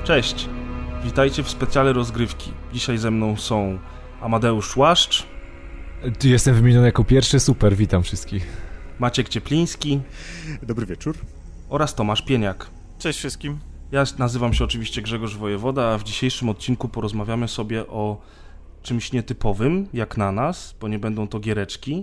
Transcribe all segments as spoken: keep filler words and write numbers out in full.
Cześć, witajcie w specjale rozgrywki. Dzisiaj ze mną są Amadeusz Łaszcz. Jestem wymieniony jako pierwszy, super, witam wszystkich. Maciek Ciepliński. Dobry wieczór. Oraz Tomasz Pieniak. Cześć wszystkim. Ja nazywam się oczywiście Grzegorz Wojewoda, a w dzisiejszym odcinku porozmawiamy sobie o czymś nietypowym, jak na nas, bo nie będą to giereczki.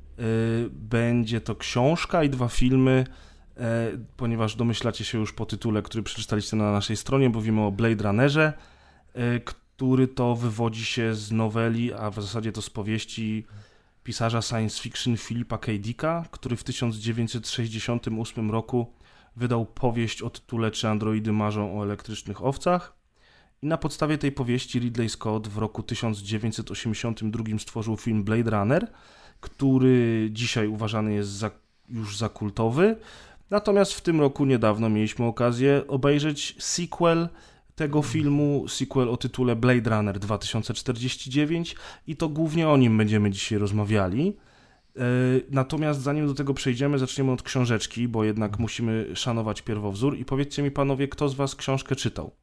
Będzie to książka i dwa filmy, ponieważ domyślacie się już po tytule, który przeczytaliście na naszej stronie. Mówimy o Blade Runnerze, który to wywodzi się z noweli, a w zasadzie to z powieści pisarza science fiction Philipa K. Dicka, który w tysiąc dziewięćset sześćdziesiątym ósmym roku wydał powieść o tytule Czy androidy marzą o elektrycznych owcach. I na podstawie tej powieści Ridley Scott w roku tysiąc dziewięćset osiemdziesiątym drugim stworzył film Blade Runner, który dzisiaj uważany jest za, już za kultowy. Natomiast w tym roku niedawno mieliśmy okazję obejrzeć sequel tego filmu, sequel o tytule Blade Runner dwa tysiące czterdzieści dziewięć i to głównie o nim będziemy dzisiaj rozmawiali. Natomiast zanim do tego przejdziemy, zaczniemy od książeczki, bo jednak musimy szanować pierwowzór i powiedzcie mi panowie, kto z was książkę czytał?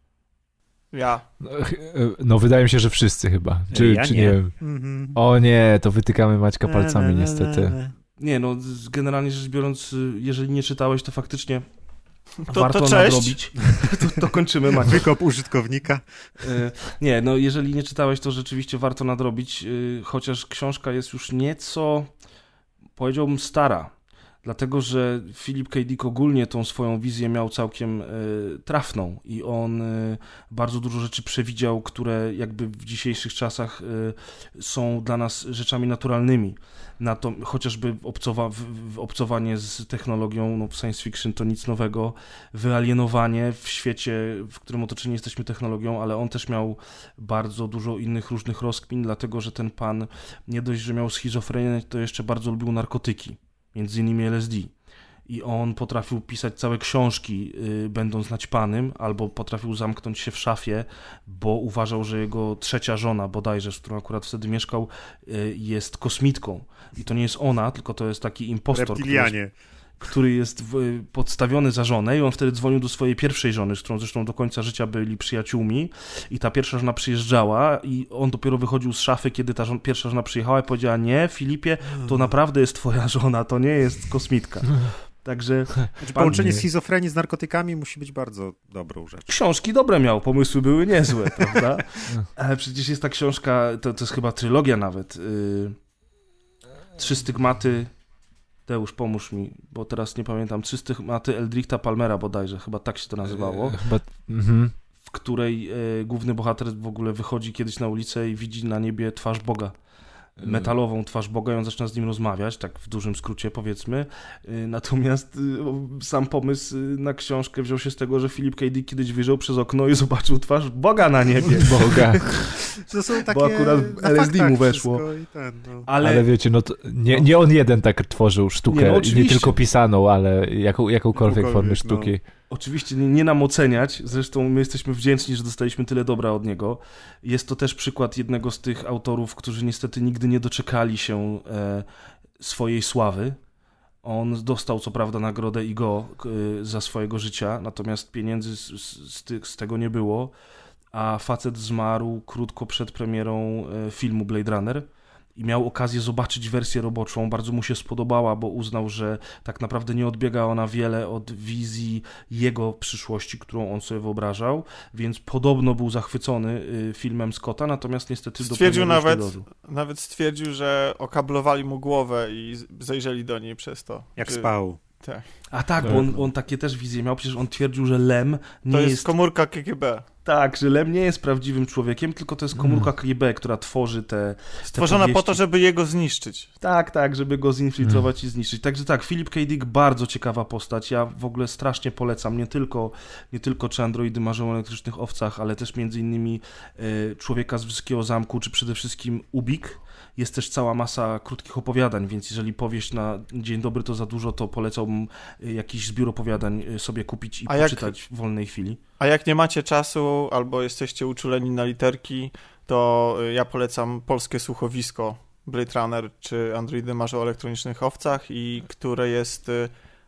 Ja. No, no wydaje mi się, że wszyscy chyba. Czy, ja czy nie. nie wiem. Mm-hmm. O nie, to wytykamy Maćka palcami niestety. Nie, no generalnie rzecz biorąc, jeżeli nie czytałeś, to faktycznie to, warto to cześć. nadrobić. to, to kończymy, Maciek. Wykop użytkownika. Nie, no jeżeli nie czytałeś, to rzeczywiście warto nadrobić, chociaż książka jest już nieco, powiedziałbym, stara. Dlatego, że Philip K. Dick ogólnie tą swoją wizję miał całkiem y, trafną i on y, bardzo dużo rzeczy przewidział, które jakby w dzisiejszych czasach y, są dla nas rzeczami naturalnymi. Na to, chociażby obcowa, w, w obcowanie z technologią, no w science fiction to nic nowego, wyalienowanie w świecie, w którym otoczeni jesteśmy technologią, ale on też miał bardzo dużo innych różnych rozkmin, dlatego, że ten pan nie dość, że miał schizofrenię, to jeszcze bardzo lubił narkotyki. Między innymi L S D. I on potrafił pisać całe książki, yy, będąc naćpanym, albo potrafił zamknąć się w szafie, bo uważał, że jego trzecia żona, bodajże, z którą akurat wtedy mieszkał, yy, jest kosmitką. I to nie jest ona, tylko to jest taki impostor, Reptilianie. który jest, który jest w, podstawiony za żonę i on wtedy dzwonił do swojej pierwszej żony, z którą zresztą do końca życia byli przyjaciółmi i ta pierwsza żona przyjeżdżała i on dopiero wychodził z szafy, kiedy ta żona, pierwsza żona przyjechała i powiedziała: nie, Filipie, to naprawdę jest twoja żona, to nie jest kosmitka. Także Znaczy, połączenie schizofrenii z narkotykami musi być bardzo dobrą rzeczą. Książki dobre miał, pomysły były niezłe, prawda? Ale przecież jest ta książka, to, to jest chyba trylogia nawet. Yy, Trzy stygmaty. Teusz, pomóż mi, bo teraz nie pamiętam. Trzy stygmaty Eldrichta Palmera bodajże, chyba tak się to nazywało. Chyba, mhm. W której y, główny bohater w ogóle wychodzi kiedyś na ulicę i widzi na niebie twarz Boga. Metalową twarz Boga i on zaczyna z nim rozmawiać, tak w dużym skrócie powiedzmy. Natomiast sam pomysł na książkę wziął się z tego, że Philip K. Dick kiedyś wyjrzał przez okno i zobaczył twarz Boga na niebie. Boga. To są takie bo akurat L S D mu weszło. Ten, no. ale... ale wiecie, no to nie, nie on jeden tak tworzył sztukę, nie, no nie tylko pisaną, ale jaką, jakąkolwiek formę sztuki. No. Oczywiście nie, nie nam oceniać, zresztą my jesteśmy wdzięczni, że dostaliśmy tyle dobra od niego. Jest to też przykład jednego z tych autorów, którzy niestety nigdy nie doczekali się e, swojej sławy. On dostał co prawda nagrodę I G O e, za swojego życia, natomiast pieniędzy z, z, z, z tego nie było, a facet zmarł krótko przed premierą e, filmu Blade Runner. I miał okazję zobaczyć wersję roboczą, bardzo mu się spodobała, bo uznał, że tak naprawdę nie odbiega ona wiele od wizji jego przyszłości, którą on sobie wyobrażał, więc podobno był zachwycony filmem Scotta, natomiast niestety stwierdził do nawet, nawet stwierdził, że okablowali mu głowę i zajrzeli do niej przez to. Jak Czy... spał. Tak. A tak, bo on, on takie też wizje miał, przecież on twierdził, że Lem nie to jest... To jest... jest komórka K G B. Tak, że Lem nie jest prawdziwym człowiekiem, tylko to jest komórka K G B, która tworzy te Stworzona te po to, żeby jego zniszczyć. Tak, tak, żeby go zinfiltrować hmm. i zniszczyć. Także tak, Philip K. Dick bardzo ciekawa postać. Ja w ogóle strasznie polecam nie tylko, nie tylko Czy androidy marzą o elektrycznych owcach, ale też między innymi y, Człowieka z Wysokiego Zamku, czy przede wszystkim Ubik. Jest też cała masa krótkich opowiadań, więc jeżeli powieść na dzień dobry to za dużo, to polecałbym jakiś zbiór opowiadań sobie kupić i a poczytać jak, w wolnej chwili. A jak nie macie czasu albo jesteście uczuleni na literki, to ja polecam polskie słuchowisko Blade Runner czy Androidy marzą o elektronicznych owcach, i które jest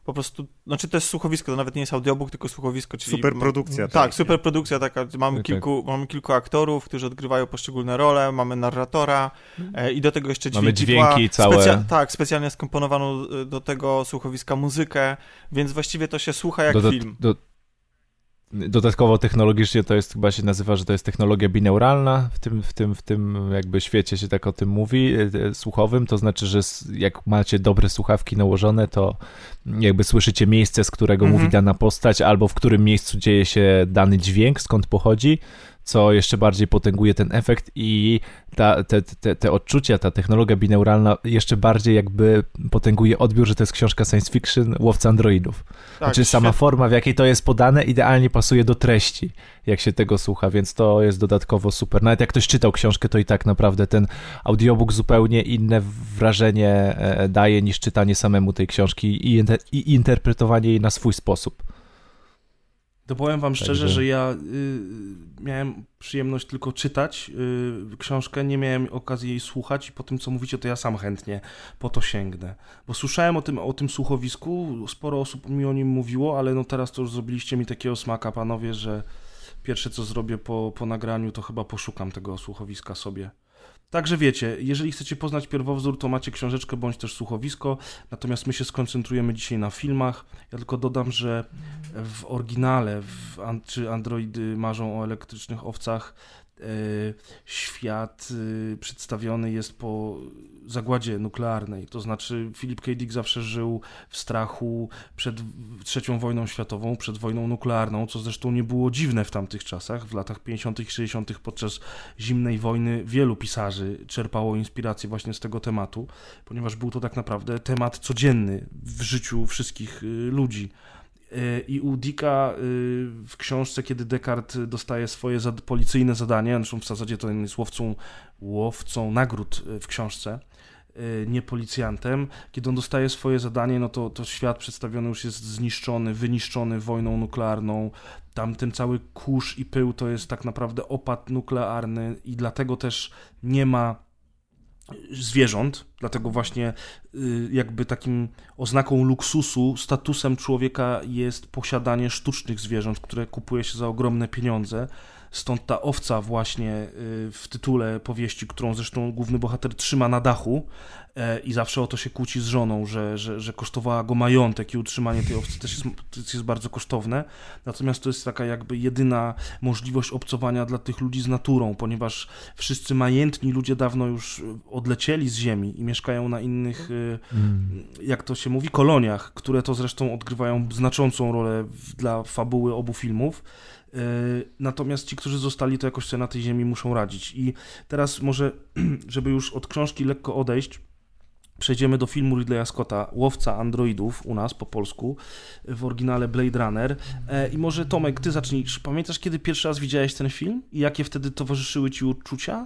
po prostu, znaczy to jest słuchowisko, to nawet nie jest audiobook, tylko słuchowisko, czyli... Superprodukcja. Tak, superprodukcja taka, mamy, Tak, kilku, mamy kilku aktorów, którzy odgrywają poszczególne role, mamy narratora e, i do tego jeszcze dźwięki. Mamy dźwięki tła, całe. Specja- tak, specjalnie skomponowaną do tego słuchowiska muzykę, więc właściwie to się słucha jak do, do, film. Do, dodatkowo technologicznie to jest, chyba się nazywa, że to jest technologia bineuralna, w tym, w tym, w tym jakby świecie się tak o tym mówi, słuchowym, to znaczy, że jak macie dobre słuchawki nałożone, to jakby słyszycie miejsce, z którego Mhm. mówi dana postać, albo w którym miejscu dzieje się dany dźwięk, skąd pochodzi, co jeszcze bardziej potęguje ten efekt i ta, te, te, te odczucia, ta technologia bineuralna jeszcze bardziej jakby potęguje odbiór, że to jest książka science fiction Łowca androidów. Tak, Znaczy sama świetnie. forma, w jakiej to jest podane, idealnie pasuje do treści, jak się tego słucha, więc to jest dodatkowo super. Nawet jak ktoś czytał książkę, to i tak naprawdę ten audiobook zupełnie inne wrażenie e, daje niż czytanie samemu tej książki i, inter- i interpretowanie jej na swój sposób. To powiem wam szczerze, Także- że ja y, miałem przyjemność tylko czytać y, książkę, nie miałem okazji jej słuchać i po tym, co mówicie, to ja sam chętnie po to sięgnę. Bo słyszałem o tym, o tym słuchowisku, sporo osób mi o nim mówiło, ale no teraz to już zrobiliście mi takiego smaka, panowie, że pierwsze, co zrobię po, po nagraniu, to chyba poszukam tego słuchowiska sobie. Także wiecie, jeżeli chcecie poznać pierwowzór, to macie książeczkę bądź też słuchowisko, natomiast my się skoncentrujemy dzisiaj na filmach. Ja tylko dodam, że w oryginale, w, an- czy androidy marzą o elektrycznych owcach, e, świat e, przedstawiony jest po zagładzie nuklearnej. To znaczy Philip K. Dick zawsze żył w strachu przed trzecią wojną światową, przed wojną nuklearną, co zresztą nie było dziwne w tamtych czasach. W latach pięćdziesiątych i sześćdziesiątych podczas zimnej wojny wielu pisarzy czerpało inspirację właśnie z tego tematu, ponieważ był to tak naprawdę temat codzienny w życiu wszystkich y, ludzi. Y, I u Dicka y, w książce, kiedy Descartes dostaje swoje zad- policyjne zadanie, zresztą w zasadzie to on jest łowcą, łowcą nagród y, w książce, y, nie policjantem, kiedy on dostaje swoje zadanie, no to, to świat przedstawiony już jest zniszczony, wyniszczony wojną nuklearną. Tam ten cały kurz i pył to jest tak naprawdę opad nuklearny i dlatego też nie ma zwierząt, dlatego właśnie y, jakby takim oznaką luksusu, statusem człowieka jest posiadanie sztucznych zwierząt, które kupuje się za ogromne pieniądze. Stąd ta owca właśnie y, w tytule powieści, którą zresztą główny bohater trzyma na dachu e, i zawsze o to się kłóci z żoną, że, że, że kosztowała go majątek i utrzymanie tej owcy też jest, też jest bardzo kosztowne. Natomiast to jest taka jakby jedyna możliwość obcowania dla tych ludzi z naturą, ponieważ wszyscy majętni ludzie dawno już odlecieli z ziemi i mieszkają na innych, y, Mm. jak to się mówi, koloniach, które to zresztą odgrywają znaczącą rolę w, dla fabuły obu filmów. Natomiast ci, którzy zostali, to jakoś sobie na tej ziemi muszą radzić. I teraz może, żeby już od książki lekko odejść, przejdziemy do filmu Ridleya Scotta, Łowca androidów, u nas po polsku, w oryginale Blade Runner. I może Tomek, ty zacznij. Pamiętasz, kiedy pierwszy raz widziałeś ten film? I jakie wtedy towarzyszyły ci uczucia?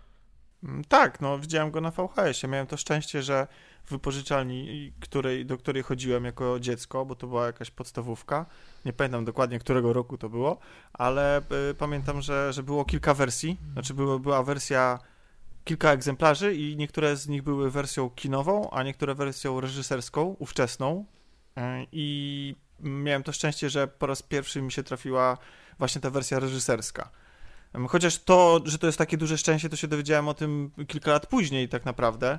Tak, no widziałem go na V H S ie. Miałem to szczęście, że w wypożyczalni, której, do której chodziłem jako dziecko, bo to była jakaś podstawówka, nie pamiętam dokładnie, którego roku to było, ale y, pamiętam, że, że było kilka wersji, znaczy była, była wersja, kilka egzemplarzy i niektóre z nich były wersją kinową, a niektóre wersją reżyserską, ówczesną y, i miałem to szczęście, że po raz pierwszy mi się trafiła właśnie ta wersja reżyserska. Chociaż to, że to jest takie duże szczęście, to się dowiedziałem o tym kilka lat później tak naprawdę,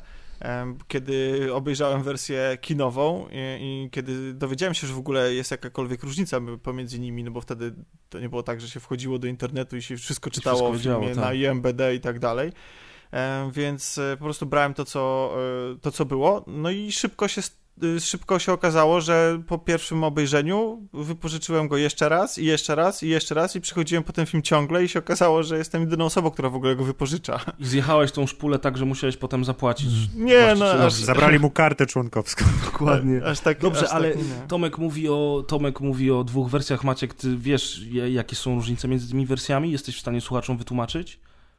kiedy obejrzałem wersję kinową i, i kiedy dowiedziałem się, że w ogóle jest jakakolwiek różnica pomiędzy nimi, no bo wtedy to nie było tak, że się wchodziło do internetu i się wszystko czytało wszystko o filmie wiedziało, tak. na I M B D i tak dalej, więc po prostu brałem to co, to, co było, no i szybko się Szybko się okazało, że po pierwszym obejrzeniu wypożyczyłem go jeszcze raz i jeszcze raz i jeszcze raz i przychodziłem po ten film ciągle i się okazało, że jestem jedyną osobą, która w ogóle go wypożycza. I zjechałeś tą szpulę tak, że musiałeś potem zapłacić. Nie, no aż, Zabrali mu kartę członkowską. Dokładnie. Aż tak, Dobrze, aż ale tak, nie. Tomek mówi o Tomek mówi o dwóch wersjach. Maciek, ty wiesz, jakie są różnice między tymi wersjami? Jesteś w stanie słuchaczom wytłumaczyć?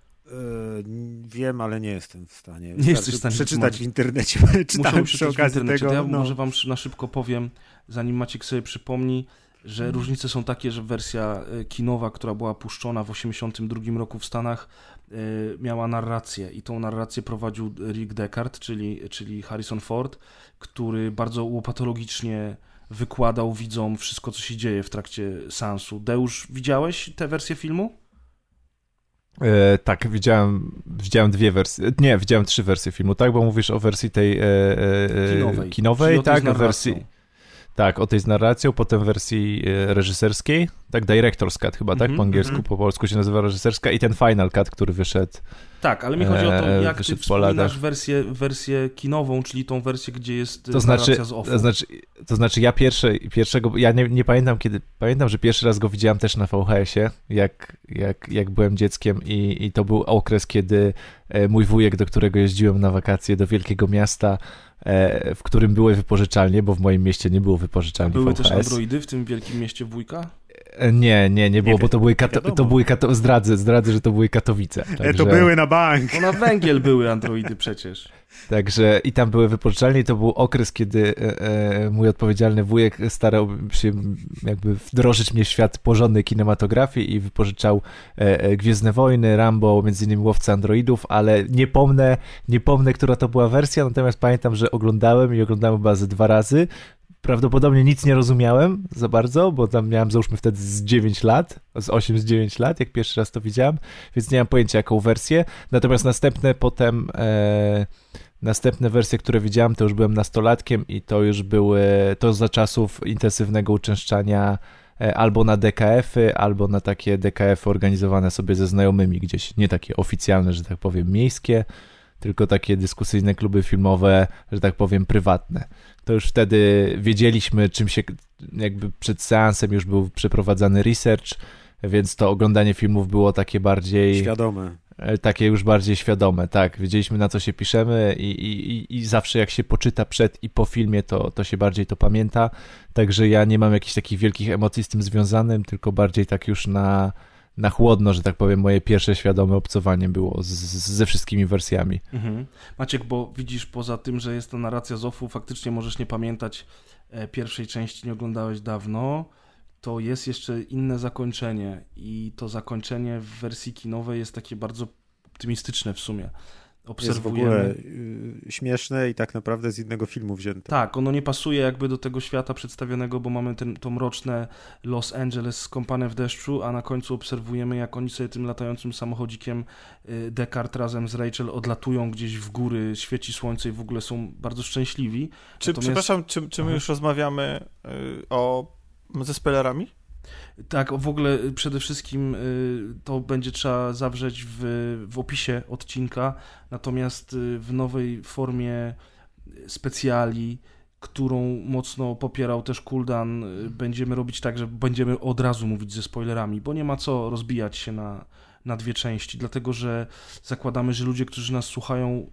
Yy, wiem, ale nie jestem w stanie. Nie jesteś w stanie przeczytać w internecie. Czytałem Muszę przy okazji tego. Ja no. może wam na szybko powiem, zanim Maciek sobie przypomni, że różnice są takie, że wersja kinowa, która była puszczona w osiemdziesiątym drugim roku w Stanach, miała narrację i tą narrację prowadził Rick Deckard, czyli, czyli Harrison Ford, który bardzo łopatologicznie wykładał widzom wszystko, co się dzieje w trakcie seansu. Deusz, widziałeś tę wersję filmu? E, tak, widziałem, widziałem dwie wersje, nie, widziałem trzy wersje filmu, tak, bo mówisz o wersji tej e, e, kinowej, kinowej tak, o wersji, tak, o tej z narracją, potem wersji e, reżyserskiej, tak, Director's Cut chyba, tak, Mm-hmm, po angielsku, mm-hmm. po polsku się nazywa reżyserska i ten Final Cut, który wyszedł. Tak, ale mi chodzi o to, jak ty wspominasz po wersję, wersję kinową, czyli tą wersję, gdzie jest to znaczy, narracja z offu. To znaczy, to znaczy ja pierwsze, pierwszego, ja nie, nie pamiętam kiedy, pamiętam, że pierwszy raz go widziałem też na V H S-ie, jak, jak, jak byłem dzieckiem i, i to był okres, kiedy mój wujek, do którego jeździłem na wakacje do wielkiego miasta, w którym były wypożyczalnie, bo w moim mieście nie było wypożyczalni były V H S. Były też Androidy w tym wielkim mieście wujka? Nie, nie, nie było, nie bo to były, kato- to były kato- zdradzę, zdradzę, że to były Katowice. Także... To były na bank. No na węgiel były Androidy przecież. Także i tam były wypożyczalnie i to był okres, kiedy e, e, mój odpowiedzialny wujek starał się jakby wdrożyć mnie w świat porządnej kinematografii i wypożyczał e, e, Gwiezdne Wojny, Rambo, między innymi Łowca Androidów, ale nie pomnę, nie pomnę, która to była wersja, natomiast pamiętam, że oglądałem i oglądałem chyba ze dwa razy. Prawdopodobnie nic nie rozumiałem za bardzo, bo tam miałem załóżmy wtedy z dziewięć lat, z osiem, z dziewięć lat, jak pierwszy raz to widziałem, więc nie mam pojęcia jaką wersję. Natomiast następne potem, e, następne wersje, które widziałem, to już byłem nastolatkiem i to już były, to za czasów intensywnego uczęszczania e, albo na D K F-y, albo na takie D K F-y organizowane sobie ze znajomymi gdzieś, nie takie oficjalne, że tak powiem, miejskie, tylko takie dyskusyjne kluby filmowe, że tak powiem, prywatne. To już wtedy wiedzieliśmy, czym się, jakby przed seansem już był przeprowadzany research, więc to oglądanie filmów było takie bardziej... Świadome. Takie już bardziej świadome, tak. Wiedzieliśmy, na co się piszemy i, i, i zawsze jak się poczyta przed i po filmie, to, to się bardziej to pamięta. Także ja nie mam jakichś takich wielkich emocji z tym związanym, tylko bardziej tak już na... na chłodno, że tak powiem, moje pierwsze świadome obcowanie było z, z, ze wszystkimi wersjami. Mhm. Maciek, bo widzisz, poza tym, że jest to narracja z offu, faktycznie możesz nie pamiętać e, pierwszej części, nie oglądałeś dawno, to jest jeszcze inne zakończenie i to zakończenie w wersji kinowej jest takie bardzo optymistyczne w sumie. Obserwujemy... Jest w ogóle y, śmieszne i tak naprawdę z innego filmu wzięte. Tak, ono nie pasuje jakby do tego świata przedstawionego, bo mamy ten, to mroczne Los Angeles skąpane w deszczu, a na końcu obserwujemy, jak oni sobie tym latającym samochodzikiem y, Deckard razem z Rachel odlatują gdzieś w góry, świeci słońce i w ogóle są bardzo szczęśliwi. Czy, Natomiast... Przepraszam, czy, czy my już rozmawiamy y, o ze spoilerami? Tak, w ogóle przede wszystkim to będzie trzeba zawrzeć w, w opisie odcinka, natomiast w nowej formie specjali, którą mocno popierał też Kuldan, będziemy robić tak, że będziemy od razu mówić ze spoilerami, bo nie ma co rozbijać się na, na dwie części, dlatego że zakładamy, że ludzie, którzy nas słuchają,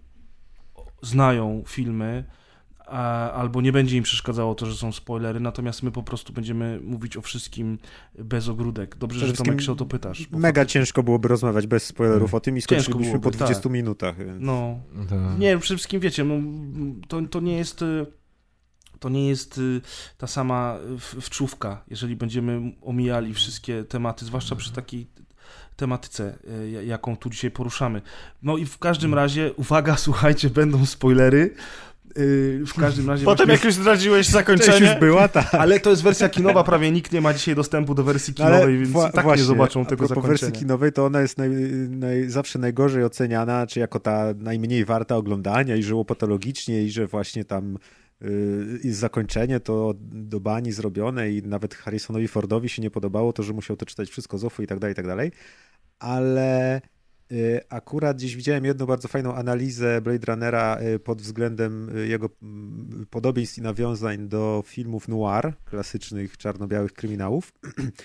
znają filmy, A, albo nie będzie im przeszkadzało to, że są spoilery, natomiast my po prostu będziemy mówić o wszystkim bez ogródek. Dobrze, Przede że Tomek się o to pytasz. Mega faktycznie... ciężko byłoby rozmawiać bez spoilerów o tym i skończylibyśmy po dwudziestu tak. minutach. Więc... No, to... nie, przede wszystkim wiecie, no, to, to nie jest... To nie jest ta sama wczówka, jeżeli będziemy omijali wszystkie tematy, zwłaszcza przy takiej tematyce, jaką tu dzisiaj poruszamy. No i w każdym razie, uwaga, słuchajcie, będą spoilery. W każdym razie... Potem właśnie... jak już zdradziłeś zakończenie... już była, tak. Ale to jest wersja kinowa, prawie nikt nie ma dzisiaj dostępu do wersji kinowej, ale więc wła- tak właśnie, nie zobaczą tego zakończenia. Po wersji kinowej to ona jest naj, naj, zawsze najgorzej oceniana, czy jako ta najmniej warta oglądania i że łopatologicznie i że właśnie tam i zakończenie to do bani zrobione i nawet Harrisonowi Fordowi się nie podobało to, że musiał to czytać wszystko z offu i tak dalej, i tak dalej. Ale akurat gdzieś widziałem jedną bardzo fajną analizę Blade Runnera pod względem jego podobieństw i nawiązań do filmów noir, klasycznych czarno-białych kryminałów.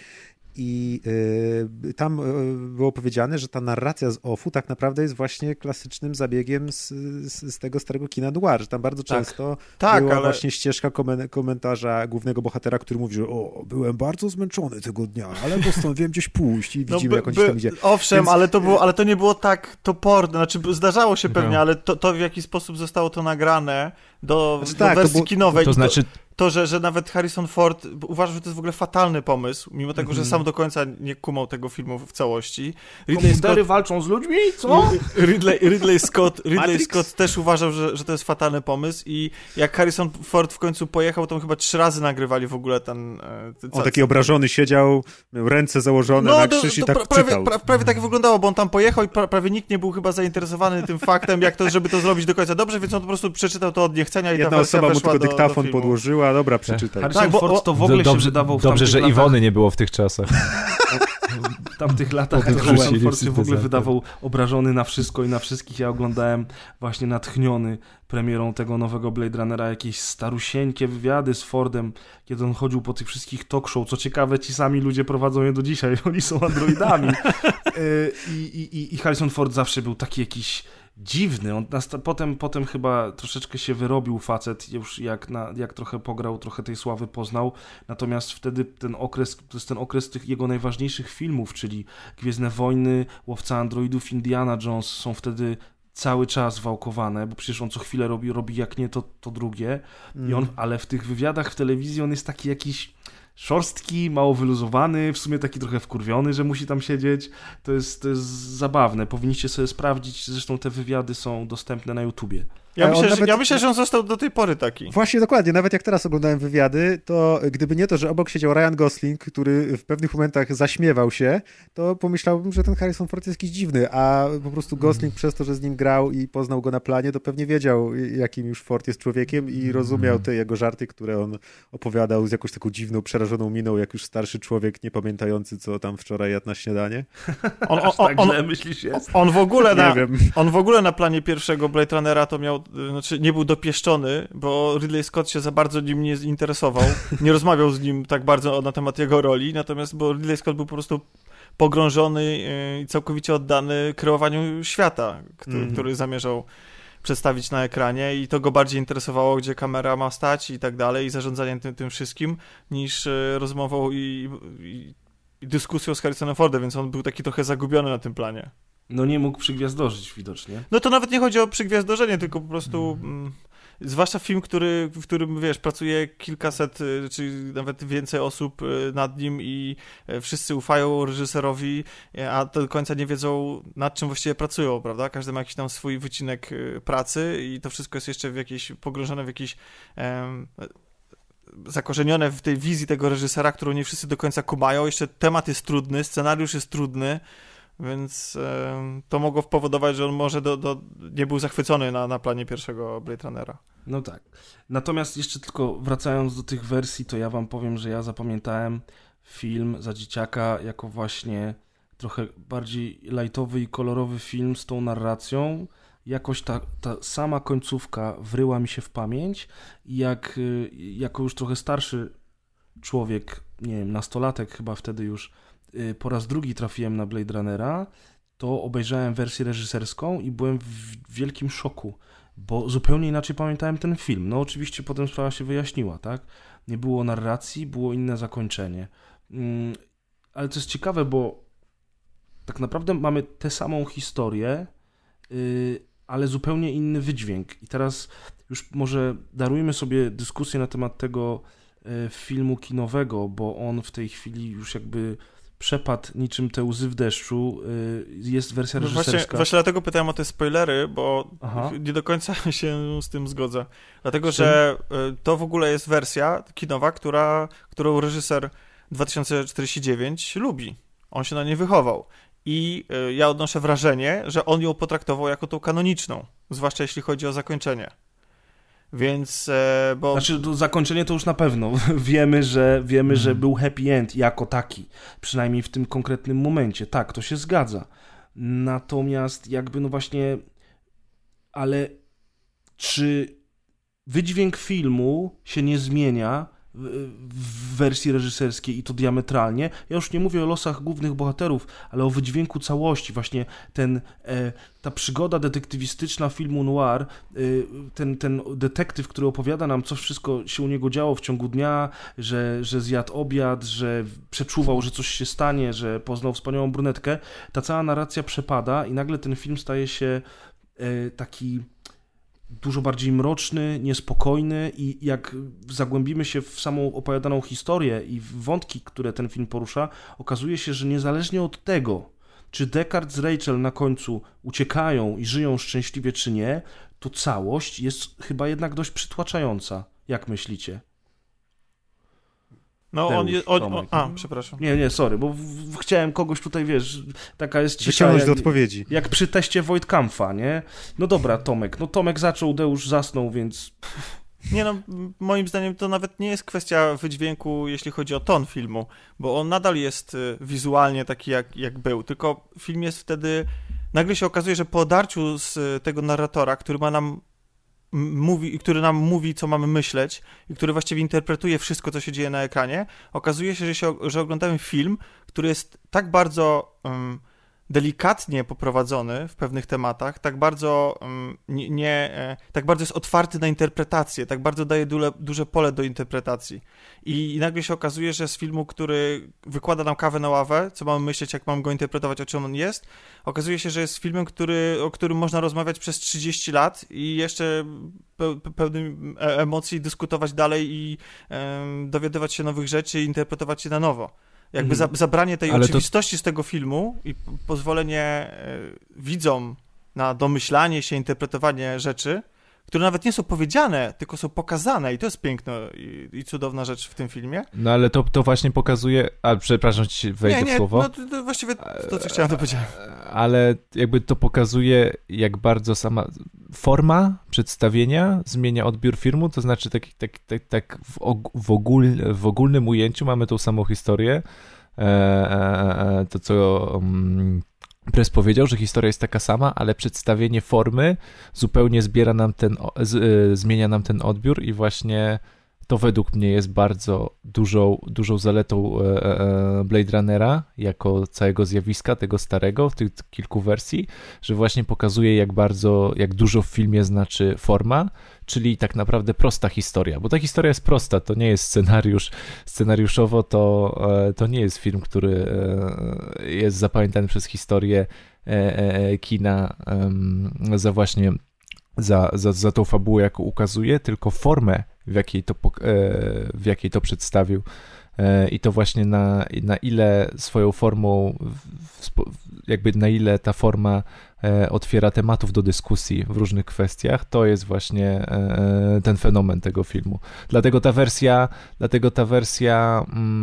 I y, tam y, było powiedziane, że ta narracja z offu tak naprawdę jest właśnie klasycznym zabiegiem z, z, z tego starego kina noir, że tam bardzo tak. często tak, była ale... właśnie ścieżka komen- komentarza głównego bohatera, który mówi, że o, byłem bardzo zmęczony tego dnia, ale postanowiłem gdzieś pójść i widzimy, no, by, jak on gdzieś tam idzie. Owszem, Więc... ale, to było, ale to nie było tak toporne, znaczy zdarzało się pewnie, no. ale to, to w jaki sposób zostało to nagrane do, znaczy, do tak, wersji to było, kinowej. To znaczy... To... to, że, że nawet Harrison Ford uważa, że to jest w ogóle fatalny pomysł, mimo tego, że sam do końca nie kumał tego filmu w całości. Ridley Scott walczą z ludźmi? Co? Ridley, Ridley Scott, Ridley Scott też uważał, że, że to jest fatalny pomysł i jak Harrison Ford w końcu pojechał, to chyba trzy razy nagrywali w ogóle ten... ten On taki obrażony siedział, miał ręce założone no, na to, krzyż to i tak prawie, czytał. pra, prawie tak wyglądało, bo on tam pojechał i pra, prawie nikt nie był chyba zainteresowany tym faktem, jak to, żeby to zrobić do końca dobrze, więc on po prostu przeczytał to od niechcenia i Jedna ta wersja osoba mu tylko do, dyktafon do podłożyła, dobra, przeczytaj. Harrison Tak, bo- Ford to w ogóle dobrze, się wydawał w Dobrze, że latach, Iwony nie było w tych czasach. w tamtych latach to Odrzucili Harrison Ford się w ogóle syntezator. wydawał obrażony na wszystko i na wszystkich. Ja oglądałem właśnie natchniony premierą tego nowego Blade Runnera jakieś starusieńkie wywiady z Fordem, kiedy on chodził po tych wszystkich talk show. Co ciekawe, ci sami ludzie prowadzą je do dzisiaj, oni są androidami. Y, I, i, I Harrison Ford zawsze był taki jakiś dziwny. On nasta- potem, potem chyba troszeczkę się wyrobił facet, już jak, na, jak trochę pograł, trochę tej sławy poznał. Natomiast wtedy ten okres, to jest ten okres tych jego najważniejszych filmów, czyli Gwiezdne Wojny, Łowca Androidów, Indiana Jones są wtedy cały czas wałkowane, bo przecież on co chwilę robi, robi jak nie to, to drugie. I on, ale w tych wywiadach w telewizji on jest taki jakiś szorstki, mało wyluzowany, w sumie taki trochę wkurwiony, że musi tam siedzieć. To jest, to jest zabawne. Powinniście sobie sprawdzić, zresztą te wywiady są dostępne na YouTubie. Ja Ale on myślę, że, nawet- ja myślę, że on został do tej pory taki. Właśnie, dokładnie. Nawet jak teraz oglądałem wywiady, to gdyby nie to, że obok siedział Ryan Gosling, który w pewnych momentach zaśmiewał się, to pomyślałbym, że ten Harrison Ford jest jakiś dziwny, a po prostu Gosling przez to, że z nim grał i poznał go na planie, to pewnie wiedział, jakim już Ford jest człowiekiem i rozumiał te jego żarty, które on opowiadał z jakąś taką dziwną, przerażoną miną, jak już starszy człowiek, nie pamiętający, co tam wczoraj jadł na śniadanie. On, on, Aż tak on, źle myślisz jest? on, w ogóle Nie na, wiem. on w ogóle na planie pierwszego Blade Runnera to miał, y, znaczy nie był dopieszczony, bo Ridley Scott się za bardzo nim nie interesował, nie rozmawiał z nim tak bardzo na temat jego roli, natomiast bo Ridley Scott był po prostu pogrążony y, i całkowicie oddany kreowaniu świata, który, Mhm. który zamierzał przedstawić na ekranie i to go bardziej interesowało, gdzie kamera ma stać i tak dalej i zarządzaniem tym, tym wszystkim, niż y, rozmową i, i, i dyskusją z Harrisonem Fordem, więc on był taki trochę zagubiony na tym planie. No nie mógł przygwiazdorzyć widocznie. No to nawet nie chodzi o przygwiazdorzenie, tylko po prostu... Mm, zwłaszcza film, który, w którym, wiesz, pracuje kilkaset, y, czy nawet więcej osób y, nad nim i y, wszyscy ufają reżyserowi, y, a do końca nie wiedzą, nad czym właściwie pracują, prawda? Każdy ma jakiś tam swój wycinek y, pracy i to wszystko jest jeszcze w jakiejś, pogrążone w jakiejś... em, zakorzenione w tej wizji tego reżysera, którą nie wszyscy do końca kumają. Jeszcze temat jest trudny, scenariusz jest trudny, więc e, to mogło powodować, że on może do, do, nie był zachwycony na, na planie pierwszego Blade Runnera. No tak. Natomiast jeszcze tylko wracając do tych wersji, to ja wam powiem, że ja zapamiętałem film za dzieciaka jako właśnie trochę bardziej lightowy i kolorowy film z tą narracją. Jakoś ta, ta sama końcówka wryła mi się w pamięć i jak y, jako już trochę starszy człowiek, nie wiem, nastolatek chyba wtedy już, y, po raz drugi trafiłem na Blade Runnera, to obejrzałem wersję reżyserską i byłem w wielkim szoku, bo zupełnie inaczej pamiętałem ten film. No oczywiście potem sprawa się wyjaśniła, tak? Nie było narracji, było inne zakończenie. Mm, ale to jest ciekawe, bo tak naprawdę mamy tę samą historię, yy, ale zupełnie inny wydźwięk. I teraz już może darujmy sobie dyskusję na temat tego y, filmu kinowego, bo on w tej chwili już jakby przepadł niczym te łzy w deszczu. Y, jest wersja No reżyserska. właśnie, właśnie dlatego pytałem o te spoilery, bo Aha. nie do końca się z tym zgodzę. Dlatego, Z czym? że y, to w ogóle jest wersja kinowa, która, którą reżyser dwa tysiące czterdzieści dziewięć lubi. On się na niej wychował. I y, ja odnoszę wrażenie, że on ją potraktował jako tą kanoniczną, zwłaszcza jeśli chodzi o zakończenie. Więc, e, bo... Znaczy, to zakończenie to już na pewno. wiemy, że, wiemy że był happy end jako taki. Przynajmniej w tym konkretnym momencie. Tak, to się zgadza. Natomiast jakby no właśnie... Ale czy wydźwięk filmu się nie zmienia w, w wersji reżyserskiej i to diametralnie? Ja już nie mówię o losach głównych bohaterów, ale o wydźwięku całości. Właśnie ten, e, ta przygoda detektywistyczna filmu noir, e, ten, ten detektyw, który opowiada nam, co wszystko się u niego działo w ciągu dnia, że, że zjadł obiad, że przeczuwał, że coś się stanie, że poznał wspaniałą brunetkę. Ta cała narracja przepada i nagle ten film staje się e, taki dużo bardziej mroczny, niespokojny i jak zagłębimy się w samą opowiadaną historię i w wątki, które ten film porusza, okazuje się, że niezależnie od tego, czy Deckard z Rachel na końcu uciekają i żyją szczęśliwie, czy nie, to całość jest chyba jednak dość przytłaczająca. Jak myślicie? No Deusz, on jest... On, on, Tomek. a, przepraszam. Nie, nie, sorry, bo w, w, chciałem kogoś tutaj, wiesz, taka jest cisza. Wyciągnąć jak, do odpowiedzi. Jak przy teście Wojtkampfa, nie? No dobra, Tomek. No Tomek zaczął, Deusz zasnął, więc... Nie no, moim zdaniem to nawet nie jest kwestia wydźwięku, jeśli chodzi o ton filmu, bo on nadal jest y, wizualnie taki, jak, jak był, tylko film jest wtedy... Nagle się okazuje, że po odarciu z y, tego narratora, który ma nam m- mówi, który nam mówi, co mamy myśleć i który właściwie interpretuje wszystko, co się dzieje na ekranie, okazuje się, że, się, że oglądamy film, który jest tak bardzo... Um, delikatnie poprowadzony w pewnych tematach, tak bardzo um, nie, nie e, tak bardzo jest otwarty na interpretację, tak bardzo daje dule, duże pole do interpretacji. I, I nagle się okazuje, że z filmu, który wykłada nam kawę na ławę, co mamy myśleć, jak mamy go interpretować, o czym on jest, okazuje się, że jest filmem, który, o którym można rozmawiać przez trzydzieści lat i jeszcze pe, pe, pełnym emocji dyskutować dalej i e, dowiadywać się nowych rzeczy i interpretować je na nowo. Jakby za, zabranie tej Ale oczywistości to... z tego filmu i pozwolenie e, widzom na domyślanie się, interpretowanie rzeczy, które nawet nie są powiedziane, tylko są pokazane i to jest piękna i, i cudowna rzecz w tym filmie. No ale to, to właśnie pokazuje... A, przepraszam, ci wejdę nie, nie, w słowo. No to, to właściwie to, co chciałem, to powiedziałem. Ale jakby to pokazuje, jak bardzo sama forma przedstawienia zmienia odbiór filmu, to znaczy tak, tak, tak, tak w, og- w, ogól, w ogólnym ujęciu mamy tą samą historię. E, e, e, to, co um, Press powiedział, że historia jest taka sama, ale przedstawienie formy zupełnie zbiera nam ten, z, y, zmienia nam ten odbiór i właśnie to według mnie jest bardzo dużą, dużą zaletą e, e, Blade Runnera jako całego zjawiska, tego starego, w tych kilku wersji, że właśnie pokazuje, jak bardzo, jak dużo w filmie znaczy forma, czyli tak naprawdę prosta historia, bo ta historia jest prosta, to nie jest scenariusz, scenariuszowo to, e, to nie jest film, który e, jest zapamiętany przez historię e, e, kina e, za właśnie za, za, za tą fabułę, jaką ukazuje, tylko formę, w jakiej to, w jakiej to przedstawił i to właśnie na, na ile swoją formą, jakby na ile ta forma otwiera tematów do dyskusji w różnych kwestiach, to jest właśnie ten fenomen tego filmu. Dlatego ta wersja, dlatego ta wersja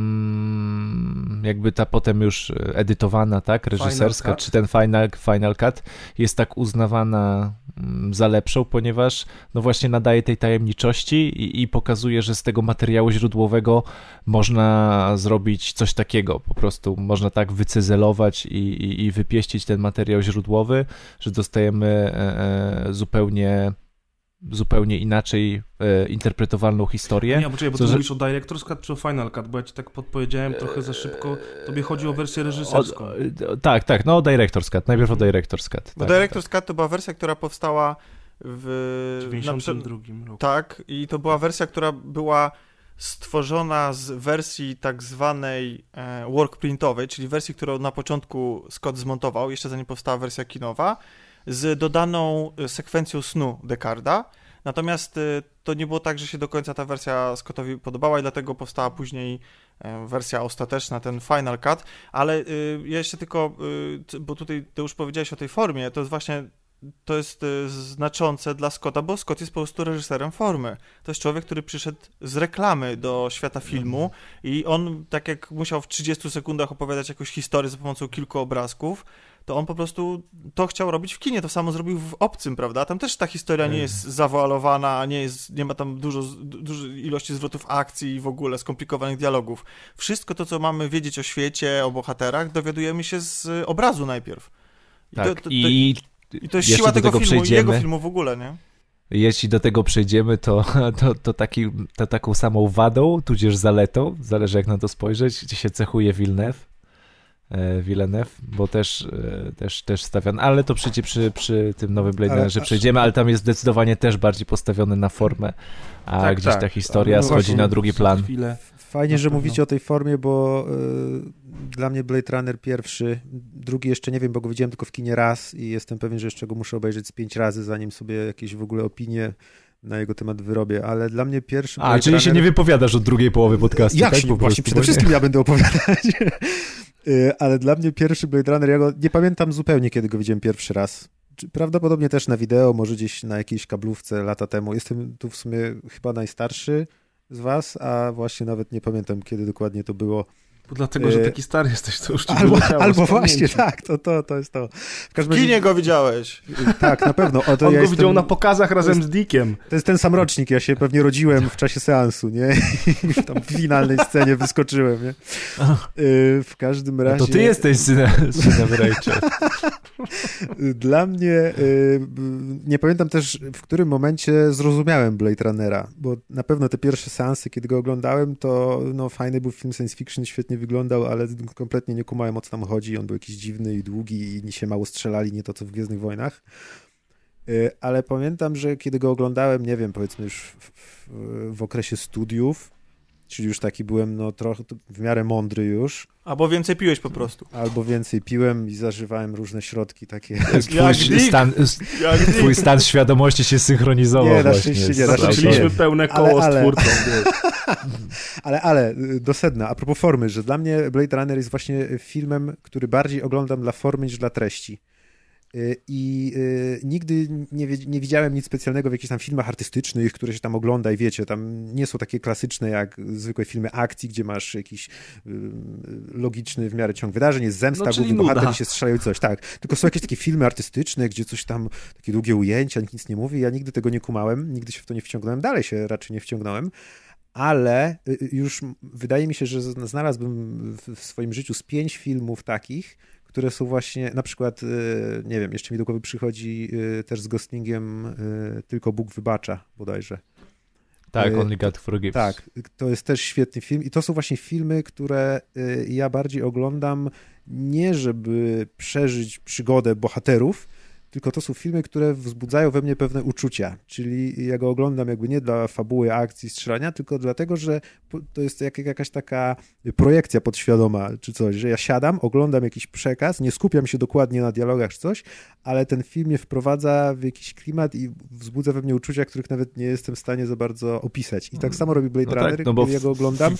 jakby ta potem już edytowana, tak, reżyserska, czy ten final, final cut jest tak uznawana za lepszą, ponieważ no właśnie nadaje tej tajemniczości i, i pokazuje, że z tego materiału źródłowego można zrobić coś takiego, po prostu można tak wycyzelować i, i, i wypieścić ten materiał źródłowy, że dostajemy e, zupełnie zupełnie inaczej e, interpretowalną historię. Nie, poczekaj, bo Co, ty że... mówisz o Director's Cut czy o Final Cut, bo ja ci tak podpowiedziałem trochę za szybko, tobie chodzi o wersję reżyserską. O, o, tak, tak, no o Director's Cut, najpierw o Director's Cut. Bo tak, Director's Cut to była wersja, która powstała w dziewięćdziesiątym drugim roku. Tak, i to była wersja, która była stworzona z wersji tak zwanej e, work printowej, czyli wersji, którą na początku Scott zmontował, jeszcze zanim powstała wersja kinowa, z dodaną sekwencją snu Deckarda. Natomiast e, to nie było tak, że się do końca ta wersja Scottowi podobała i dlatego powstała później e, wersja ostateczna, ten Final Cut, ale e, ja jeszcze tylko, e, bo tutaj ty już powiedziałeś o tej formie, to jest właśnie to jest y, znaczące dla Scotta, bo Scott jest po prostu reżyserem formy. To jest człowiek, który przyszedł z reklamy do świata filmu i on, tak jak musiał w trzydziestu sekundach opowiadać jakąś historię za pomocą kilku obrazków, to on po prostu to chciał robić w kinie. To samo zrobił w Obcym, prawda? Tam też ta historia nie jest zawoalowana, nie, jest, nie ma tam dużo, dużo ilości zwrotów akcji i w ogóle skomplikowanych dialogów. Wszystko to, co mamy wiedzieć o świecie, o bohaterach, dowiadujemy się z obrazu najpierw. I tak, to, to, to, i... I to jest Jeszcze siła tego, tego filmu przejdziemy. i jego filmu w ogóle, nie? Jeśli do tego przejdziemy, to, to, to, taki, to taką samą wadą, tudzież zaletą, zależy jak na to spojrzeć, gdzie się cechuje Villeneuve, Villeneuve, bo też, też, też stawiany, ale to przyjdzie przy, przy tym nowym Blade Runnerze przejdziemy, ale tam jest zdecydowanie też bardziej postawiony na formę, a tak, gdzieś tak. ta historia no schodzi na drugi plan. Chwilę. Fajnie, że mówicie o tej formie, bo y, dla mnie Blade Runner pierwszy, drugi jeszcze nie wiem, bo go widziałem tylko w kinie raz i jestem pewien, że jeszcze go muszę obejrzeć z pięć razy, zanim sobie jakieś w ogóle opinie na jego temat wyrobię, ale dla mnie pierwszy... A, czyli Runner... się nie wypowiadasz od drugiej połowy podcastu, Jak tak? się, właśnie, przede wszystkim ja będę opowiadać. Ale dla mnie pierwszy Blade Runner, ja go nie pamiętam zupełnie, kiedy go widziałem pierwszy raz. Prawdopodobnie też na wideo, może gdzieś na jakiejś kablówce lata temu. Jestem tu w sumie chyba najstarszy z was, a właśnie nawet nie pamiętam, kiedy dokładnie to było. Bo dlatego, że taki stary jesteś, to już ci Albo, albo właśnie tak, to, to, to jest to. W, w kinie go widziałeś. Tak, na pewno. O, to On ja go jestem... widział na pokazach razem jest, z Dickiem. To jest ten sam rocznik, ja się pewnie rodziłem w czasie seansu, nie? I tam w finalnej scenie wyskoczyłem, nie? W każdym razie... No to ty jesteś synem, synem Rachel. Dla mnie, nie pamiętam też, w którym momencie zrozumiałem Blade Runnera, bo na pewno te pierwsze seansy, kiedy go oglądałem, to no, fajny był film science fiction, świetnie wyglądał, ale kompletnie nie kumałem, o co tam chodzi. On był jakiś dziwny i długi i się mało strzelali, nie to co w Gwiezdnych Wojnach. Ale pamiętam, że kiedy go oglądałem, nie wiem, powiedzmy już w, w, w okresie studiów, czyli już taki byłem no trochę w miarę mądry już. Albo więcej piłeś po prostu. Albo więcej piłem i zażywałem różne środki takie. Twój, stan, twój stan świadomości się synchronizował. Nie, na właśnie szczęście nie. Zaczęliśmy pełne koło ale, ale, z twórcą. ale, ale, do sedna. A propos formy, że dla mnie Blade Runner jest właśnie filmem, który bardziej oglądam dla formy niż dla treści. I y, nigdy nie, nie widziałem nic specjalnego w jakichś tam filmach artystycznych, które się tam ogląda i wiecie, tam nie są takie klasyczne jak zwykłe filmy akcji, gdzie masz jakiś y, logiczny w miarę ciąg wydarzeń, jest zemsta, no, główny bohater i się strzelają coś, tak. Tylko są jakieś takie filmy artystyczne, gdzie coś tam, takie długie ujęcia, nikt nic nie mówi, ja nigdy tego nie kumałem, nigdy się w to nie wciągnąłem, dalej się raczej nie wciągnąłem. Ale już wydaje mi się, że znalazłbym w swoim życiu z pięć filmów takich, które są właśnie, na przykład, nie wiem, jeszcze mi do głowy przychodzi też z Goslingiem Tylko Bóg wybacza, bodajże. Tak, Only God Forgives. Tak, to jest też świetny film i to są właśnie filmy, które ja bardziej oglądam nie żeby przeżyć przygodę bohaterów, tylko to są filmy, które wzbudzają we mnie pewne uczucia, czyli ja go oglądam jakby nie dla fabuły, akcji, strzelania, tylko dlatego, że to jest jak, jakaś taka projekcja podświadoma czy coś, że ja siadam, oglądam jakiś przekaz, nie skupiam się dokładnie na dialogach czy coś, ale ten film mnie wprowadza w jakiś klimat i wzbudza we mnie uczucia, których nawet nie jestem w stanie za bardzo opisać. I tak samo robi Blade no Runner, tak, no kiedy ja go oglądam.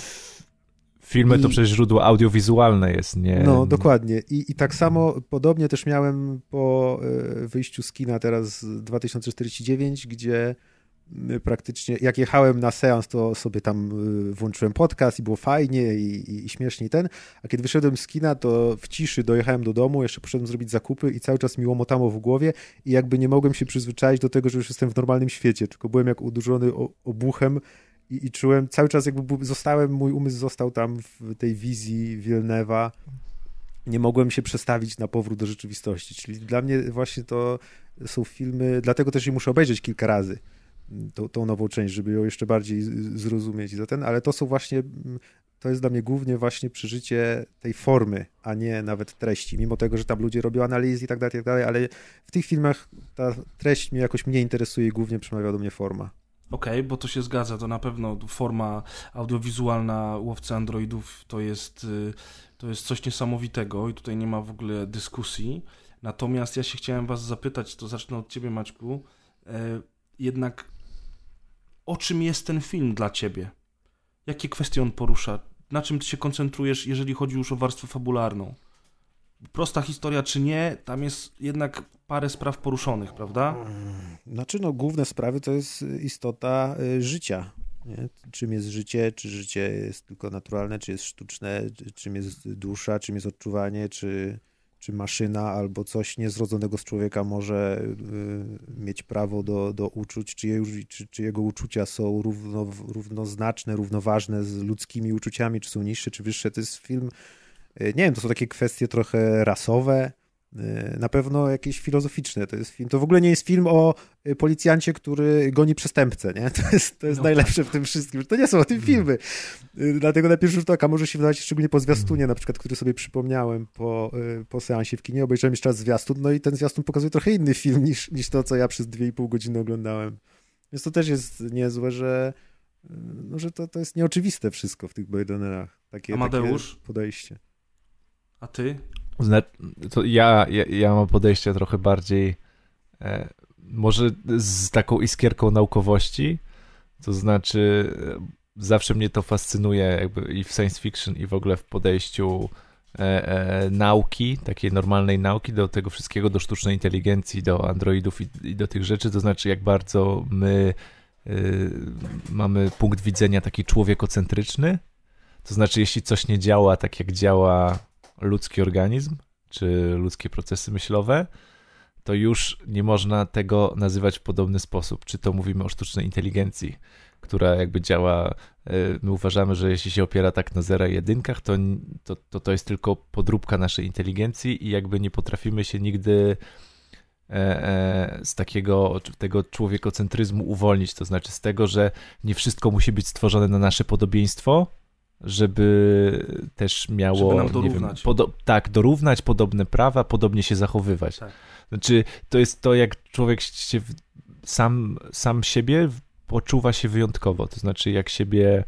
Filmy to przecież źródło audiowizualne jest, nie? No, dokładnie. I, i tak samo, podobnie też miałem po wyjściu z kina teraz dwa tysiące czterdzieści dziewięć, gdzie praktycznie, jak jechałem na seans, to sobie tam włączyłem podcast i było fajnie i, i, i śmiesznie i ten, a kiedy wyszedłem z kina, to w ciszy dojechałem do domu, jeszcze poszedłem zrobić zakupy i cały czas mi łomotało w głowie i jakby nie mogłem się przyzwyczaić do tego, że już jestem w normalnym świecie, tylko byłem jak udurzony obuchem. I, I czułem, cały czas jakby zostałem, mój umysł został tam w tej wizji Villeneuve'a. Nie mogłem się przestawić na powrót do rzeczywistości. Czyli dla mnie właśnie to są filmy, dlatego też je muszę obejrzeć kilka razy, tą, tą nową część, żeby ją jeszcze bardziej zrozumieć za ten, ale to są właśnie, to jest dla mnie głównie właśnie przeżycie tej formy, a nie nawet treści, mimo tego, że tam ludzie robią analizy i tak dalej, i tak dalej, ale w tych filmach ta treść mnie jakoś mniej interesuje i głównie przemawia do mnie forma. Okej, okay, bo to się zgadza, to na pewno forma audiowizualna Łowcy Androidów to jest, to jest coś niesamowitego i tutaj nie ma w ogóle dyskusji. Natomiast ja się chciałem was zapytać, to zacznę od ciebie, Maćku, jednak o czym jest ten film dla ciebie? Jakie kwestie on porusza? Na czym ty się koncentrujesz, jeżeli chodzi już o warstwę fabularną? Prosta historia czy nie, tam jest jednak parę spraw poruszonych, prawda? Znaczy, no główne sprawy to jest istota y, życia. Nie? Czym jest życie, czy życie jest tylko naturalne, czy jest sztuczne, czy, czym jest dusza, czym jest odczuwanie, czy, czy maszyna albo coś niezrodzonego z człowieka może y, mieć prawo do, do uczuć, czy, je, czy, czy jego uczucia są równo, równoznaczne, równoważne z ludzkimi uczuciami, czy są niższe, czy wyższe. To jest film, nie wiem, to są takie kwestie trochę rasowe, na pewno jakieś filozoficzne. To jest film, to w ogóle nie jest film o policjancie, który goni przestępcę, nie? To jest, to jest no najlepsze tak. w tym wszystkim. To nie są o tym filmy. Dlatego na pierwszy rzut oka może się wydawać, szczególnie po zwiastunie, na przykład, który sobie przypomniałem po, po seansie w kinie, obejrzałem jeszcze raz zwiastun, no i ten zwiastun pokazuje trochę inny film niż, niż to, co ja przez dwie i pół godziny oglądałem. Więc to też jest niezłe, że, no, że to, to jest nieoczywiste wszystko w tych Blade Runnerach. Takie, Amadeusz? takie podejście. A ty? To ja, ja, ja mam podejście trochę bardziej e, może z taką iskierką naukowości, to znaczy e, zawsze mnie to fascynuje jakby i w science fiction i w ogóle w podejściu e, e, nauki, takiej normalnej nauki do tego wszystkiego, do sztucznej inteligencji, do androidów i, i do tych rzeczy, to znaczy jak bardzo my e, mamy punkt widzenia taki człowiekocentryczny, to znaczy jeśli coś nie działa tak jak działa ludzki organizm, czy ludzkie procesy myślowe, to już nie można tego nazywać w podobny sposób. Czy to mówimy o sztucznej inteligencji, która jakby działa, my uważamy, że jeśli się opiera tak na zera i jedynkach, to to, to, to jest tylko podróbka naszej inteligencji i jakby nie potrafimy się nigdy z takiego tego człowiekocentryzmu uwolnić, to znaczy z tego, że nie wszystko musi być stworzone na nasze podobieństwo, żeby też miało, żeby nam dorównać. Nie wiem, podo- tak, dorównać, podobne prawa, podobnie się zachowywać. Tak. Znaczy, to jest to, jak człowiek się sam, sam siebie poczuwa się wyjątkowo, to znaczy jak siebie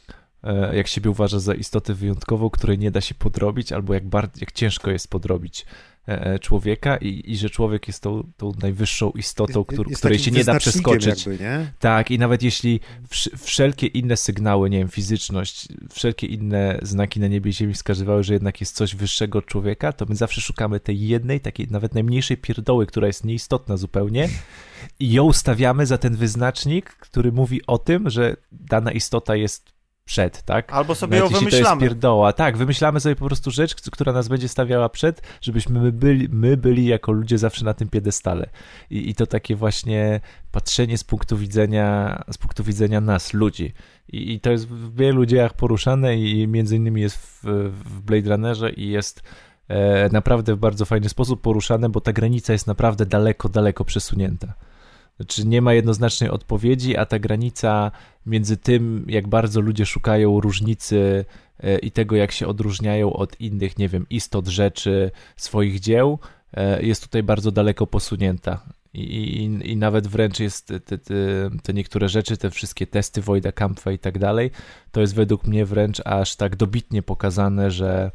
jak siebie uważa za istotę wyjątkową, której nie da się podrobić, albo jak, bardzo, jak ciężko jest podrobić człowieka i, i że człowiek jest tą, tą najwyższą istotą, jest, któr, jest której się nie da przeskoczyć. Jakby, nie? Tak, i nawet jeśli wszelkie inne sygnały, nie wiem, fizyczność, wszelkie inne znaki na niebie i ziemi wskazywały, że jednak jest coś wyższego od człowieka, to my zawsze szukamy tej jednej, takiej nawet najmniejszej pierdoły, która jest nieistotna zupełnie i ją stawiamy za ten wyznacznik, który mówi o tym, że dana istota jest przed, tak? Albo sobie nawet ją jeśli wymyślamy. To jest pierdoła. Tak, wymyślamy sobie po prostu rzecz, która nas będzie stawiała przed, żebyśmy my byli, my byli jako ludzie zawsze na tym piedestale. I, i to takie właśnie patrzenie z punktu widzenia, z punktu widzenia nas, ludzi. I, i to jest w wielu dziejach poruszane i między innymi jest w, w Blade Runnerze i jest e, naprawdę w bardzo fajny sposób poruszane, bo ta granica jest naprawdę daleko, daleko przesunięta. Znaczy nie ma jednoznacznej odpowiedzi, a ta granica między tym, jak bardzo ludzie szukają różnicy i tego, jak się odróżniają od innych, nie wiem, istot, rzeczy, swoich dzieł, jest tutaj bardzo daleko posunięta. I, i, i nawet wręcz jest te, te, te niektóre rzeczy, te wszystkie testy Voida Kampfa i tak dalej, to jest według mnie wręcz aż tak dobitnie pokazane, że,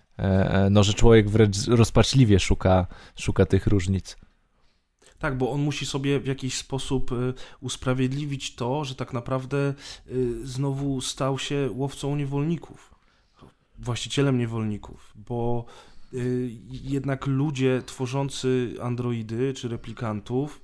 no, że człowiek wręcz rozpaczliwie szuka, szuka tych różnic. Tak, bo on musi sobie w jakiś sposób usprawiedliwić to, że tak naprawdę znowu stał się łowcą niewolników, właścicielem niewolników, bo jednak ludzie tworzący androidy czy replikantów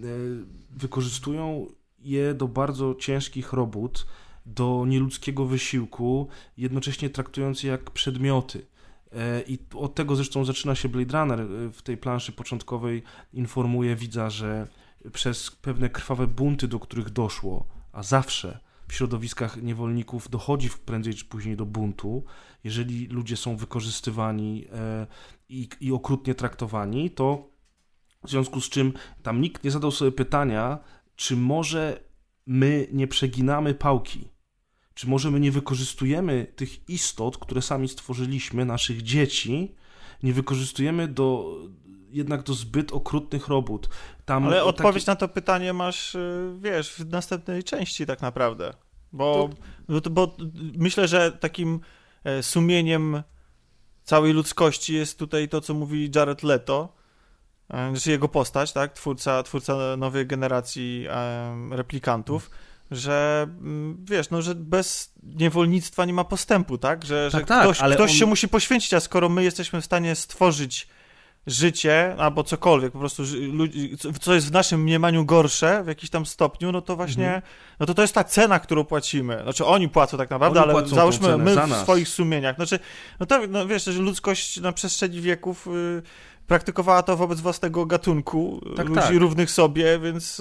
wykorzystują je do bardzo ciężkich robót, do nieludzkiego wysiłku, jednocześnie traktując je jak przedmioty. I od tego zresztą zaczyna się Blade Runner. W tej planszy początkowej informuje widza, że przez pewne krwawe bunty, do których doszło, a zawsze w środowiskach niewolników dochodzi prędzej czy później do buntu, jeżeli ludzie są wykorzystywani i, i okrutnie traktowani, to w związku z czym tam nikt nie zadał sobie pytania, czy może my nie przeginamy pałki. Czy może my nie wykorzystujemy tych istot, które sami stworzyliśmy, naszych dzieci, nie wykorzystujemy do, jednak do zbyt okrutnych robót. Tam Ale taki... odpowiedź na to pytanie masz, wiesz, w następnej części tak naprawdę. Bo, to... bo myślę, że takim sumieniem całej ludzkości jest tutaj to, co mówi Jared Leto, znaczy jego postać, tak, twórca, twórca nowej generacji um, replikantów, że wiesz, no, że bez niewolnictwa nie ma postępu, tak? Że, tak, że tak, ktoś, ale ktoś on... się musi poświęcić, a skoro my jesteśmy w stanie stworzyć życie, albo cokolwiek, po prostu co jest w naszym mniemaniu gorsze w jakiś tam stopniu, no to właśnie, mhm. no to to jest ta cena, którą płacimy. Znaczy oni płacą tak naprawdę, oni ale załóżmy my w nas. swoich sumieniach. Znaczy, no to, no wiesz, że ludzkość na przestrzeni wieków yy, praktykowała to wobec własnego gatunku, tak, ludzi tak. równych sobie, więc,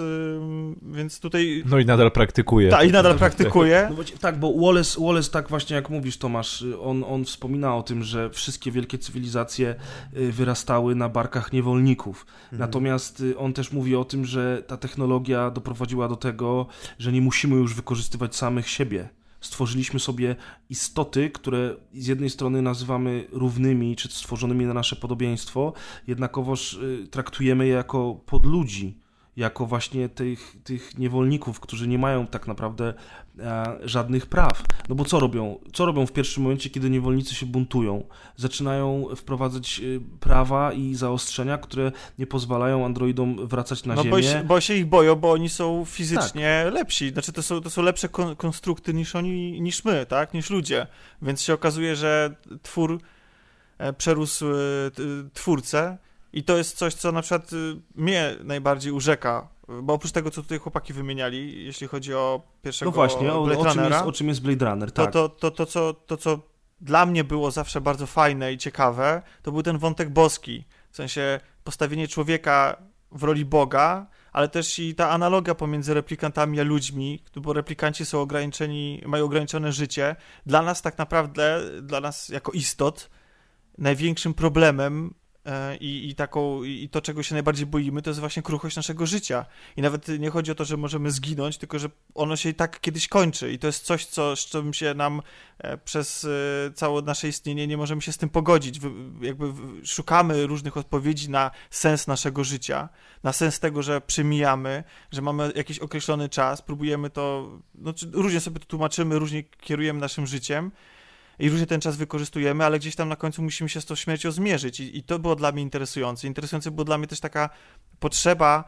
więc tutaj... No i nadal praktykuje. Tak, i nadal praktykuje. No bo, tak, bo Wallace, Wallace, tak właśnie jak mówisz, Tomasz, on, on wspomina o tym, że wszystkie wielkie cywilizacje wyrastały na barkach niewolników. Mhm. Natomiast on też mówi o tym, że ta technologia doprowadziła do tego, że nie musimy już wykorzystywać samych siebie. Stworzyliśmy sobie istoty, które z jednej strony nazywamy równymi, czy stworzonymi na nasze podobieństwo, jednakowoż traktujemy je jako podludzi, jako właśnie tych, tych niewolników, którzy nie mają tak naprawdę e, żadnych praw. No bo co robią? Co robią w pierwszym momencie, kiedy niewolnicy się buntują? Zaczynają wprowadzać e, prawa i zaostrzenia, które nie pozwalają androidom wracać na no ziemię. Bo się, bo się ich boją, bo oni są fizycznie tak. lepsi. Znaczy to są, to są lepsze kon- konstrukty niż oni, niż my, tak? Niż ludzie. Więc się okazuje, że twór e, przerósł e, twórcę. I to jest coś, co na przykład mnie najbardziej urzeka, bo oprócz tego, co tutaj chłopaki wymieniali, jeśli chodzi o pierwszego No właśnie, o, Blade o, czym Runnera, jest, o czym jest Blade Runner, tak. To, to, to, to, co, to, co dla mnie było zawsze bardzo fajne i ciekawe, to był ten wątek boski, w sensie postawienie człowieka w roli Boga, ale też i ta analogia pomiędzy replikantami a ludźmi, bo replikanci są ograniczeni, mają ograniczone życie. Dla nas tak naprawdę, dla nas jako istot, największym problemem I, i, taką, i to, czego się najbardziej boimy, to jest właśnie kruchość naszego życia. I nawet nie chodzi o to, że możemy zginąć, tylko że ono się i tak kiedyś kończy. I to jest coś, co, z czym się nam przez całe nasze istnienie nie możemy się z tym pogodzić. Jakby szukamy różnych odpowiedzi na sens naszego życia, na sens tego, że przemijamy, że mamy jakiś określony czas, próbujemy to, no, różnie sobie to tłumaczymy, różnie kierujemy naszym życiem. I różnie ten czas wykorzystujemy, ale gdzieś tam na końcu musimy się z tą śmiercią zmierzyć. I, i to było dla mnie interesujące. Interesujące było dla mnie też taka potrzeba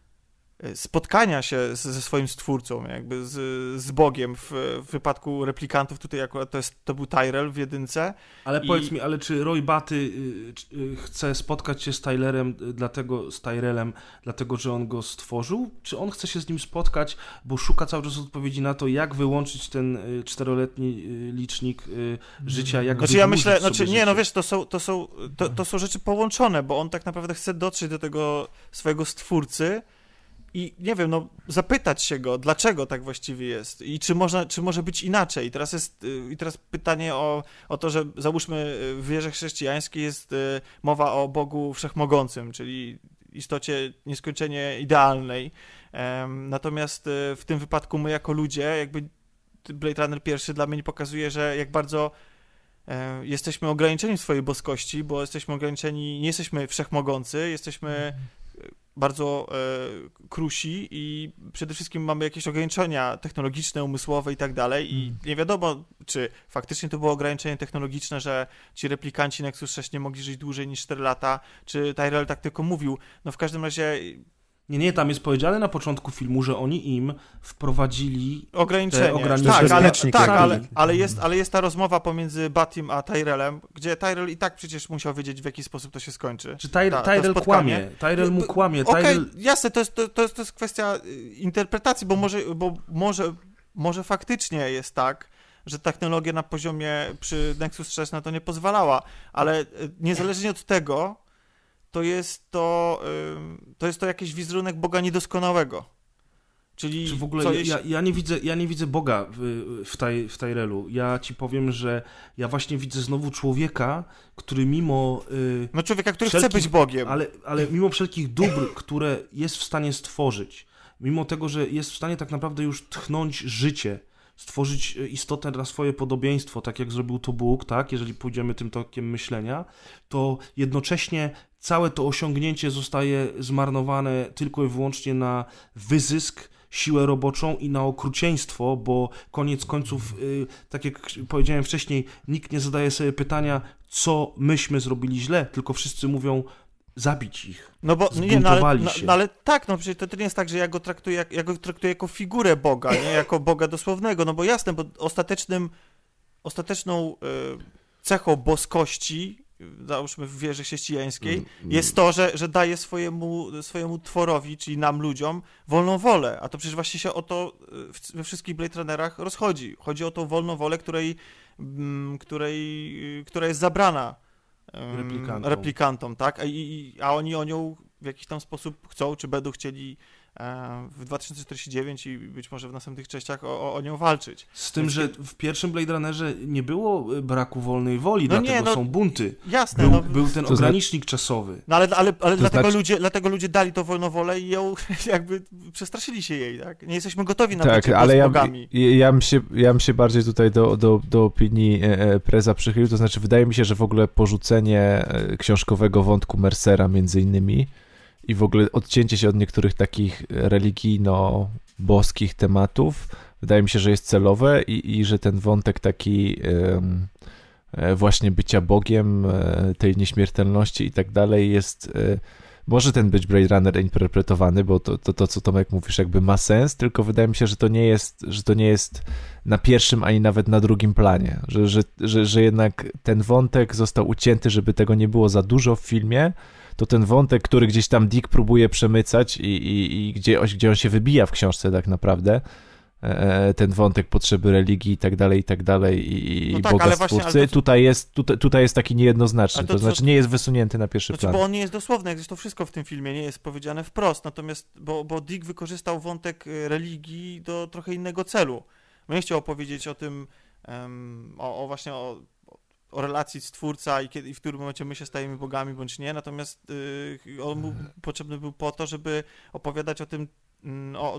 spotkania się z, ze swoim stwórcą, jakby z, z Bogiem. W, w wypadku replikantów tutaj akurat to, jest, to był Tyrell w jedynce. Ale I... powiedz mi, ale czy Roy Batty y, y, chce spotkać się z Tylerem, y, dlatego, z Tyrellem, dlatego, że on go stworzył? Czy on chce się z nim spotkać, bo szuka cały czas odpowiedzi na to, jak wyłączyć ten y, czteroletni y, licznik y, życia, jak Znaczy ja myślę, znaczy nie, życie. no wiesz, to są, to, są, to, to są rzeczy połączone, bo on tak naprawdę chce dotrzeć do tego swojego stwórcy, i nie wiem, no zapytać się go, dlaczego tak właściwie jest i czy można, czy może być inaczej. I teraz jest i teraz pytanie o, o to, że załóżmy w wierze chrześcijańskiej jest mowa o Bogu Wszechmogącym, czyli istocie nieskończenie idealnej. Natomiast w tym wypadku my jako ludzie, jakby Blade Runner pierwszy dla mnie pokazuje, że jak bardzo jesteśmy ograniczeni w swojej boskości, bo jesteśmy ograniczeni, nie jesteśmy wszechmogący, jesteśmy bardzo e, krusi i przede wszystkim mamy jakieś ograniczenia technologiczne, umysłowe i tak dalej i nie wiadomo, czy faktycznie to było ograniczenie technologiczne, że ci replikanci Nexus sześć nie mogli żyć dłużej niż cztery lata, czy Tyrell tak tylko mówił. No w każdym razie... Nie, nie, tam jest powiedziane na początku filmu, że oni im wprowadzili ograniczenie. ograniczenia. Tak, ale, tak ale, ale, jest, ale jest ta rozmowa pomiędzy Batim a Tyrellem, gdzie Tyrell i tak przecież musiał wiedzieć, w jaki sposób to się skończy. Czy Tyr- ta, Tyrell kłamie? Tyrell mu kłamie. Okej, Tyrell... okay, jasne, to jest, to, to, jest, to jest kwestia interpretacji, bo może, bo może, może faktycznie jest tak, że technologia na poziomie przy Nexus sześć na to nie pozwalała, ale niezależnie od tego, to jest to, to jest to jakiś wizerunek Boga niedoskonałego. Czyli Czy w ogóle co, ja, jeśli... ja, ja, nie widzę, ja nie widzę Boga w, w, taj, w Tyrellu. Ja ci powiem, że ja właśnie widzę znowu człowieka, który mimo... Yy, no człowieka, który chce być Bogiem. Ale, ale mimo wszelkich dóbr, które jest w stanie stworzyć, mimo tego, że jest w stanie tak naprawdę już tchnąć życie, stworzyć istotę na swoje podobieństwo, tak jak zrobił to Bóg, tak, jeżeli pójdziemy tym tokiem myślenia, to jednocześnie całe to osiągnięcie zostaje zmarnowane tylko i wyłącznie na wyzysk, siłę roboczą i na okrucieństwo, bo koniec końców, yy, tak jak powiedziałem wcześniej, nikt nie zadaje sobie pytania, co myśmy zrobili źle, tylko wszyscy mówią, zabić ich. No bo nie, no ale, no, no ale tak, no przecież to, to nie jest tak, że ja go traktuję, jak, ja go traktuję jako figurę Boga, nie jako Boga dosłownego, no bo jasne, bo ostatecznym, ostateczną y, cechą boskości, załóżmy w wierze chrześcijańskiej, mm, jest to, że, że daje swojemu, swojemu tworowi, czyli nam, ludziom, wolną wolę, a to przecież właśnie się o to we wszystkich Blade Runnerach rozchodzi. Chodzi o tą wolną wolę, której, m, której, która jest zabrana um, replikantom. replikantom, tak? A, i, a oni o nią w jakiś tam sposób chcą, czy będą chcieli w dwa tysiące czterdzieści dziewięć i być może w następnych częściach o, o nią walczyć. Z tym, Więc... że w pierwszym Blade Runnerze nie było braku wolnej woli, no dlatego nie, no, są bunty. Jasne. Był, no, był ten to ogranicznik znaczy... czasowy. No ale, ale, ale dlatego, znaczy... ludzie, dlatego ludzie dali to wolną wolę i ją jakby przestraszyli się jej, tak? Nie jesteśmy gotowi na tak, to, ale z ja, bogami. ja, bym się, ja bym się bardziej tutaj do, do, do opinii e, Preza przychylił, to znaczy wydaje mi się, że w ogóle porzucenie książkowego wątku Mercera między innymi i w ogóle odcięcie się od niektórych takich religijno-boskich tematów, wydaje mi się, że jest celowe i, i że ten wątek taki um, właśnie bycia Bogiem, tej nieśmiertelności i tak dalej jest, może ten być Blade Runner interpretowany, bo to, to, to co Tomek mówisz jakby ma sens, tylko wydaje mi się, że to nie jest, że to nie jest na pierwszym ani nawet na drugim planie, że, że, że, że jednak ten wątek został ucięty, żeby tego nie było za dużo w filmie, to ten wątek, który gdzieś tam Dick próbuje przemycać i, i, i gdzie, gdzie on się wybija w książce tak naprawdę, e, ten wątek potrzeby religii i tak dalej, i tak dalej i, no i tak, Boga ale właśnie, Stwórcy, ale to, tutaj, jest, tutaj, tutaj jest taki niejednoznaczny, to, to to znaczy co... nie jest wysunięty na pierwszy znaczy, plan. Bo on nie jest dosłowny, jak zresztą wszystko w tym filmie nie jest powiedziane wprost, natomiast, bo, bo Dick wykorzystał wątek religii do trochę innego celu. Bo nie chciał opowiedzieć o tym, um, o, o właśnie o o relacji Stwórca i, kiedy, i w którym momencie my się stajemy bogami bądź nie, natomiast yy, on był, potrzebny był po to, żeby opowiadać o tym, yy, o,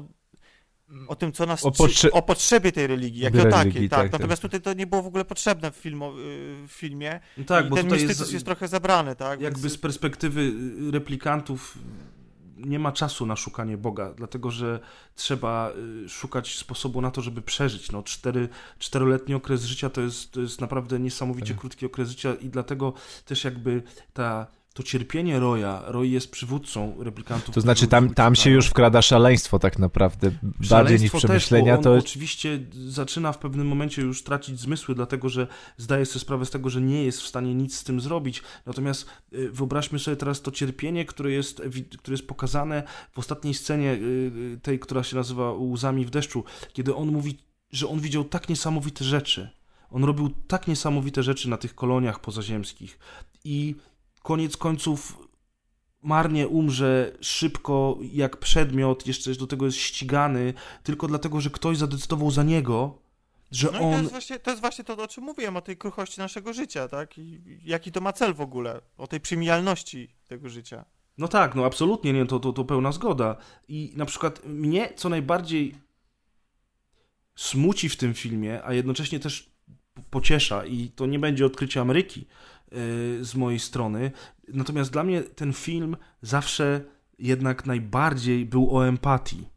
o tym, co nas o, potrze- o potrzebie tej religii, jako religii, takiej, tak. tak. Natomiast tutaj to nie było w ogóle potrzebne w, filmo, w filmie No tak, i bo ten tutaj mistycyzm jest, jest trochę zabrany, tak? Jakby Więc... z perspektywy replikantów nie ma czasu na szukanie Boga, dlatego że trzeba szukać sposobu na to, żeby przeżyć. No, cztery, czteroletni okres życia to jest, to jest naprawdę niesamowicie tak. krótki okres życia i dlatego też jakby ta, to cierpienie Roya, Roy jest przywódcą replikantów. To znaczy tam, tam się już wkrada szaleństwo tak naprawdę, szaleństwo bardziej niż przemyślenia. Też, to on oczywiście zaczyna w pewnym momencie już tracić zmysły, dlatego że zdaje sobie sprawę z tego, że nie jest w stanie nic z tym zrobić. Natomiast wyobraźmy sobie teraz to cierpienie, które jest, które jest pokazane w ostatniej scenie tej, która się nazywa Łzami w deszczu, kiedy on mówi, że on widział tak niesamowite rzeczy. On robił tak niesamowite rzeczy na tych koloniach pozaziemskich i koniec końców marnie umrze szybko jak przedmiot, jeszcze do tego jest ścigany, tylko dlatego, że ktoś zadecydował za niego, że no on... i to jest, właśnie, to jest właśnie to, o czym mówiłem, o tej kruchości naszego życia, tak? I jaki to ma cel w ogóle, o tej przemijalności tego życia. No tak, no absolutnie, nie, to, to, to pełna zgoda. I na przykład mnie co najbardziej smuci w tym filmie, a jednocześnie też pociesza i to nie będzie odkrycie Ameryki yy, z mojej strony, natomiast dla mnie ten film zawsze jednak najbardziej był o empatii.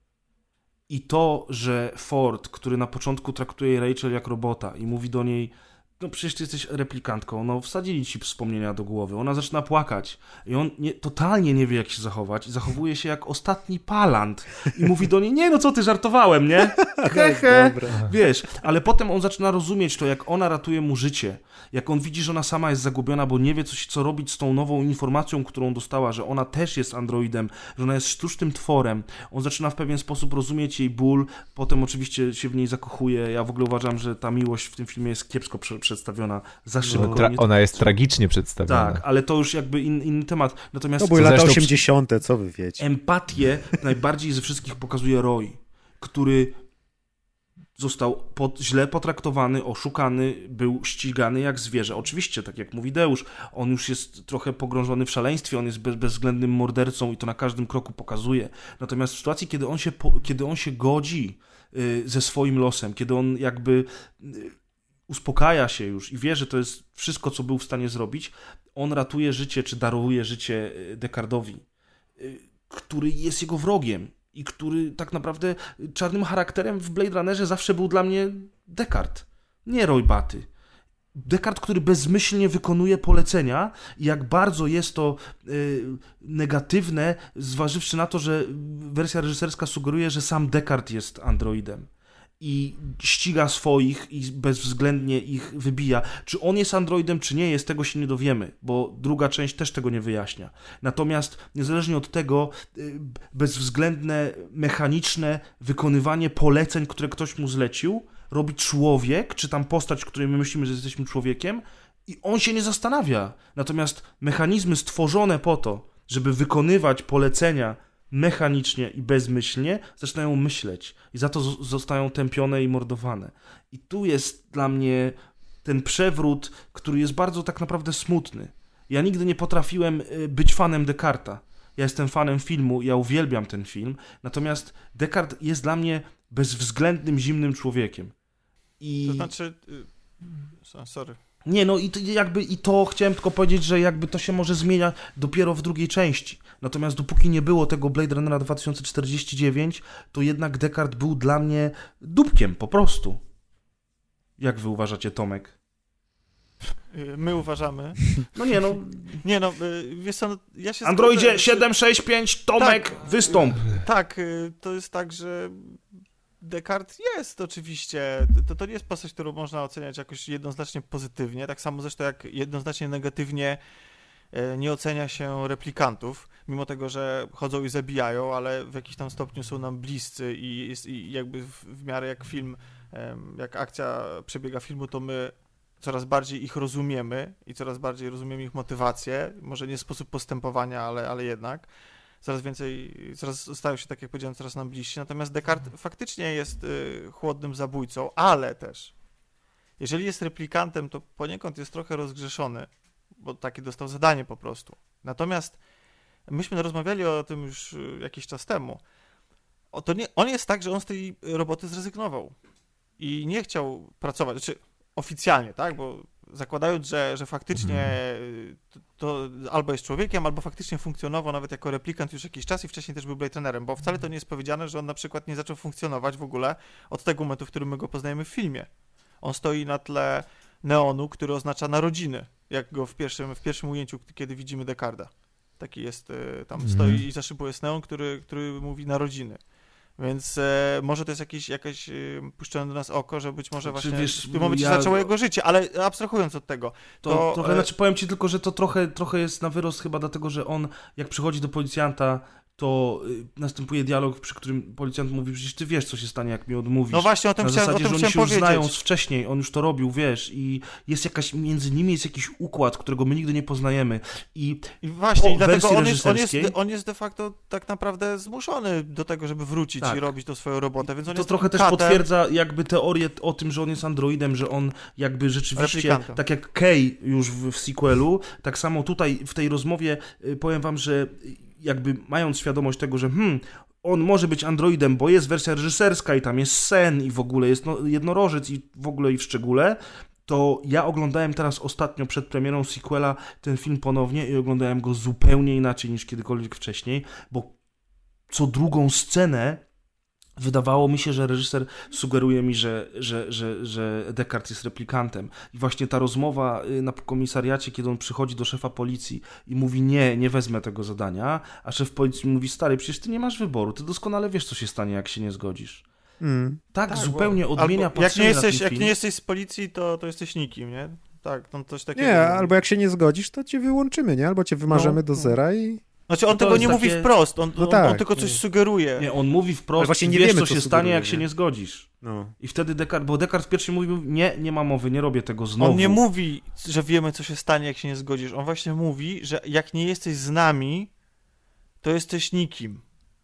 I to, że Ford, który na początku traktuje Rachel jak robota i mówi do niej, no przecież ty jesteś replikantką, no wsadzili ci wspomnienia do głowy, ona zaczyna płakać i on nie, totalnie nie wie jak się zachować i zachowuje się jak ostatni palant i mówi do niej, nie no co ty, żartowałem, nie? Hehe, wiesz, ale potem on zaczyna rozumieć to, jak ona ratuje mu życie, jak on widzi, że ona sama jest zagubiona, bo nie wie coś, co robić z tą nową informacją, którą dostała, że ona też jest androidem, że ona jest sztucznym tworem, on zaczyna w pewien sposób rozumieć jej ból, potem oczywiście się w niej zakochuje, ja w ogóle uważam, że ta miłość w tym filmie jest kiepsko prze- przedstawiona, za szybko. No, tra- ona jest tragicznie przedstawiona. Tak, ale to już jakby in, inny temat. Natomiast to były lata zresztą... osiemdziesiąte, co wy wiecie. Empatię najbardziej ze wszystkich pokazuje Roy, który został pod, źle potraktowany, oszukany, był ścigany jak zwierzę. Oczywiście, tak jak mówi Deusz, on już jest trochę pogrążony w szaleństwie, on jest bez, bezwzględnym mordercą i to na każdym kroku pokazuje. Natomiast w sytuacji, kiedy on się, po, kiedy on się godzi y, ze swoim losem, kiedy on jakby y, uspokaja się już i wie, że to jest wszystko, co był w stanie zrobić, on ratuje życie, czy daruje życie Decardowi, y, który jest jego wrogiem. I który tak naprawdę czarnym charakterem w Blade Runnerze zawsze był dla mnie Deckard, nie Roy Batty. Deckard, który bezmyślnie wykonuje polecenia i jak bardzo jest to y, negatywne, zważywszy na to, że wersja reżyserska sugeruje, że sam Deckard jest androidem i ściga swoich i bezwzględnie ich wybija. Czy on jest androidem, czy nie jest, tego się nie dowiemy, bo druga część też tego nie wyjaśnia. Natomiast niezależnie od tego, bezwzględne, mechaniczne wykonywanie poleceń, które ktoś mu zlecił, robi człowiek, czy tam postać, której my myślimy, że jesteśmy człowiekiem, i on się nie zastanawia. Natomiast mechanizmy stworzone po to, żeby wykonywać polecenia mechanicznie i bezmyślnie, zaczynają myśleć i za to z- zostają tępione i mordowane. I tu jest dla mnie ten przewrót, który jest bardzo tak naprawdę smutny. Ja nigdy nie potrafiłem być fanem Descartesa. Ja jestem fanem filmu, ja uwielbiam ten film, natomiast Descartes jest dla mnie bezwzględnym, zimnym człowiekiem. I... To znaczy... y, Sorry. Nie, no i to, jakby i to chciałem tylko powiedzieć, że jakby to się może zmienia dopiero w drugiej części. Natomiast dopóki nie było tego Blade Runnera dwa tysiące czterdzieści dziewięć, to jednak Descartes był dla mnie dupkiem, po prostu. Jak wy uważacie, Tomek? My uważamy. No nie, no... Nie no, y, wiesz co, no, ja się... Androidzie zgodzę, siedem sześć pięć, Tomek, Tak. wystąp. Tak, y, to jest tak, że Descartes jest oczywiście, to, to nie jest postać, którą można oceniać jakoś jednoznacznie pozytywnie, tak samo zresztą jak jednoznacznie negatywnie e, nie ocenia się replikantów, mimo tego, że chodzą i zabijają, ale w jakiś tam stopniu są nam bliscy i, jest, i jakby w, w miarę jak film, e, jak akcja przebiega filmu, to my coraz bardziej ich rozumiemy i coraz bardziej rozumiemy ich motywację, może nie sposób postępowania, ale, ale jednak. Coraz więcej, coraz stają się, tak jak powiedziałem, coraz nam bliżsi. Natomiast Descartes faktycznie jest y, chłodnym zabójcą, ale też, jeżeli jest replikantem, to poniekąd jest trochę rozgrzeszony, bo takie dostał zadanie po prostu. Natomiast myśmy rozmawiali o tym już y, jakiś czas temu. O, to nie, on jest tak, że on z tej roboty zrezygnował i nie chciał pracować, znaczy oficjalnie, tak, bo zakładając, że, że faktycznie to, to albo jest człowiekiem, albo faktycznie funkcjonował nawet jako replikant już jakiś czas i wcześniej też był Blade Runnerem, bo wcale to nie jest powiedziane, że on na przykład nie zaczął funkcjonować w ogóle od tego momentu, w którym my go poznajemy w filmie. On stoi na tle neonu, który oznacza narodziny, jak go w pierwszym, w pierwszym ujęciu, kiedy widzimy Descartesa. Taki jest, tam mm. stoi i za szybą jest neon, który, który mówi narodziny. Więc e, może to jest jakieś, jakieś e, puszczone do nas oko, że być może właśnie wiesz, w tym momencie ja... się zaczęło jego życie, ale abstrahując od tego, To, to... trochę, e... znaczy powiem ci tylko, że to trochę, trochę jest na wyrost chyba dlatego, że on jak przychodzi do policjanta, to y, następuje dialog, przy którym policjant mówi, przecież ty wiesz, co się stanie, jak mi odmówisz. No właśnie, o tym na chciałem, zasadzie, o tym że oni chciałem się już powiedzieć. znają wcześniej, on już to robił, wiesz, i jest jakaś, między nimi jest jakiś układ, którego my nigdy nie poznajemy. I, I właśnie, i dlatego wersji on jest, on, jest, reżyserskiej- on jest de facto tak naprawdę zmuszony do tego, żeby wrócić Tak. i robić tą swoją robotę, więc on to jest trochę też katem. potwierdza jakby teorię o tym, że on jest androidem, że on jakby rzeczywiście, Replikantem. tak jak Kay już w, w sequelu, tak samo tutaj w tej rozmowie y, powiem wam, że jakby mając świadomość tego, że hmm, on może być androidem, bo jest wersja reżyserska i tam jest sen i w ogóle jest no, jednorożec i w ogóle i w szczególe, to ja oglądałem teraz ostatnio przed premierą sequela ten film ponownie i oglądałem go zupełnie inaczej niż kiedykolwiek wcześniej, bo co drugą scenę wydawało mi się, że reżyser sugeruje mi, że, że, że, że Descartes jest replikantem. I właśnie ta rozmowa na komisariacie, kiedy on przychodzi do szefa policji i mówi nie, nie wezmę tego zadania, a szef policji mówi stary, przecież ty nie masz wyboru, ty doskonale wiesz, co się stanie, jak się nie zgodzisz. Mm. Tak, Tak, zupełnie bo- odmienia albo jak patrzenie nie na ten jesteś, Jak film. nie jesteś z policji, to, to jesteś nikim, nie? Tak, tam coś takiego. Nie, albo jak się nie zgodzisz, to cię wyłączymy, nie? Albo cię wymarzymy No, do no. zera i... Znaczy on I to tego jest nie mówi takie- wprost, on, No on, tak, on tylko coś nie. sugeruje. Nie, on mówi Ale wprost, właśnie nie wiesz, wiemy, co co się sugeruje, stanie, jak się nie? nie zgodzisz. No. I wtedy Descartes, bo Descartes pierwszy mówił, nie, nie ma mowy, nie robię tego znowu. On nie mówi, że wiemy, co się stanie, jak się nie zgodzisz. On właśnie mówi, że jak nie jesteś z nami, to jesteś nikim.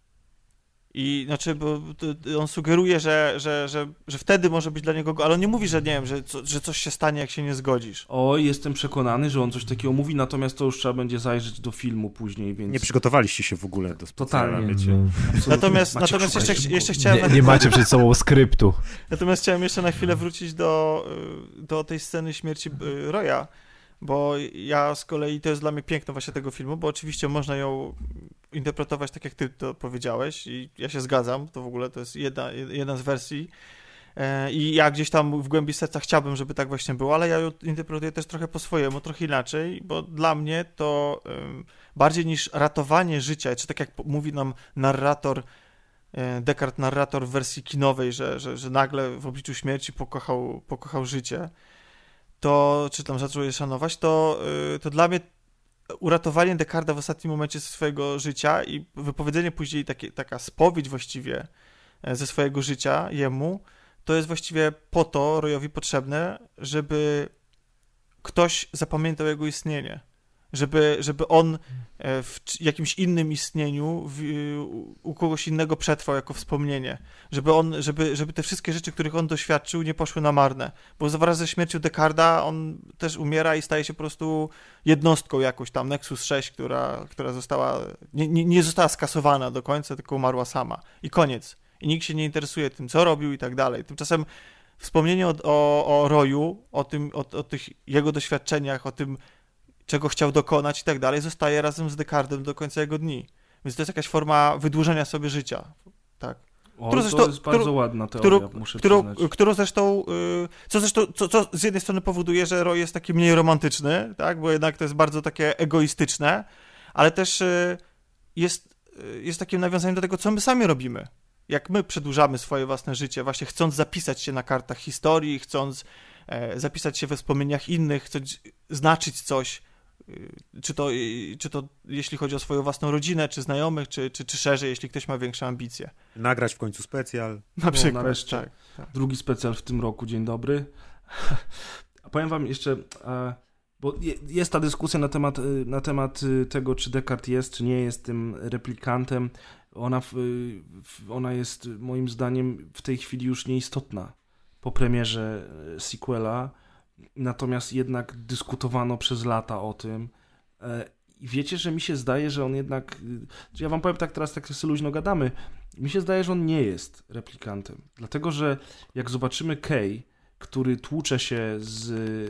I znaczy, bo to- on sugeruje, że, że, że, że wtedy może być dla niego, go- ale on nie mówi, że nie wiem, że, co, że coś się stanie, jak się nie zgodzisz. Oj, jestem przekonany, że on coś takiego mówi, natomiast to już trzeba będzie zajrzeć do filmu później, więc... Nie przygotowaliście się w ogóle do specjala, Totalnie. wiecie. No. absolutnie Natomiast, macie natomiast szukać jeszcze, szybko. jeszcze chciałem... Nie, nie macie przed sobą skryptu. Natomiast chciałem jeszcze na chwilę wrócić do, y, do tej sceny śmierci y, Roya, bo ja z kolei, to jest dla mnie piękno właśnie tego filmu, bo oczywiście można ją interpretować tak, jak ty to powiedziałeś i ja się zgadzam, to w ogóle to jest jedna, jedna z wersji e, i ja gdzieś tam w głębi serca chciałbym, żeby tak właśnie było, ale ja ją interpretuję też trochę po swojemu, trochę inaczej, bo dla mnie to ym, bardziej niż ratowanie życia, czy tak jak mówi nam narrator, e, Descartes narrator w wersji kinowej, że, że, że nagle w obliczu śmierci pokochał, pokochał życie, to, czy tam zaczął je szanować, to, yy, to dla mnie uratowanie Descartesa w ostatnim momencie swojego życia i wypowiedzenie później, takie, taka spowiedź właściwie e, ze swojego życia jemu, to jest właściwie po to Royowi potrzebne, żeby ktoś zapamiętał jego istnienie. Żeby, żeby on w jakimś innym istnieniu w, u kogoś innego przetrwał jako wspomnienie. Żeby on, żeby, żeby te wszystkie rzeczy, których on doświadczył, nie poszły na marne. Bo wraz ze śmiercią Descartesa on też umiera i staje się po prostu jednostką jakąś tam, Nexus sześć, która, która została, nie, nie, nie została skasowana do końca, tylko umarła sama. I koniec. I nikt się nie interesuje tym, co robił i tak dalej. Tymczasem wspomnienie o, o, o Royu, o tym, o, o tych jego doświadczeniach, o tym, czego chciał dokonać i tak dalej, zostaje razem z Descartesem do końca jego dni. Więc to jest jakaś forma wydłużenia sobie życia. Tak. O, to zresztą, jest bardzo którą, ładna teoria, którą, muszę którą, przyznać. Którą zresztą, co zresztą, co, co z jednej strony powoduje, że Roy jest taki mniej romantyczny, tak, bo jednak to jest bardzo takie egoistyczne, ale też jest, jest takim nawiązaniem do tego, co my sami robimy. Jak my przedłużamy swoje własne życie, właśnie chcąc zapisać się na kartach historii, chcąc e, zapisać się we wspomnieniach innych, chcąc znaczyć coś, czy to, czy to jeśli chodzi o swoją własną rodzinę, czy znajomych, czy, czy, czy szerzej, jeśli ktoś ma większe ambicje. Nagrać w końcu specjal. Na przykład, no, nareszcie. Tak, tak. Drugi specjal w tym roku, dzień dobry. A powiem wam jeszcze, bo jest ta dyskusja na temat, na temat tego, czy Descartes jest, czy nie jest tym replikantem. Ona, ona jest moim zdaniem w tej chwili już nieistotna po premierze sequela. Natomiast jednak dyskutowano przez lata o tym. I wiecie, że mi się zdaje, że on jednak... Ja wam powiem tak teraz, tak sobie luźno gadamy. Mi się zdaje, że on nie jest replikantem. Dlatego, że jak zobaczymy Kay, który tłucze się z,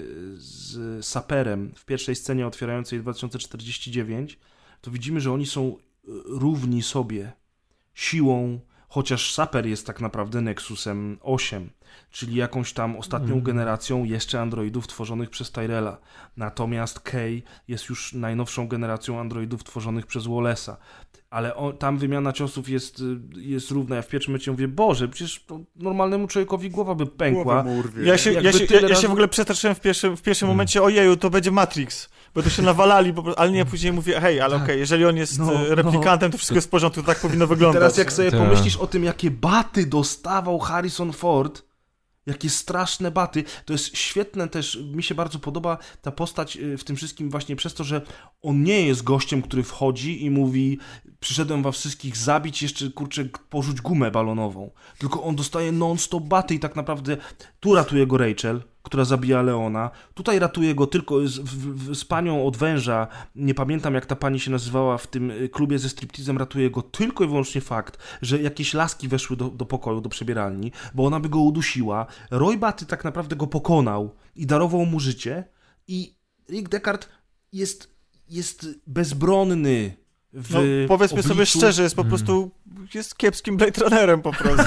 z Saperem w pierwszej scenie otwierającej dwa tysiące czterdzieści dziewięć, to widzimy, że oni są równi sobie siłą, chociaż Saper jest tak naprawdę Nexusem osiem, czyli jakąś tam ostatnią mm. generacją jeszcze androidów tworzonych przez Tyrella. Natomiast Kay jest już najnowszą generacją androidów tworzonych przez Wallace'a. Ale on, tam wymiana ciosów jest, jest równa. Ja w pierwszym momencie mówię, Boże, przecież to normalnemu człowiekowi głowa by pękła. Ja się, ja, się, ja, ja się w ogóle przestraszyłem w pierwszym, w pierwszym hmm. momencie, ojeju, to będzie Matrix. Bo to się nawalali, bo, ale nie, później mówię, hej, ale okej, okay, jeżeli on jest no, replikantem, to wszystko jest w porządku, to tak powinno wyglądać. Teraz jak sobie Ta. pomyślisz o tym, jakie baty dostawał Harrison Ford, jakie straszne baty, to jest świetne też, mi się bardzo podoba ta postać w tym wszystkim właśnie przez to, że on nie jest gościem, który wchodzi i mówi, przyszedłem was wszystkich zabić, jeszcze kurczę porzuć gumę balonową, tylko on dostaje non-stop baty i tak naprawdę tu ratuje go Rachel, która zabija Leona, tutaj ratuje go tylko z, w, z panią od węża, nie pamiętam jak ta pani się nazywała w tym klubie ze striptizem, ratuje go tylko i wyłącznie fakt, że jakieś laski weszły do, do pokoju, do przebieralni, bo ona by go udusiła. Roy Batty tak naprawdę go pokonał i darował mu życie i Rick Deckard jest, jest bezbronny. W no, powiedzmy obliczu... sobie szczerze, jest po prostu jest kiepskim Blade Runnerem po prostu.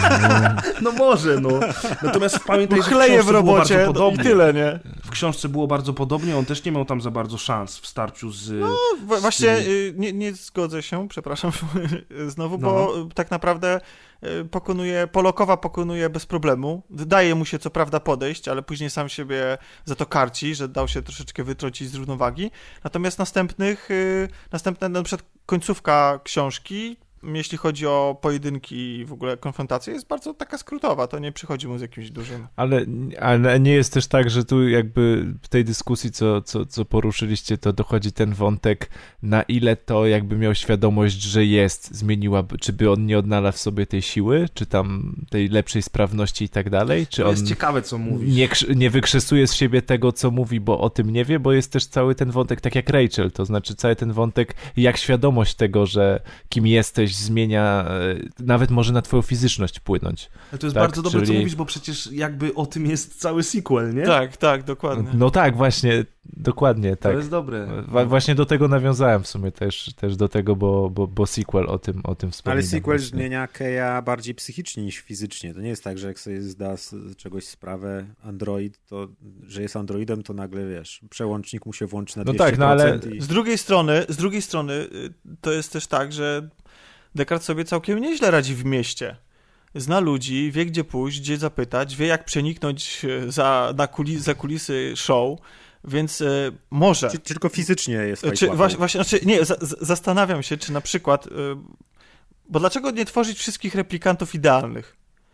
No może, no. Natomiast pamiętaj, że chleje w robocie i tyle, nie? W książce było bardzo podobnie, on też nie miał tam za bardzo szans w starciu z... No z właśnie tymi... nie, nie zgodzę się, przepraszam znowu, no. bo tak naprawdę pokonuje, Polokowa pokonuje bez problemu. Daje mu się co prawda podejść, ale później sam siebie za to karci, że dał się troszeczkę wytrącić z równowagi. Natomiast następnych, następna na przykład końcówka książki, jeśli chodzi o pojedynki i w ogóle konfrontację, jest bardzo taka skrótowa, to nie przychodzi mu z jakimś dużym... Ale, ale nie jest też tak, że tu jakby w tej dyskusji, co, co, co poruszyliście, to dochodzi ten wątek, na ile to jakby miał świadomość, że jest, zmieniłaby, czy by on nie odnalazł w sobie tej siły, czy tam tej lepszej sprawności i tak dalej, czy to on jest ciekawe, co mówisz. Nie, nie wykrzesuje z siebie tego, co mówi, bo o tym nie wie, bo jest też cały ten wątek, tak jak Rachel, to znaczy cały ten wątek, jak świadomość tego, że kim jesteś, zmienia, nawet może na twoją fizyczność wpłynąć. Ale to jest tak? bardzo dobre, Czyli... co mówisz, bo przecież jakby o tym jest cały sequel, nie? Tak, tak, dokładnie. No tak, właśnie, dokładnie, tak. To jest dobre. Wa- właśnie do tego nawiązałem w sumie też, też do tego, bo, bo, bo sequel o tym, o tym wspomina. Ale sequel właśnie. zmienia Keya bardziej psychicznie niż fizycznie. To nie jest tak, że jak sobie zda z czegoś sprawę android, to że jest androidem, to nagle, wiesz, przełącznik mu się włączy na no dwieście procent. tak, no ale i... z drugiej strony, z drugiej strony to jest też tak, że Descartes sobie całkiem nieźle radzi w mieście. Zna ludzi, wie gdzie pójść, gdzie zapytać, wie jak przeniknąć za, na kulis, za kulisy show, więc e, może... Czy, czy tylko fizycznie jest czy, właśnie, właśnie, znaczy, nie, za, zastanawiam się, czy na przykład... E, bo dlaczego nie tworzyć wszystkich replikantów idealnych?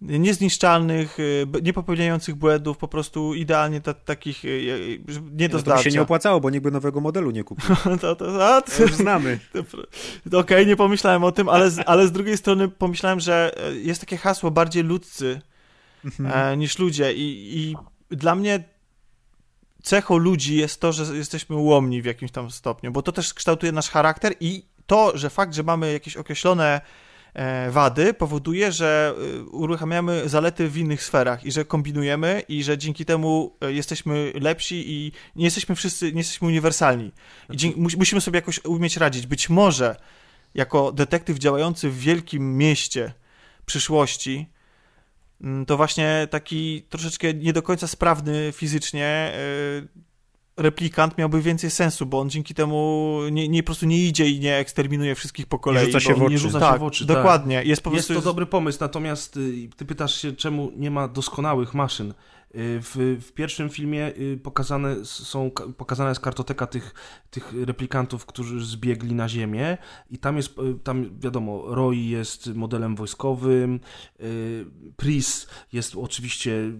niezniszczalnych, nie popełniających błędów, po prostu idealnie ta, takich nie do no, zdarcia. To by się nie opłacało, bo nikt by nowego modelu nie kupił. to, to, a, to już znamy. Okej, okay, nie pomyślałem o tym, ale z, ale z drugiej strony pomyślałem, że jest takie hasło bardziej ludzcy mhm. niż ludzie i, i dla mnie cechą ludzi jest to, że jesteśmy ułomni w jakimś tam stopniu, bo to też kształtuje nasz charakter i to, że fakt, że mamy jakieś określone wady powoduje, że uruchamiamy zalety w innych sferach i że kombinujemy i że dzięki temu jesteśmy lepsi i nie jesteśmy wszyscy, nie jesteśmy uniwersalni. I dzięki, musimy sobie jakoś umieć radzić. Być może jako detektyw działający w wielkim mieście przyszłości to właśnie taki troszeczkę nie do końca sprawny fizycznie replikant miałby więcej sensu, bo on dzięki temu nie, nie po prostu nie idzie i nie eksterminuje wszystkich po kolei. Nie rzuca się w oczy. Nie rzuca tak, się w oczy. Dokładnie. Tak. Jest, po jest prostu... to dobry pomysł, natomiast ty pytasz się, czemu nie ma doskonałych maszyn. W, w pierwszym filmie pokazane są, pokazana jest kartoteka tych, tych replikantów, którzy zbiegli na ziemię i tam jest, tam wiadomo, Roy jest modelem wojskowym, Pris jest oczywiście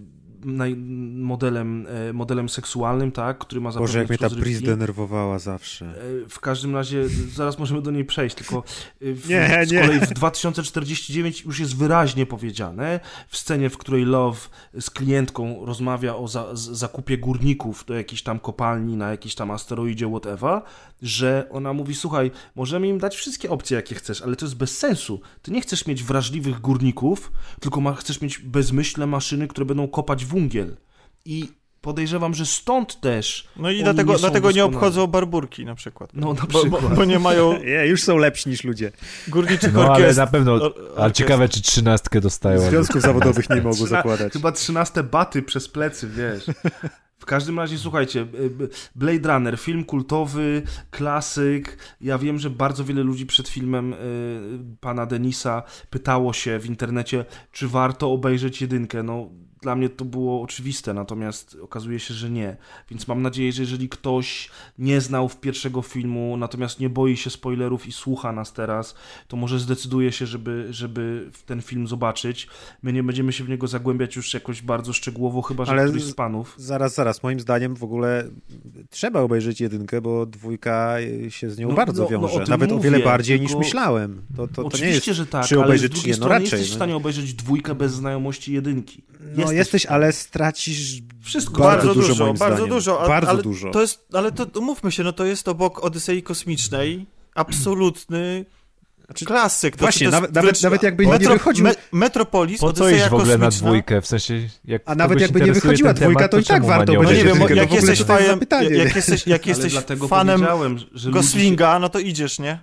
modelem, modelem seksualnym, tak, który ma zapewnić Boże, jak mnie ta rozrywki. Pris denerwowała zawsze. W każdym razie, zaraz możemy do niej przejść, tylko w, nie, z nie. kolei w dwa tysiące czterdzieści dziewięć już jest wyraźnie powiedziane, w scenie, w której Love z klientką rozmawia o za, zakupie górników do jakiejś tam kopalni na jakiejś tam asteroidzie, whatever, że ona mówi, słuchaj, możemy im dać wszystkie opcje, jakie chcesz, ale to jest bez sensu. Ty nie chcesz mieć wrażliwych górników, tylko ma, chcesz mieć bezmyślne maszyny, które będą kopać węgiel. I podejrzewam, że stąd też. No i dlatego, nie, dlatego nie obchodzą barburki na przykład. No na przykład. Bo, bo, bo nie mają. Nie, już są lepsi niż ludzie. Górniczych no, orkiestr. ale na pewno. Ale ciekawe, czy trzynastkę dostają. Związków zawodowych nie mogą zakładać. Chyba trzynaste baty przez plecy, wiesz. W każdym razie, słuchajcie, Blade Runner, film kultowy, klasyk. Ja wiem, że bardzo wiele ludzi przed filmem y, pana Denisa pytało się w internecie, czy warto obejrzeć jedynkę. No, dla mnie to było oczywiste, natomiast okazuje się, że nie. Więc mam nadzieję, że jeżeli ktoś nie znał pierwszego filmu, natomiast nie boi się spoilerów i słucha nas teraz, to może zdecyduje się, żeby, żeby ten film zobaczyć. My nie będziemy się w niego zagłębiać już jakoś bardzo szczegółowo, chyba że Ale któryś z panów. Zaraz, zaraz. Moim zdaniem w ogóle trzeba obejrzeć jedynkę, bo dwójka się z nią no, bardzo no, wiąże. no, o Nawet mówię, o wiele bardziej tylko... niż myślałem. To, to, to Oczywiście, nie jest, że tak, czy ale obejrzeć, z drugiej czy nie. No strony raczej. jesteś w stanie obejrzeć dwójkę bez znajomości jedynki. No jesteś, jesteś ale stracisz wszystko. bardzo, bardzo dużo, dużo, moim bardzo zdaniem. dużo. A, bardzo ale dużo. To jest, ale to umówmy się, no to jest obok Odysei Kosmicznej absolutny znaczy, klasyk. To, właśnie, to nawet, nawet, nawet jakby metro, nie wychodził... Me, Metropolis, po co Odyseja iść w ogóle Kosmiczna? na dwójkę? W sensie, jak A nawet jakby nie wychodziła temat, dwójka, to, to i tak warto No będzie. nie wiem, jedynkę, jak w ogóle jesteś, to jest fajem, zapytanie. jak jesteś, jak jesteś fanem że Goslinga, się... no to idziesz, nie?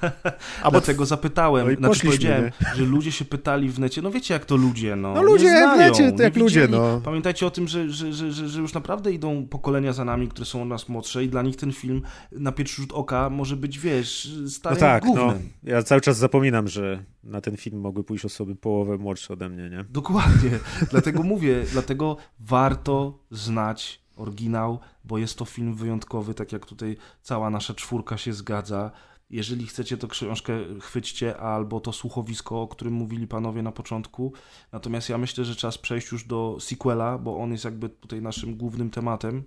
A dlatego zapytałem, no i znaczy powiedziałem, nie? że ludzie się pytali w necie, no wiecie jak to ludzie, no. No ludzie nie znają, w necie, to jak nie ludzie, widzieli. no. Pamiętajcie o tym, że, że, że, że, że już naprawdę idą pokolenia za nami, które są od nas młodsze i dla nich ten film na pierwszy rzut oka może być, wiesz, starym No tak, gównem. no. Ja cały czas zapominam, że na ten film mogły pójść osoby połowę młodsze ode mnie, nie? Dokładnie. Dlatego mówię, dlatego warto znać oryginał, bo jest to film wyjątkowy, tak jak tutaj cała nasza czwórka się zgadza. Jeżeli chcecie, to książkę chwyćcie, albo to słuchowisko, o którym mówili panowie na początku. Natomiast ja myślę, że czas przejść już do sequela, bo on jest jakby tutaj naszym głównym tematem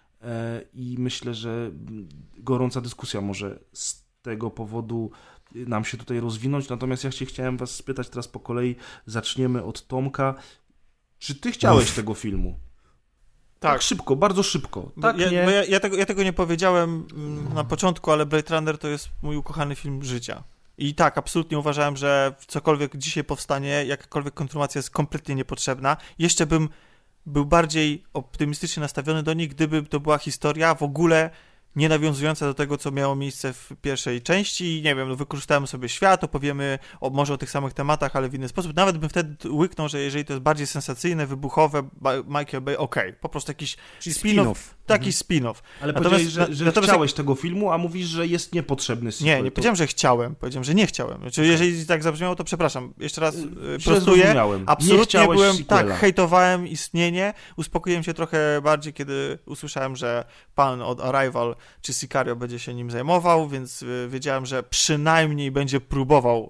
i myślę, że gorąca dyskusja może z tego powodu nam się tutaj rozwinąć. Natomiast ja się chciałem was spytać teraz po kolei. Zaczniemy od Tomka. Czy ty chciałeś Uf. tego filmu? Tak. tak szybko, bardzo szybko. Tak, ja, nie? Bo ja, ja, tego, ja tego nie powiedziałem na początku, ale Blade Runner to jest mój ukochany film życia. I tak, absolutnie uważałem, że cokolwiek dzisiaj powstanie, jakakolwiek kontynuacja jest kompletnie niepotrzebna. Jeszcze bym był bardziej optymistycznie nastawiony do niej, gdyby to była historia w ogóle nie nawiązująca do tego, co miało miejsce w pierwszej części. Nie wiem, no wykorzystamy sobie świat, opowiemy o, może o tych samych tematach, ale w inny sposób. Nawet bym wtedy łyknął, że jeżeli to jest bardziej sensacyjne, wybuchowe, Michael Bay, okej, okay, po prostu jakiś spin-off. spin-off. Taki mhm. spin-off. Ale powiedziałeś, że, że natomiast chciałeś jak... tego filmu, a mówisz, że jest niepotrzebny sequel. Nie, nie to... powiedziałem, że chciałem. Powiedziałem, że nie chciałem. Znaczy, okay. Jeżeli tak zabrzmiało, to przepraszam. Jeszcze raz Źle prostuję. Absolutnie nie byłem, sequela. tak, hejtowałem istnienie. Uspokoiłem się trochę bardziej, kiedy usłyszałem, że pan od Arrival czy Sicario będzie się nim zajmował, więc wiedziałem, że przynajmniej będzie próbował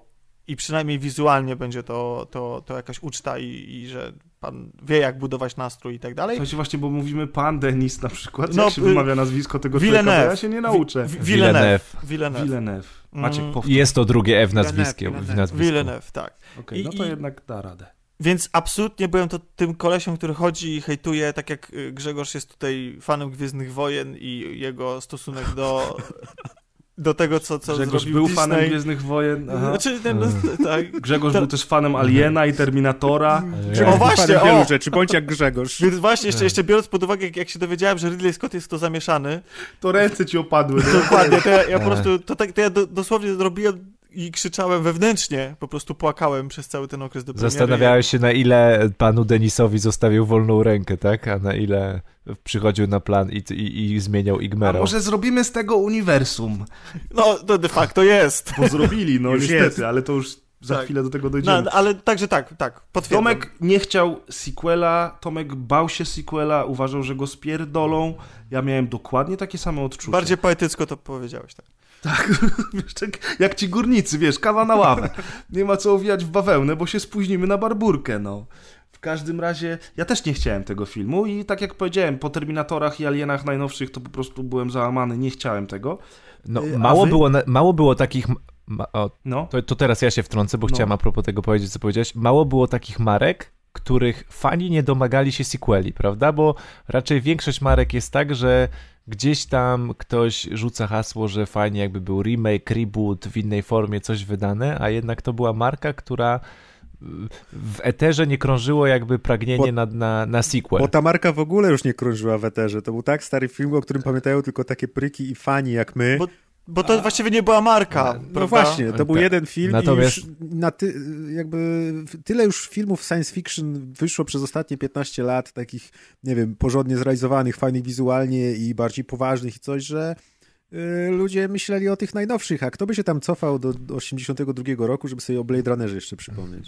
i przynajmniej wizualnie będzie to, to, to jakaś uczta i, i że pan wie, jak budować nastrój i tak dalej. Słuchajcie, właśnie, bo mówimy pan Denis na przykład, No, jak się y- wymawia nazwisko tego Villeneuve. człowieka, bo ja się nie nauczę. Wi- Villeneuve. Villeneuve. Villeneuve. Maciek, Mm. powtórz. Jest to drugie F nazwiskiem. Villeneuve, w nazwisku. Villeneuve, tak. Okej, no I- to i- jednak da radę. Więc absolutnie byłem to tym kolesią, który chodzi i hejtuje, tak jak y, Grzegorz jest tutaj fanem Gwiezdnych Wojen i jego stosunek do, do tego, co, co Grzegorz zrobił był Disney. fanem Gwiezdnych Wojen. Aha. Znaczy, no, no, tak. Grzegorz To- był też fanem Aliena i Terminatora. O, właśnie, o! wielu rzeczy, bądź jak Grzegorz. Więc właśnie, jeszcze, jeszcze biorąc pod uwagę, jak, jak się dowiedziałem, że Ridley Scott jest w to zamieszany, To ręce ci opadły. no. dokładnie, to ja, ja po Ech. prostu, to, tak, to ja do, dosłownie zrobiłem i krzyczałem wewnętrznie, po prostu płakałem przez cały ten okres do premiery. Zastanawiałeś się, na ile panu Denisowi zostawił wolną rękę, tak? A na ile przychodził na plan i, i, i zmieniał A Igmera. może zrobimy z tego uniwersum? No, to de facto jest. Bo zrobili, no Już niestety, jest. ale to już za Tak. chwilę do tego dojdziemy. No, ale także tak, tak, potwierdzam. Tomek nie chciał sequela, Tomek bał się sequela, uważał, że go spierdolą. Ja miałem dokładnie takie same odczucia. Bardziej poetycko to powiedziałeś, tak. Tak, wiesz, tak jak ci górnicy, wiesz, kawa na ławę. Nie ma co owijać w bawełnę, bo się spóźnimy na barburkę, no. W każdym razie, ja też nie chciałem tego filmu i tak jak powiedziałem, po Terminatorach i Alienach najnowszych to po prostu byłem załamany, nie chciałem tego. No, Y, a mało, wy? było, na- mało było takich... Ma, o, No, to, to teraz ja się wtrącę, bo No. chciałem a propos tego powiedzieć, co powiedziałeś. Mało było takich marek, których fani nie domagali się sequeli, prawda? Bo raczej większość marek jest tak, że gdzieś tam ktoś rzuca hasło, że fajnie jakby był remake, reboot, w innej formie coś wydane, a jednak to była marka, która w eterze nie krążyło jakby pragnienie Bo- na, na, na sequel. Bo ta marka w ogóle już nie krążyła w eterze. To był tak stary film, o którym pamiętają tylko takie pryki i fani jak my. Bo, bo to właściwie nie była marka, No prawda? właśnie, to był Tak. jeden film Natomiast- i już na ty, jakby tyle już filmów science fiction wyszło przez ostatnie piętnaście lat, takich, nie wiem, porządnie zrealizowanych, fajnych wizualnie i bardziej poważnych i coś, że y, ludzie myśleli o tych najnowszych, a kto by się tam cofał do osiemdziesiątego drugiego roku, żeby sobie o Blade Runnerze jeszcze przypomnieć.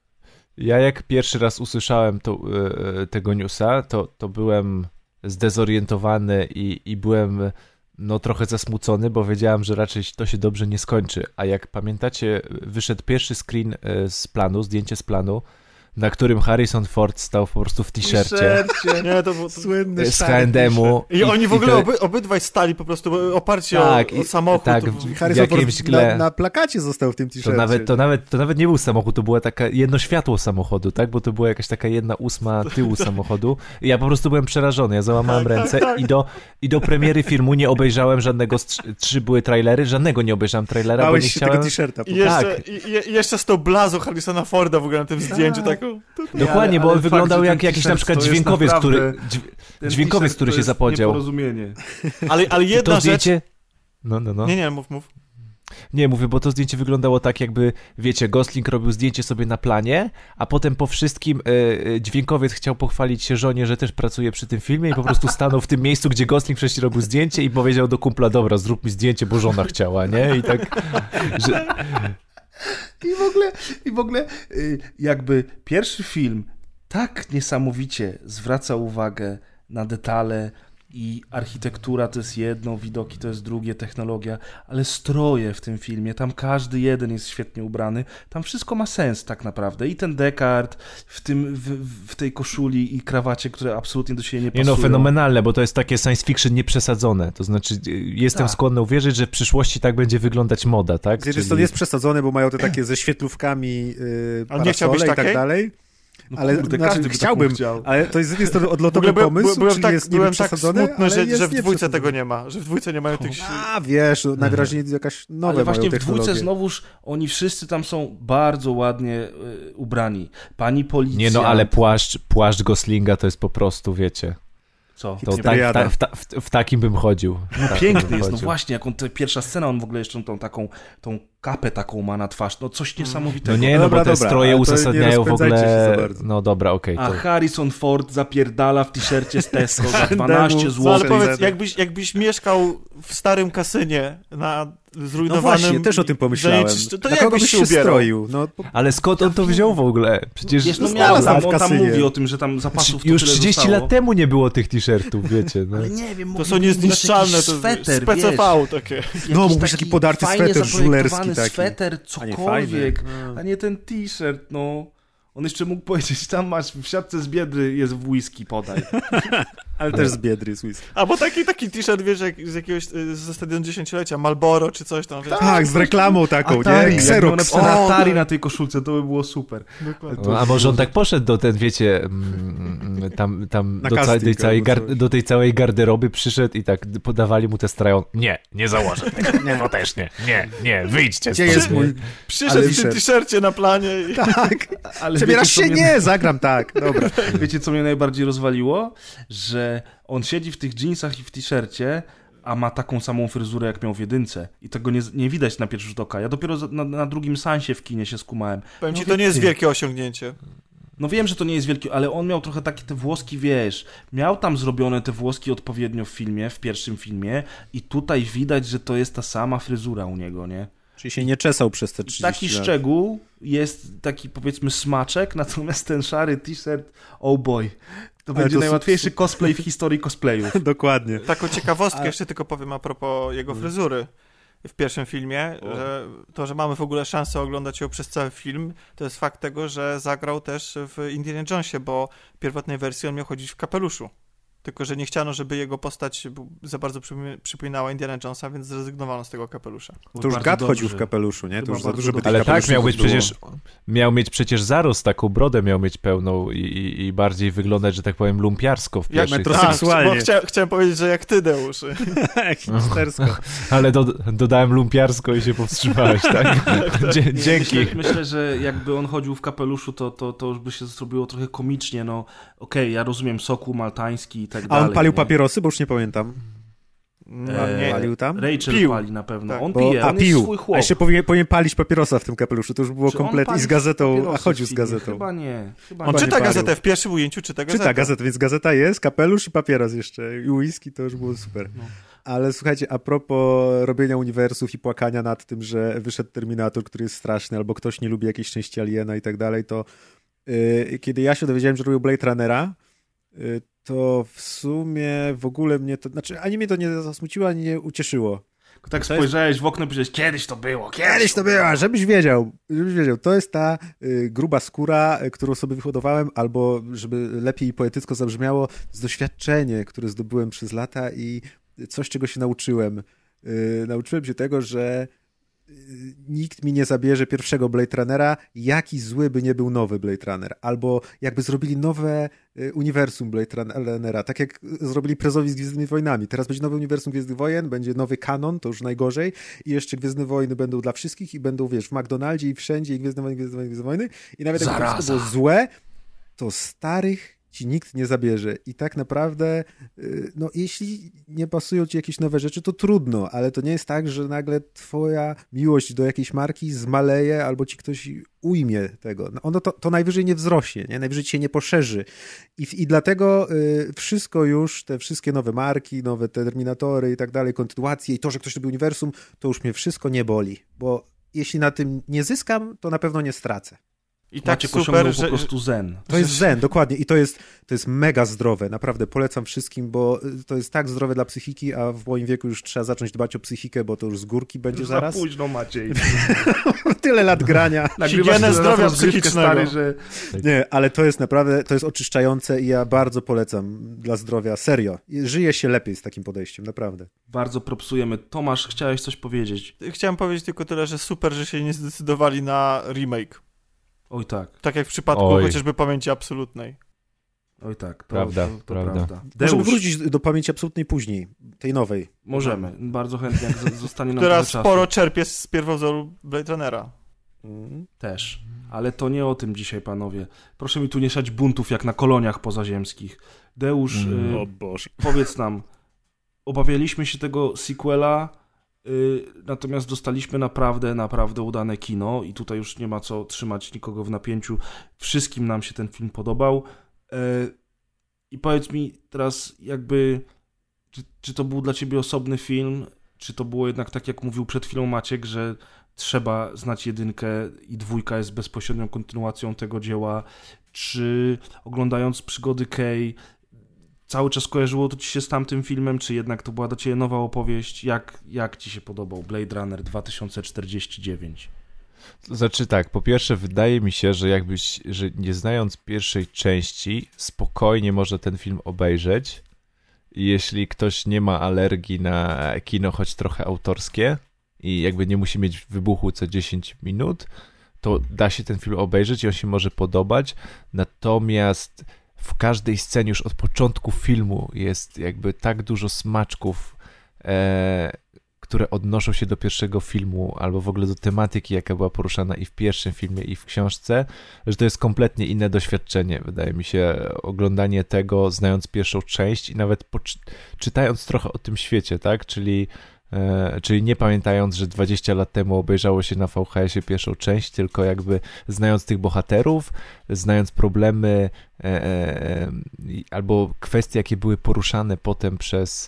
Ja jak pierwszy raz usłyszałem to, e, tego newsa, to, to byłem zdezorientowany i, i byłem no, trochę zasmucony, bo wiedziałem, że raczej to się dobrze nie skończy. A jak pamiętacie, wyszedł pierwszy screen e, z planu, zdjęcie z planu, na którym Harrison Ford stał po prostu w t-shircie Nie, to, było- to... Słynny z H and M-u. I oni w ogóle to- oby, obydwaj stali po prostu oparci Tak, o, o i- samochód. tak, to- w- Harrison jakimś Ford gle- na, na plakacie został w tym To t-shircie. nawet, to, nawet, to nawet nie był samochód, to była taka jedno światło samochodu, tak? Bo to była jakaś taka jedna ósma tyłu samochodu. I ja po prostu byłem przerażony, ja załamałem Tak, tak, ręce tak. i do, i do premiery filmu nie obejrzałem żadnego, z, trzy- trzy były trailery, żadnego nie obejrzałem trailera, bo nie Bałeś się chciałem... tego t-shirta. po I prostu. jeszcze, Tak. i, i jeszcze z tą blazą Harrisona Forda w ogóle na tym zdjęciu. Tak. Dokładnie, bo ale on wyglądał fakt, że jak ten jakiś na t-shirt przykład to jest dźwiękowiec, który, naprawdę- dźwię- ten dźwiękowiec, t-shirt który to się jest zapodział. nieporozumienie. Ale, ale jedna To rzecz... zdjęcie... No, no, no. Nie, nie, mów, mów. Nie, mówię, bo to zdjęcie wyglądało tak, jakby, wiecie, Gosling robił zdjęcie sobie na planie, a potem po wszystkim e, e, dźwiękowiec chciał pochwalić się żonie, że też pracuje przy tym filmie i po prostu stanął w tym miejscu, gdzie Gosling wcześniej robił zdjęcie i powiedział do kumpla, dobra, zrób mi zdjęcie, bo żona chciała, nie? I tak, że... I w ogóle, i w ogóle y, jakby pierwszy film tak niesamowicie zwraca uwagę na detale i architektura to jest jedno, widoki to jest drugie, technologia, ale stroje w tym filmie, tam każdy jeden jest świetnie ubrany, tam wszystko ma sens tak naprawdę. I ten Descartes w, tym, w, w tej koszuli i krawacie, które absolutnie do siebie nie Nie pasują. no, fenomenalne, bo to jest takie science fiction nieprzesadzone, to znaczy y, jestem Tak. skłonny uwierzyć, że w przyszłości tak będzie wyglądać moda, tak? Z jednej Czyli- strony jest przesadzone, bo mają te takie ze świetlówkami yy, Ale nie chciałbyś parasole i tak takiej? dalej. No Ale kurde, znaczy, każdy by chciałbym, taką chciał. ale to jest z jednej strony W ogóle odlotowy byłem, pomysł, byłem czyli tak, jest niby byłem tak przesadzony, smutny, ale że, jest że w dwójce nieprzesadzony. tego nie ma, że w dwójce nie mają tych... A wiesz, no, najwyraźniej jakaś nowe Ale właśnie mają w dwójce technologie. znowuż oni wszyscy tam są bardzo ładnie y, ubrani. Pani policja. Nie no, ale płaszcz, płaszcz Goslinga to jest po prostu, wiecie, Co? to Nie tak, Hiperiada. ta, w, ta, w, w takim bym chodził. No Tak piękny bym jest, no chodził. właśnie, jak on, ta pierwsza scena, on w ogóle jeszcze tą taką, tą kapę taką ma na twarz, no coś niesamowitego. No nie, no Dobra, bo te dobra, stroje ale to uzasadniają nie w rozpędzajcie się ogóle... za bardzo. No dobra, okej, A to... Harrison Ford zapierdala w t-shircie z Tesco za dwanaście No, No ale złotych. powiedz, jakbyś, jakbyś mieszkał w starym kasynie na No zrujnowanym... właśnie, też o tym pomyślałem. zanieczyszczeniu, To Na kogo jakbyś byś się się ubierał? stroił? No, po- Ale skąd on to wziął w ogóle? Przecież Wiesz, no Znalazł miał tam tam, w on tam kasynie. mówi o tym, że tam zapasów to już tyle trzydzieści zostało. lat temu nie było tych t-shirtów, wiecie. No. Ale nie wiem, To mógłby są mu dać niezniszczalne, jakiś to sweter, z P C V wiesz. takie. Jakiś No, mógłbyś taki podarty fajnie sweter zaprojektowany żulerski ten taki. sweter, A nie, cokolwiek, fajny. a nie ten t-shirt, no. On jeszcze mógł powiedzieć, tam masz w siatce z Biedry jest w whisky, podaj. Ale też z Biedry, z whisky. Albo taki, taki t-shirt, wiesz, jak z jakiegoś, y, ze stadionu dziesięciolecia, Marlboro czy coś tam. Wiesz? Tak, z reklamą taką, Atari, nie? jak Xerox. miał napisane O, Atari tak. na tej koszulce, to by było super. Dokładnie. No, a może on tak poszedł do ten, wiecie, mm, tam, tam Na do, ca- casting tej całej albo gar- coś. do tej całej garderoby przyszedł i tak podawali mu te strają. Nie, nie założę tego. Nie. To też nie. Nie, nie, wyjdźcie Gdzie stąd. jest mój... Przyszedł Ale w tym t-shirt. t-shircie na planie i... Tak. Ale Przebierasz wiecie, co się? mnie- Nie, zagram tak. Dobra. Wiecie, co mnie najbardziej rozwaliło? Że on siedzi w tych dżinsach i w t-shircie, a ma taką samą fryzurę, jak miał w jedynce. I tego nie, nie widać na pierwszy rzut oka. Ja dopiero za- na, na drugim seansie w kinie się skumałem. Powiem ci, No to nie jest ty. wielkie osiągnięcie. No wiem, że to nie jest wielkie, ale on miał trochę takie te włoski, wiesz, miał tam zrobione te włoski odpowiednio w filmie, w pierwszym filmie i tutaj widać, że to jest ta sama fryzura u niego, nie? Czyli się nie czesał przez te trzydzieści Taki lat. szczegół jest taki, powiedzmy, smaczek, natomiast ten szary t-shirt, oh boy, to Ale będzie to najłatwiejszy cosplay w historii cosplayów. Dokładnie. Taką ciekawostkę A- jeszcze tylko powiem a propos jego fryzury w pierwszym filmie, O. że to, że mamy w ogóle szansę oglądać ją przez cały film, to jest fakt tego, że zagrał też w Indiana Jonesie, bo w pierwotnej wersji on miał chodzić w kapeluszu. Tylko że nie chciano, żeby jego postać bu- za bardzo przypomina- przypominała Indiana Jonesa, więc zrezygnowano z tego kapelusza. To już Bardzo gad chodził w dobrze. kapeluszu, nie? To Chyba już za bardzo dużo by dobrze. tych Ale tak, kapeluszów miał być było. przecież, miał mieć przecież zarost, taką brodę miał mieć pełną i, i, i bardziej wyglądać, że tak powiem, lumpiarsko w Jak pierwszych... metro- Seksualnie. Tak, bo chcia, chciałem powiedzieć, że jak ty, Deusz. Hipstersko. Ale do, dodałem lumpiarsko i się powstrzymałeś, tak? Dzie- Nie, dzięki. Myślę, myślę, że jakby on chodził w kapeluszu, to, to, to już by się zrobiło trochę komicznie, no okej, ja rozumiem sokół maltański i tak A dalej. on palił nie? papierosy, bo już nie pamiętam. Eee, nie, Palił tam? Rachel Pił. pali na pewno. Tak. On Bo, pije, a on jest pił. swój A chłop. jeszcze powinien, powinien palić papierosa w tym kapeluszu. To już było Czy on komplet i pali z gazetą, a papierosy chodził w z filmie? gazetą. Chyba nie. Chyba On Chyba nie. nie czyta palił. gazetę, w pierwszym ujęciu czyta gazetę. Czyta gazetę, więc gazeta jest, kapelusz i papieros jeszcze. I whisky to już było super. No. Ale słuchajcie, a propos robienia uniwersów i płakania nad tym, że wyszedł Terminator, który jest straszny, albo ktoś nie lubi jakiejś części Aliena i tak dalej, to yy, kiedy ja się dowiedziałem, że robił Blade Runnera, yy, to w sumie w ogóle mnie to, znaczy ani mnie to nie zasmuciło, ani nie ucieszyło. Tak To spojrzałeś w okno i powiedziałeś, kiedyś to było, kiedyś, Kiedyś to było, żebyś wiedział, żebyś wiedział, to jest ta y, gruba skóra, y, którą sobie wyhodowałem, albo żeby lepiej i poetycko zabrzmiało, z doświadczenie, które zdobyłem przez lata i coś, czego się nauczyłem. Y, nauczyłem się tego, że y, nikt mi nie zabierze pierwszego Blade Runnera, jaki zły by nie był nowy Blade Runner, albo jakby zrobili nowe y, uniwersum Blade Runnera, tak jak zrobili prezowi z Gwiezdnymi Wojnami. Teraz będzie nowe uniwersum Gwiezdnych Wojen, będzie nowy kanon, to już najgorzej, i jeszcze Gwiezdne Wojny będą dla wszystkich i będą, wiesz, w McDonaldzie i wszędzie i Gwiezdne Wojny, Gwiezdne Wojny, Gwiezdne Wojny i nawet jak to Zaraza. wszystko było złe, to starych ci nikt nie zabierze. I tak naprawdę, y, no jeśli nie pasują ci jakieś nowe rzeczy, to trudno, ale to nie jest tak, że nagle twoja miłość do jakiejś marki zmaleje albo ci ktoś ujmie tego. No ono to, to najwyżej nie wzrośnie, nie? Najwyżej ci się nie poszerzy. I, i dlatego y, wszystko już, te wszystkie nowe marki, nowe te Terminatory i tak dalej, kontynuacje i to, że ktoś robi uniwersum, to już mnie wszystko nie boli, bo jeśli na tym nie zyskam, to na pewno nie stracę. I tak Maciek super, osiągnął że... po prostu zen. To jest zen, dokładnie. I to jest, to jest mega zdrowe. Naprawdę polecam wszystkim, bo to jest tak zdrowe dla psychiki, a w moim wieku już trzeba zacząć dbać o psychikę, bo to już z górki będzie Już zaraz. za późno, Maciej. Tyle lat grania. Nagrywasz Higienę teraz zdrowia rozgrywkę, psychicznego. Stary, że... Nie, ale to jest naprawdę, to jest oczyszczające i ja bardzo polecam dla zdrowia. Serio. Żyje się lepiej z takim podejściem, naprawdę. Bardzo propsujemy. Tomasz, chciałeś coś powiedzieć? Chciałem powiedzieć tylko tyle, że super, że się nie zdecydowali na remake. Oj tak, Tak jak w przypadku Oj. chociażby Pamięci Absolutnej. oj tak. To, Prawda, to, to prawda. prawda. Możemy Deusz, wrócić do pamięci absolutnej później, tej nowej. możemy. Bardzo chętnie, jak z- zostanie nam Która trochę czasu. sporo czerpie z pierwowzoru Blade Runnera. Mm. Też. Ale to nie o tym dzisiaj, panowie. Proszę mi tu nie siać buntów jak na koloniach pozaziemskich. Deusz, Mm. y, O Boże. powiedz nam, obawialiśmy się tego sequela, y, natomiast dostaliśmy naprawdę, naprawdę udane kino i tutaj już nie ma co trzymać nikogo w napięciu. Wszystkim nam się ten film podobał. Y, I powiedz mi teraz jakby, czy, czy to był dla ciebie osobny film, czy to było jednak tak, jak mówił przed chwilą Maciek, że trzeba znać jedynkę i dwójka jest bezpośrednią kontynuacją tego dzieła, czy oglądając przygody Kay cały czas kojarzyło to ci się z tamtym filmem, czy jednak to była do ciebie nowa opowieść? Jak, jak ci się podobał Blade Runner dwa tysiące czterdzieści dziewięć? To znaczy tak, po pierwsze wydaje mi się, że jakbyś, że nie znając pierwszej części, spokojnie można ten film obejrzeć. Jeśli ktoś nie ma alergii na kino, choć trochę autorskie i jakby nie musi mieć wybuchu co dziesięć minut, to da się ten film obejrzeć i on się może podobać. Natomiast w każdej scenie już od początku filmu jest jakby tak dużo smaczków, e, które odnoszą się do pierwszego filmu albo w ogóle do tematyki, jaka była poruszana i w pierwszym filmie, i w książce, że to jest kompletnie inne doświadczenie. Wydaje mi się, oglądanie tego, znając pierwszą część i nawet poczy- czytając trochę o tym świecie, tak? Czyli, e, czyli nie pamiętając, że dwadzieścia lat temu obejrzało się na V H S ie pierwszą część, tylko jakby znając tych bohaterów, znając problemy e, e, albo kwestie, jakie były poruszane potem przez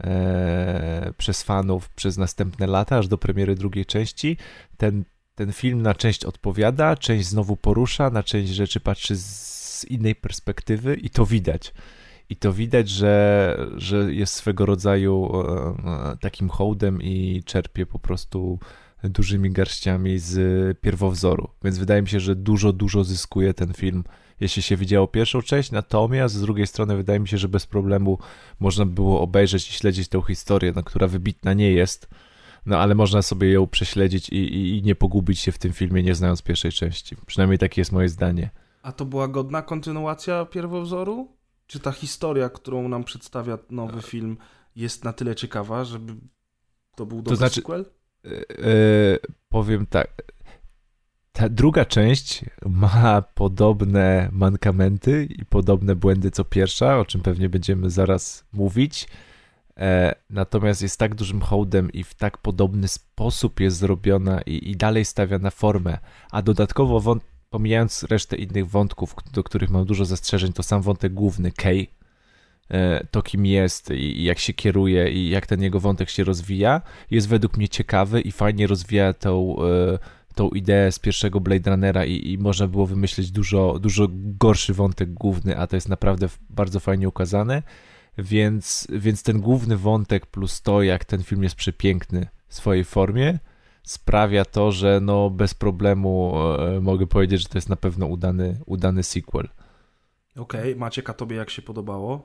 E, przez fanów przez następne lata, aż do premiery drugiej części. Ten, ten film na część odpowiada, część znowu porusza, na część rzeczy patrzy z innej perspektywy i to widać. I to widać, że, że jest swego rodzaju e, takim hołdem i czerpie po prostu dużymi garściami z pierwowzoru. Więc wydaje mi się, że dużo, dużo zyskuje ten film, jeśli się widziało pierwszą część, natomiast z drugiej strony wydaje mi się, że bez problemu można było obejrzeć i śledzić tę historię, no, która wybitna nie jest, no ale można sobie ją prześledzić i, i, i nie pogubić się w tym filmie, nie znając pierwszej części. Przynajmniej takie jest moje zdanie. A to była godna kontynuacja pierwowzoru? Czy ta historia, którą nam przedstawia nowy film, jest na tyle ciekawa, żeby to był dobry to znaczy, sequel? Yy, yy, powiem tak... Ta druga część ma podobne mankamenty i podobne błędy co pierwsza, o czym pewnie będziemy zaraz mówić. E, natomiast jest tak dużym hołdem i w tak podobny sposób jest zrobiona i, i dalej stawia na formę. A dodatkowo, wąt- pomijając resztę innych wątków, do których mam dużo zastrzeżeń, to sam wątek główny, Kay, e, to kim jest i, i jak się kieruje i jak ten jego wątek się rozwija, jest według mnie ciekawy i fajnie rozwija tą... E, tą ideę z pierwszego Blade Runnera i, i można było wymyślić dużo, dużo gorszy wątek główny, a to jest naprawdę bardzo fajnie ukazane, więc, więc ten główny wątek plus to, jak ten film jest przepiękny w swojej formie, sprawia to, że no bez problemu e, mogę powiedzieć, że to jest na pewno udany, udany sequel. Okej, okay. Maciek, a tobie jak się podobało?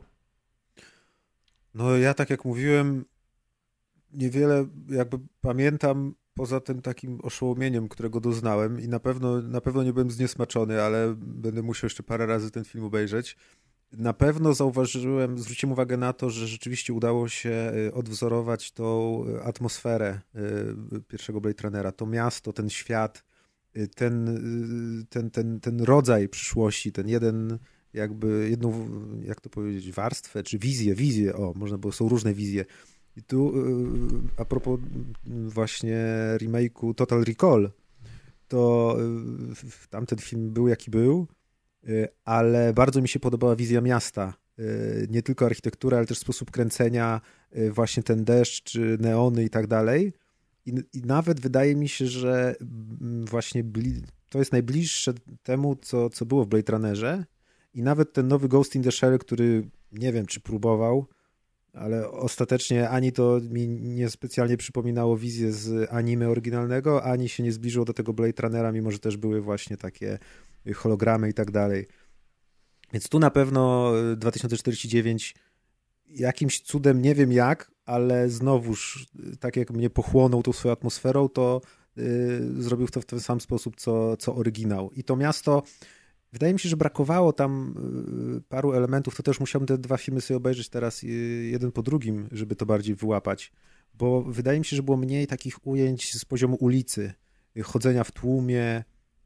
No ja tak jak mówiłem, niewiele jakby pamiętam poza tym takim oszołomieniem, którego doznałem i na pewno, na pewno nie byłem zniesmaczony, ale będę musiał jeszcze parę razy ten film obejrzeć. Na pewno zauważyłem, zwróciłem uwagę na to, że rzeczywiście udało się odwzorować tą atmosferę pierwszego Blade Runnera, to miasto, ten świat, ten, ten, ten, ten rodzaj przyszłości, ten jeden jakby, jedną, jak to powiedzieć, warstwę, czy wizję, wizję, o, można było, są różne wizje. I tu a propos właśnie remake'u Total Recall, to tamten film był jaki był, ale bardzo mi się podobała wizja miasta. Nie tylko architektura, ale też sposób kręcenia, właśnie ten deszcz, neony i tak dalej. I, i nawet wydaje mi się, że właśnie bli- to jest najbliższe temu, co, co było w Blade Runnerze. I nawet ten nowy Ghost in the Shell, który nie wiem, czy próbował, ale ostatecznie ani to mi nie specjalnie przypominało wizję z anime oryginalnego, ani się nie zbliżyło do tego Blade Runnera, mimo że też były właśnie takie hologramy i tak dalej. Więc tu na pewno dwa tysiące czterdzieści dziewięć jakimś cudem, nie wiem jak, ale znowuż tak jak mnie pochłonął tą swoją atmosferą, to yy, zrobił to w ten sam sposób, co, co oryginał. I to miasto, wydaje mi się, że brakowało tam yy, paru elementów, to też musiałbym te dwa filmy sobie obejrzeć teraz yy, jeden po drugim, żeby to bardziej wyłapać, bo wydaje mi się, że było mniej takich ujęć z poziomu ulicy, yy, chodzenia w tłumie,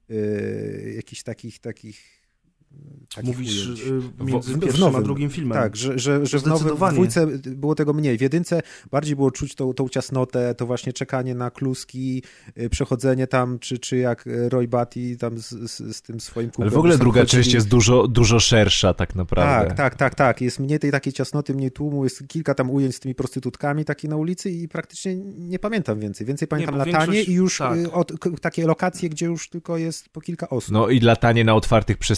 yy, jakichś takich takich Mówisz ujęć. między w, pierwszym w nowym, a drugim filmem. Tak, że, że, że w nowym w dwójce było tego mniej. W jedynce bardziej było czuć tą, tą ciasnotę, to właśnie czekanie na kluski, przechodzenie tam, czy, czy jak Roy Batty tam z, z, z tym swoim kółkiem. Ale w ogóle druga część jest dużo, dużo szersza tak naprawdę. Tak, tak, tak, tak. Jest mniej tej takiej ciasnoty, mniej tłumu, jest kilka tam ujęć z tymi prostytutkami takie na ulicy i praktycznie nie pamiętam więcej. Więcej pamiętam nie, latanie większość... i już tak. od, takie lokacje, gdzie już tylko jest po kilka osób. No i latanie na otwartych przestrzeniach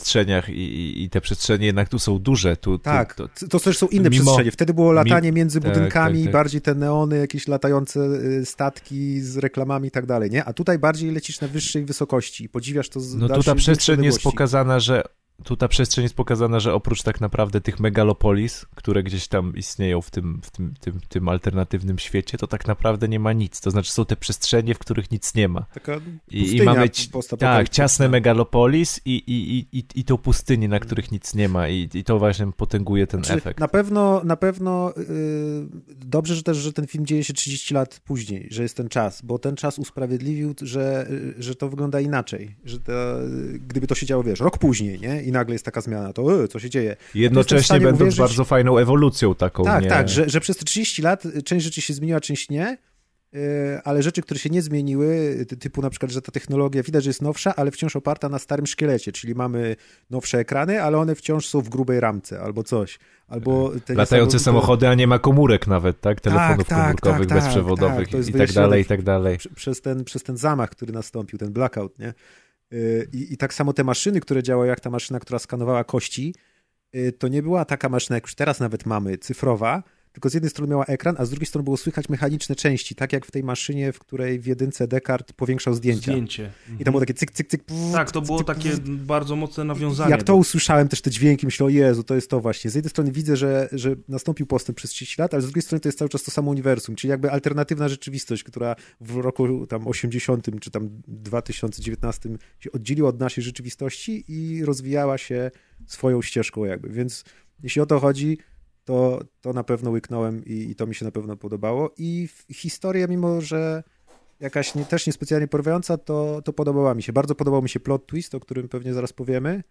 zdjęciach i, i, i te przestrzenie jednak tu są duże. Tu, tak, tu, to, to też są inne mimo, przestrzenie. Wtedy było latanie mimo, między budynkami, tak, tak, tak. bardziej te neony, jakieś latające statki z reklamami i tak dalej, nie? A tutaj bardziej lecisz na wyższej wysokości i podziwiasz to z No tu ta dalszej przestrzeń jest odległości. pokazana, że tu ta przestrzeń jest pokazana, że oprócz tak naprawdę tych megalopolis, które gdzieś tam istnieją w tym, w tym, tym, tym alternatywnym świecie, to tak naprawdę nie ma nic. To znaczy są te przestrzenie, w których nic nie ma. Taka I, i mamy ci, postapokaliptyczna. tak, ciasne megalopolis i, i, i, i, i tą pustynię, na których nic nie ma i, i to właśnie potęguje ten Znaczy, efekt. Na pewno, na pewno yy, dobrze, że też, że ten film dzieje się trzydzieści lat później, że jest ten czas, bo ten czas usprawiedliwił, że, że to wygląda inaczej, że to, gdyby to się działo, wiesz, rok później, nie? I nagle jest taka zmiana, to yy, co się dzieje? Jednocześnie będąc uwierzyć... bardzo fajną ewolucją taką. Tak, nie... tak, że, że przez te trzydzieści lat część rzeczy się zmieniła, część nie, yy, ale rzeczy, które się nie zmieniły, typu na przykład, że ta technologia widać, że jest nowsza, ale wciąż oparta na starym szkielecie, czyli mamy nowsze ekrany, ale one wciąż są w grubej ramce albo coś. Albo te latające samochody, a nie ma komórek nawet, tak? Telefonów tak, komórkowych, tak, bezprzewodowych tak, tak, i tak dalej, i tak dalej. Przez ten, przez ten zamach, który nastąpił, ten blackout, nie? I, I tak samo te maszyny, które działały jak ta maszyna, która skanowała kości, to nie była taka maszyna, jak już teraz nawet mamy, cyfrowa, tylko z jednej strony miała ekran, a z drugiej strony było słychać mechaniczne części, tak jak w tej maszynie, w której w jedynce Descartes powiększał zdjęcia. Zdjęcie. I tam było takie cyk, cyk, cyk. Pff, tak, to było cyk, takie pff. bardzo mocne nawiązanie. Jak to usłyszałem, też te dźwięki, myślę, o Jezu, to jest to właśnie. Z jednej strony widzę, że, że nastąpił postęp przez trzydzieści lat, ale z drugiej strony to jest cały czas to samo uniwersum, czyli jakby alternatywna rzeczywistość, która w roku tam osiemdziesiątym czy tam dwa tysiące dziewiętnastym się oddzieliła od naszej rzeczywistości i rozwijała się swoją ścieżką jakby, więc jeśli o to chodzi, to, to na pewno łyknąłem i, i to mi się na pewno podobało. I historia, mimo że jakaś nie, też niespecjalnie porywająca, to, to podobała mi się. Bardzo podobał mi się plot twist, o którym pewnie zaraz powiemy.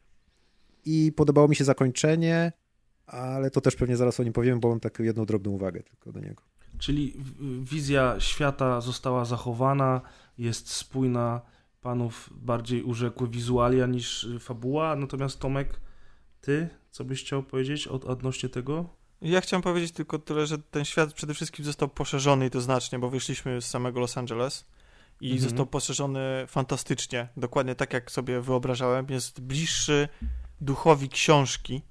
I podobało mi się zakończenie, ale to też pewnie zaraz o nim powiem, bo mam taką jedną drobną uwagę tylko do niego. Czyli wizja świata została zachowana, jest spójna, panów bardziej urzekły wizualia niż fabuła, natomiast Tomek, ty, co byś chciał powiedzieć od, odnośnie tego? Ja chciałem powiedzieć tylko tyle, że ten świat przede wszystkim został poszerzony i to znacznie, bo wyszliśmy z samego Los Angeles i mhm. został poszerzony fantastycznie, dokładnie tak jak sobie wyobrażałem, jest bliższy duchowi książki,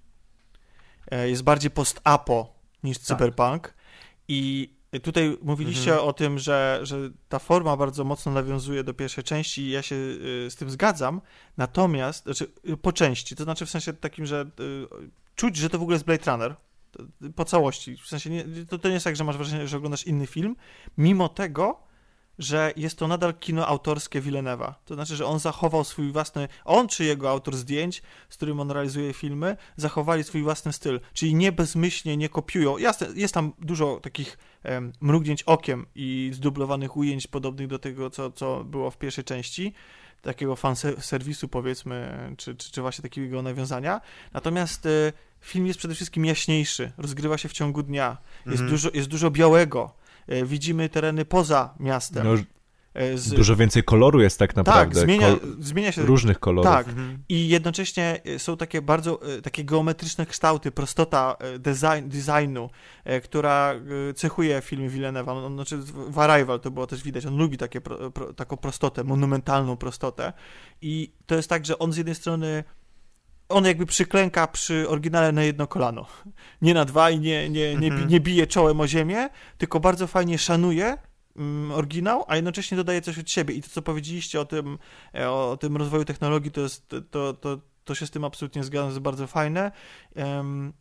jest bardziej post-apo niż tak. cyberpunk i tutaj mówiliście mhm. o tym, że, że ta forma bardzo mocno nawiązuje do pierwszej części i ja się z tym zgadzam, natomiast, znaczy po części, to znaczy w sensie takim, że czuć, że to w ogóle jest Blade Runner, po całości. W sensie nie, to, to nie jest tak, że masz wrażenie, że oglądasz inny film, mimo tego, że jest to nadal kino autorskie Villeneuve'a. To znaczy, że on zachował swój własny, on czy jego autor zdjęć, z którym on realizuje filmy, zachowali swój własny styl. Czyli nie bezmyślnie nie kopiują. Jasne, jest tam dużo takich um, mrugnięć okiem i zdublowanych ujęć podobnych do tego, co, co było w pierwszej części, takiego fanserwisu powiedzmy, czy, czy, czy właśnie takiego nawiązania. Natomiast y, film jest przede wszystkim jaśniejszy, rozgrywa się w ciągu dnia, jest, mm. dużo, jest dużo białego, y, widzimy tereny poza miastem. No, z... Dużo więcej koloru jest tak naprawdę. Tak, zmienia, Kol... zmienia się. Różnych kolorów. Tak, mhm. I jednocześnie są takie bardzo, takie geometryczne kształty, prostota design, designu, która cechuje filmy Villeneuve'a. On, znaczy w Arrival to było też widać, on lubi takie, pro, pro, taką prostotę, monumentalną prostotę. I to jest tak, że on z jednej strony on jakby przyklęka przy oryginale na jedno kolano. Nie na dwa i nie, nie, nie, mhm. nie bije czołem o ziemię, tylko bardzo fajnie szanuje oryginał, a jednocześnie dodaje coś od siebie. I to, co powiedzieliście o tym, o tym rozwoju technologii, to, jest, to, to, to się z tym absolutnie zgadzam, jest bardzo fajne. Um,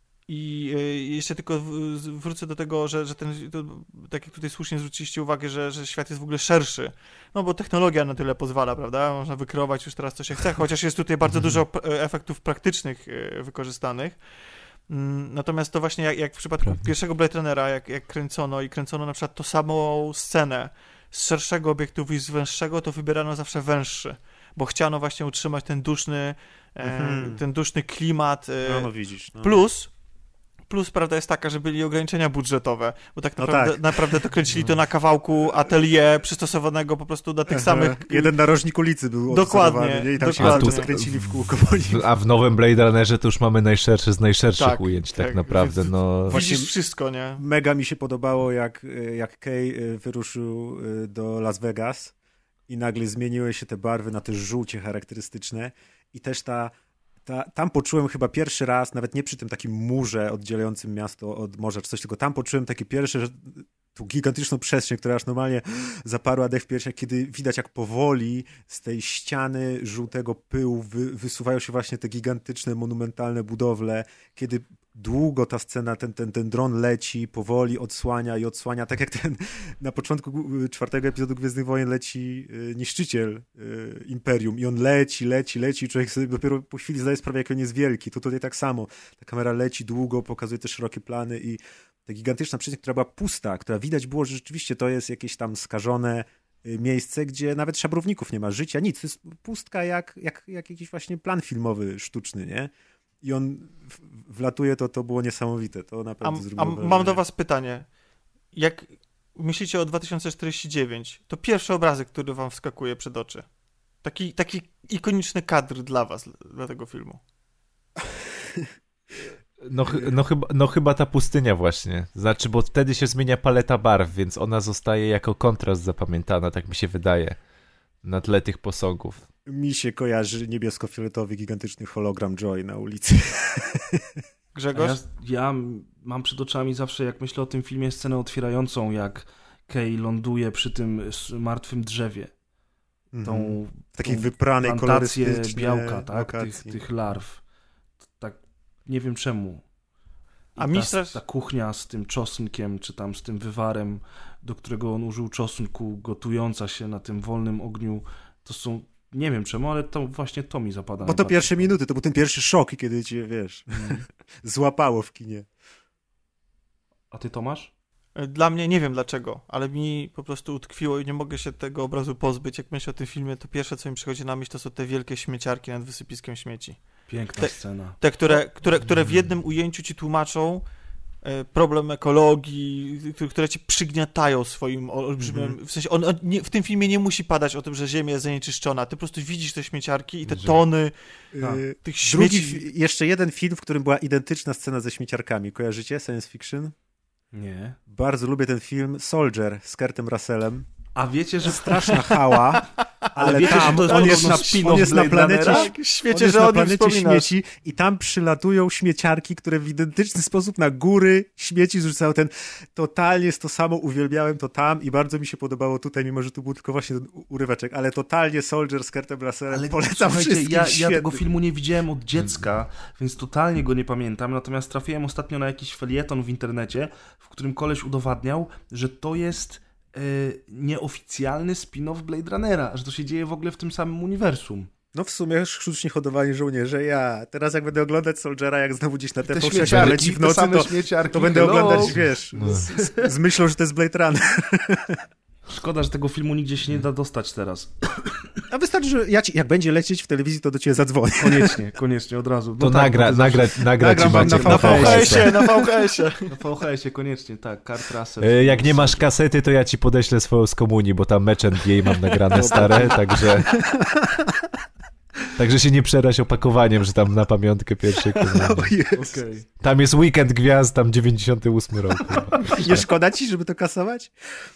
I jeszcze tylko wrócę do tego, że, że ten, to, tak jak tutaj słusznie zwróciliście uwagę, że, że świat jest w ogóle szerszy, no bo technologia na tyle pozwala, prawda? Można wykreować już teraz co się chce, chociaż jest tutaj bardzo dużo efektów praktycznych wykorzystanych. Natomiast to właśnie jak, jak w przypadku Prawda. pierwszego Blade Runnera, jak, jak kręcono i kręcono na przykład tą samą scenę z szerszego obiektywu i z węższego, to wybierano zawsze węższy, bo chciano właśnie utrzymać ten duszny, mhm. e, ten duszny klimat. E, no, no widzisz. No. Plus, plus prawda jest taka, że byli ograniczenia budżetowe, bo tak naprawdę, no tak. naprawdę to kręcili to na kawałku atelier przystosowanego po prostu do tych samych... Jeden narożnik ulicy był dokładnie, nie? I tam dokładnie. się kręcili w kółko. A w nowym Blade Runnerze to już mamy najszerszy z najszerszych tak, ujęć tak, tak naprawdę. No. Widzisz wszystko, nie? Mega mi się podobało, jak, jak Kay wyruszył do Las Vegas i nagle zmieniły się te barwy na te żółcie charakterystyczne i też ta Ta, tam poczułem chyba pierwszy raz, nawet nie przy tym takim murze oddzielającym miasto od morza czy coś, tylko tam poczułem takie pierwsze, że tą gigantyczną przestrzeń, która aż normalnie zaparła dech w piersiach, kiedy widać jak powoli z tej ściany żółtego pyłu wy, wysuwają się właśnie te gigantyczne, monumentalne budowle, kiedy długo ta scena, ten, ten, ten dron leci, powoli odsłania i odsłania, tak jak ten na początku czwartego epizodu Gwiezdnych Wojen leci y, niszczyciel y, Imperium i on leci, leci, leci i człowiek sobie dopiero po chwili zdaje sprawę, jak on jest wielki. To tutaj tak samo. Ta kamera leci długo, pokazuje te szerokie plany i ta gigantyczna przestrzeń, która była pusta, która widać było, że rzeczywiście to jest jakieś tam skażone y, miejsce, gdzie nawet szabrowników nie ma, życia, nic. To jest pustka jak, jak, jak jakiś właśnie plan filmowy sztuczny, nie? I on w- wlatuje, to to było niesamowite. To A, naprawdę a zrobiło wrażenie. mam do was pytanie. Jak myślicie o dwa tysiące czterdzieści dziewięć, to pierwszy obrazek, który wam wskakuje przed oczy. Taki, taki ikoniczny kadr dla was, dla tego filmu. No, ch- no, chyba, no chyba ta pustynia właśnie. Znaczy, bo wtedy się zmienia paleta barw, więc ona zostaje jako kontrast zapamiętana, tak mi się wydaje, na tle tych posągów. Mi się kojarzy niebiesko-fioletowy, gigantyczny hologram Joy na ulicy. A Grzegorz? ja, ja mam przed oczami zawsze, jak myślę o tym filmie, scenę otwierającą, jak Kay ląduje przy tym s- martwym drzewie. Tą, W takiej tą wypranej, plantację kolorystycznej białka, tak? Tych, lokacji. tych larw. Tak, nie wiem czemu. I A ta, mistrz- ta kuchnia z tym czosnkiem, czy tam z tym wywarem, do którego on użył czosnku, gotująca się na tym wolnym ogniu, to są, nie wiem czemu, ale to właśnie to mi zapada. Bo to najbardziej. pierwsze minuty, to był ten pierwszy szok, kiedy cię, wiesz, Mhm. złapało w kinie. A ty, Tomasz? Dla mnie, nie wiem dlaczego, ale mi po prostu utkwiło i nie mogę się tego obrazu pozbyć. Jak myślę o tym filmie, to pierwsze, co mi przychodzi na myśl, to są te wielkie śmieciarki nad wysypiskiem śmieci. Piękna Te- scena. Te, które, które, które w jednym ujęciu ci tłumaczą e, problem ekologii, które- które ci przygniatają swoim olbrzymim... W sensie, on, on nie, w tym filmie nie musi padać o tym, że Ziemia jest zanieczyszczona. Ty po prostu widzisz te śmieciarki i te Że- tony Tak. Yy, tych Drugi, śmieci. fi- jeszcze jeden film, w którym była identyczna scena ze śmieciarkami. Kojarzycie? Science fiction? Nie. Bardzo lubię ten film. Soldier z Kurtem Russellem. A wiecie, że Straszna hała, ale wiecie, że tam to jest on podobno jest na, spin-off on jest na Blade planecie, Runnera? Tak, on świecie, jest że na o nim planecie wspominasz. śmieci i tam przylatują śmieciarki, które w identyczny sposób na góry śmieci zrzucają. Ten totalnie jest to samo, uwielbiałem to tam i bardzo mi się podobało tutaj, mimo że tu był tylko właśnie ten u- uryweczek, ale totalnie Soldier z Kurtem Russellem Ale polecam słuchajcie, wszystkim. ja, ja Świetny. tego filmu nie widziałem od dziecka, więc totalnie go nie pamiętam, natomiast trafiłem ostatnio na jakiś felieton w internecie, w którym koleś udowadniał, że to jest e, nieoficjalny spin-off Blade Runnera, że to się dzieje w ogóle w tym samym uniwersum. No w sumie sztucznie hodowani żołnierze. Ja teraz jak będę oglądać Soldiera, jak znowu gdzieś na Te T V sześć śmieciarki, leci w te nocy, same to, śmieciarki, to będę hello. oglądać, wiesz, No. z, z, z myślą, że to jest Blade Runner. Szkoda, że tego filmu nigdzie się nie da dostać teraz. A wystarczy, że ja ci, jak będzie lecieć w telewizji, to do ciebie zadzwonię. Koniecznie, koniecznie, od razu. No To tak, nagra, bo to zawsze- nagra, nagra ci Nagram wam Maciek na na Na V H S-ie, V H S-ie. na V H S-ie. Na V H S-ie, koniecznie, tak, Kurt Russell. E, Jak nie masz kasety, to ja ci podeślę swoją z komunii, bo tam Match and Day mam nagrane stare, także... Także się nie przeraź opakowaniem, że tam na pamiątkę pierwszej komunii. Okej. Tam jest Weekend Gwiazd, tam dziewięćdziesiąty ósmy rok. Nie szkoda ci, żeby to kasować?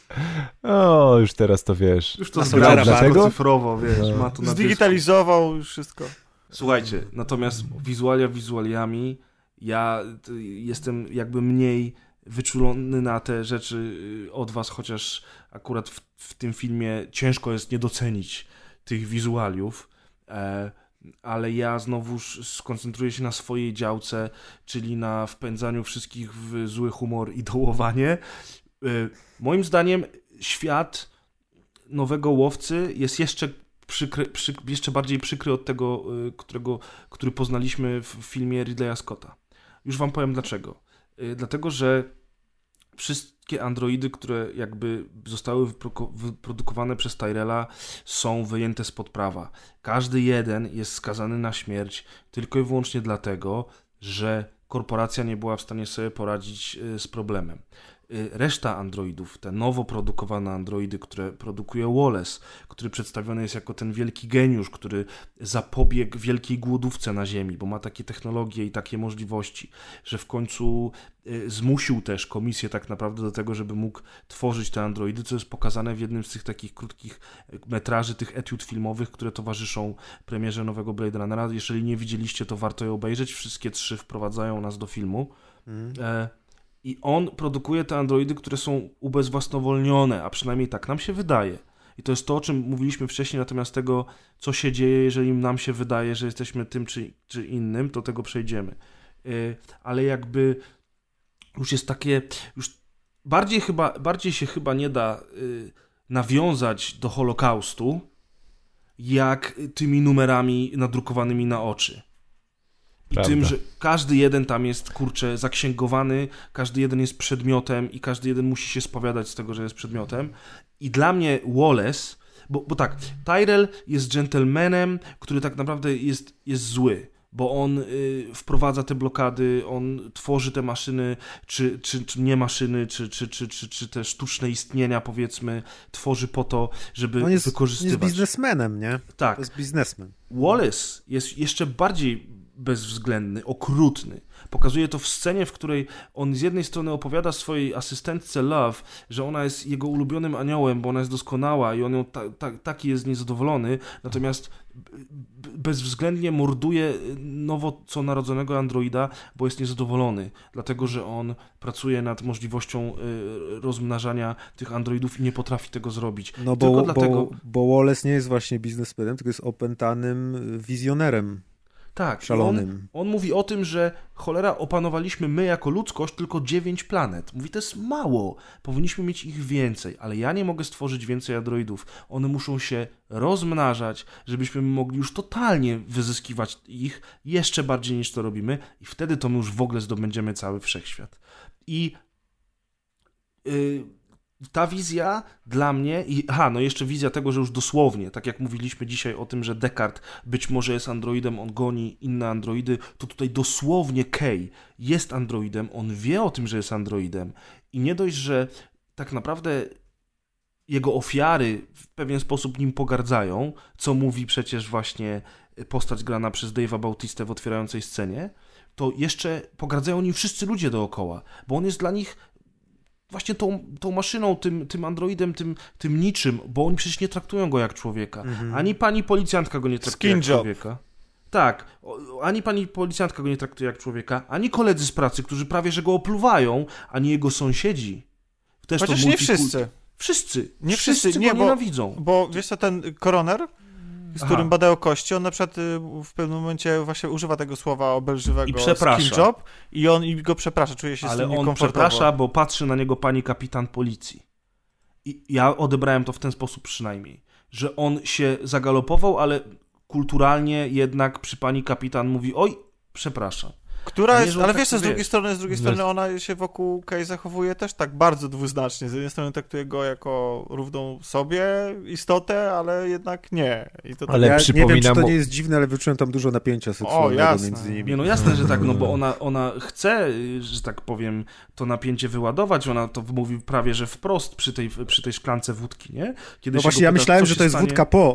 O, już teraz to wiesz. Już to Na zgrał Soldiera wszystko dlatego? cyfrowo, wiesz, No. ma to na dysku. Zdigitalizował już wszystko. Słuchajcie, natomiast wizualia wizualiami, ja t- jestem jakby mniej wyczulony na te rzeczy y, od was, chociaż akurat w, w tym filmie ciężko jest nie docenić tych wizualiów, e, ale ja znowuż skoncentruję się na swojej działce, czyli na wpędzaniu wszystkich w zły humor i dołowanie. Y, moim zdaniem świat Nowego Łowcy jest jeszcze przykry, przy, jeszcze bardziej przykry od tego, y, którego, który poznaliśmy w filmie Ridleya Scotta. Już wam powiem dlaczego. Y, dlatego, że wszystkie androidy, które jakby zostały wypro- wyprodukowane przez Tyrella, są wyjęte spod prawa. Każdy jeden jest skazany na śmierć tylko i wyłącznie dlatego, że korporacja nie była w stanie sobie poradzić y, z problemem. reszta androidów, te nowo produkowane androidy, które produkuje Wallace, który przedstawiony jest jako ten wielki geniusz, który zapobiegł wielkiej głodówce na Ziemi, bo ma takie technologie i takie możliwości, że w końcu zmusił też komisję tak naprawdę do tego, żeby mógł tworzyć te androidy, co jest pokazane w jednym z tych takich krótkich metraży, tych etiud filmowych, które towarzyszą premierze nowego Blade Runnera. Jeżeli nie widzieliście, to warto je obejrzeć. Wszystkie trzy wprowadzają nas do filmu. Mm. E, I on produkuje te androidy, które są ubezwłasnowolnione, a przynajmniej tak nam się wydaje. I to jest to, o czym mówiliśmy wcześniej, natomiast tego, co się dzieje, jeżeli nam się wydaje, że jesteśmy tym czy, czy innym, to tego przejdziemy. E, ale jakby już jest takie, już bardziej chyba, bardziej się chyba nie da y, nawiązać do Holokaustu, jak tymi numerami nadrukowanymi na oczy. I Prawda. tym, że każdy jeden tam jest, kurczę, zaksięgowany, każdy jeden jest przedmiotem i każdy jeden musi się spowiadać z tego, że jest przedmiotem. I dla mnie Wallace, bo, bo tak, Tyrell jest dżentelmenem, który tak naprawdę jest, jest zły, bo on y, wprowadza te blokady, on tworzy te maszyny, czy, czy, czy nie maszyny, czy, czy, czy, czy, czy te sztuczne istnienia, powiedzmy, tworzy po to, żeby on jest, wykorzystywać. On jest biznesmenem, nie? Tak. To jest biznesmen. Wallace jest jeszcze bardziej bezwzględny, okrutny. Pokazuje to w scenie, w której on z jednej strony opowiada swojej asystentce Love, że ona jest jego ulubionym aniołem, bo ona jest doskonała i on ją ta, ta, taki jest niezadowolony, natomiast bezwzględnie morduje nowo co narodzonego androida, bo jest niezadowolony, dlatego że on pracuje nad możliwością rozmnażania tych androidów i nie potrafi tego zrobić. No bo, Tylko bo, dlatego... bo Wallace nie jest właśnie biznesmenem, tylko jest opętanym wizjonerem. Tak, szalonym. On, on mówi o tym, że cholera, opanowaliśmy my jako ludzkość tylko dziewięć planet. Mówi, to jest mało, powinniśmy mieć ich więcej, ale ja nie mogę stworzyć więcej androidów. One muszą się rozmnażać, żebyśmy mogli już totalnie wyzyskiwać ich jeszcze bardziej niż to robimy i wtedy to my już w ogóle zdobędziemy cały wszechświat. I yy, ta wizja dla mnie, i aha, no jeszcze wizja tego, że już dosłownie, tak jak mówiliśmy dzisiaj o tym, że Descartes być może jest androidem, on goni inne androidy, to tutaj dosłownie Kay jest androidem, on wie o tym, że jest androidem i nie dość, że tak naprawdę jego ofiary w pewien sposób nim pogardzają, co mówi przecież właśnie postać grana przez Dave'a Bautistę w otwierającej scenie, to jeszcze pogardzają nim wszyscy ludzie dookoła, bo on jest dla nich właśnie tą, tą maszyną, tym, tym androidem, tym, tym niczym, bo oni przecież nie traktują go jak człowieka. Mhm. Ani pani policjantka go nie traktuje Skin jak job. człowieka. Tak, ani pani policjantka go nie traktuje jak człowieka, ani koledzy z pracy, którzy prawie że go opluwają, ani jego sąsiedzi. Też Chociaż to nie multikult- wszyscy. Wszyscy. Nie wszyscy, wszyscy, go nie, bo, nienawidzą. Bo wiesz co, ten koroner, z którym Aha. badają kości, on na przykład w pewnym momencie właśnie używa tego słowa obelżywego I przeprasza. skin job i on i go przeprasza, czuje się Ale z tym on niekomfortowo. przeprasza, bo patrzy na niego pani kapitan policji. I ja odebrałem to w ten sposób przynajmniej, że on się zagalopował, ale kulturalnie jednak przy pani kapitan mówi, oj, przepraszam. Która nie, jest, że on ale tak wiesz, co, z wie. drugiej strony, z drugiej No. strony ona się wokół Kay zachowuje też tak bardzo dwuznacznie. Z jednej strony traktuje go jako równą sobie istotę, ale jednak nie. I to Ale ja nie przypominam wiem, czy to mu- nie jest dziwne, ale wyczułem tam dużo napięcia seksualnego jasne. między nimi. Nie, no jasne, że tak, no bo ona, ona chce, że tak powiem, to napięcie wyładować, ona to mówi prawie, że wprost przy tej, przy tej szklance wódki, nie? Kiedy No się właśnie, go ja pyta, myślałem, co że się to jest stanie... wódka po.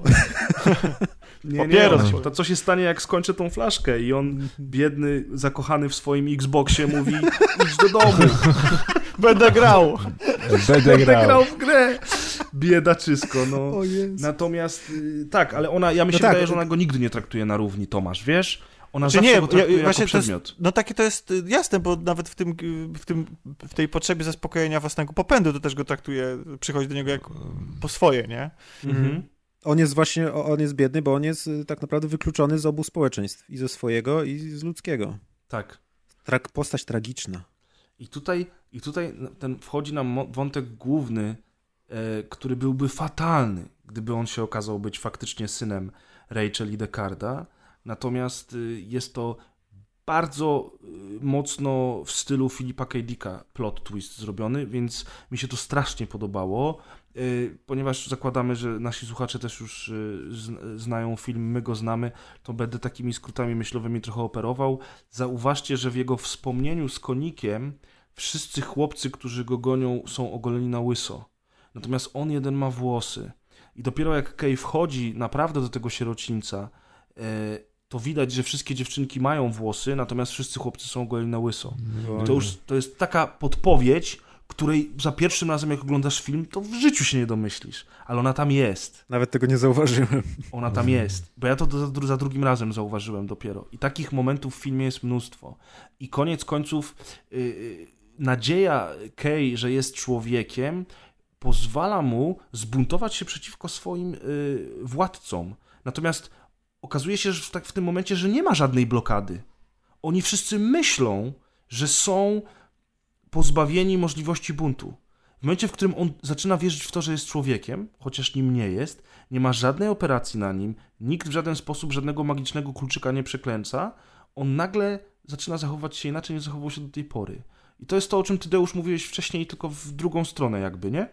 Nie, nie, Papieros. to co się stanie, jak skończę tą flaszkę i on, biedny, zakochany w swoim Xboxie mówi, idź do domu, będę grał. Będę będę grał. grał w grę. Biedaczysko, no. O Jezu. Natomiast, y, tak, ale ona, ja mi się No tak. wydaje, że ona go nigdy nie traktuje na równi, Tomasz, wiesz? Ona Czy zawsze nie, go traktuje ja, właśnie jako to jest, przedmiot. no takie to jest y, jasne, bo nawet w tym, w tym, w tej potrzebie zaspokojenia własnego popędu to też go traktuje, przychodzi do niego jak po swoje, nie? Mhm. On jest właśnie, on jest biedny, bo on jest y, tak naprawdę wykluczony z obu społeczeństw. I ze swojego, i z ludzkiego. Tak. Trak, postać tragiczna. I tutaj, i tutaj ten wchodzi nam mo- wątek główny, e, który byłby fatalny, gdyby on się okazał być faktycznie synem Rachel i Descarda. Natomiast y, jest to bardzo y, mocno w stylu Philipa K. Dicka plot twist zrobiony, więc mi się to strasznie podobało, y, ponieważ zakładamy, że nasi słuchacze też już y, z- znają film, my go znamy, to będę takimi skrótami myślowymi trochę operował. Zauważcie, że w jego wspomnieniu z konikiem wszyscy chłopcy, którzy go gonią, są ogoleni na łyso. Natomiast on jeden ma włosy. I dopiero jak Kay wchodzi naprawdę do tego sierocińca, to widać, że wszystkie dziewczynki mają włosy, natomiast wszyscy chłopcy są ogoleni na łyso. I to już to jest taka podpowiedź, której za pierwszym razem, jak oglądasz film, to w życiu się nie domyślisz. Ale ona tam jest. Nawet tego nie zauważyłem. Ona tam jest. Bo ja to za, za drugim razem zauważyłem dopiero. I takich momentów w filmie jest mnóstwo. I koniec końców yy, nadzieja Kay, że jest człowiekiem, pozwala mu zbuntować się przeciwko swoim yy, władcom. Natomiast okazuje się, że w, tak, w tym momencie, że nie ma żadnej blokady. Oni wszyscy myślą, że są pozbawieni możliwości buntu. W momencie, w którym on zaczyna wierzyć w to, że jest człowiekiem, chociaż nim nie jest, nie ma żadnej operacji na nim, nikt w żaden sposób żadnego magicznego kluczyka nie przeklęca, on nagle zaczyna zachowywać się inaczej, niż zachowywał się do tej pory. I to jest to, o czym ty, Deusz, mówiłeś wcześniej, tylko w drugą stronę jakby, nie?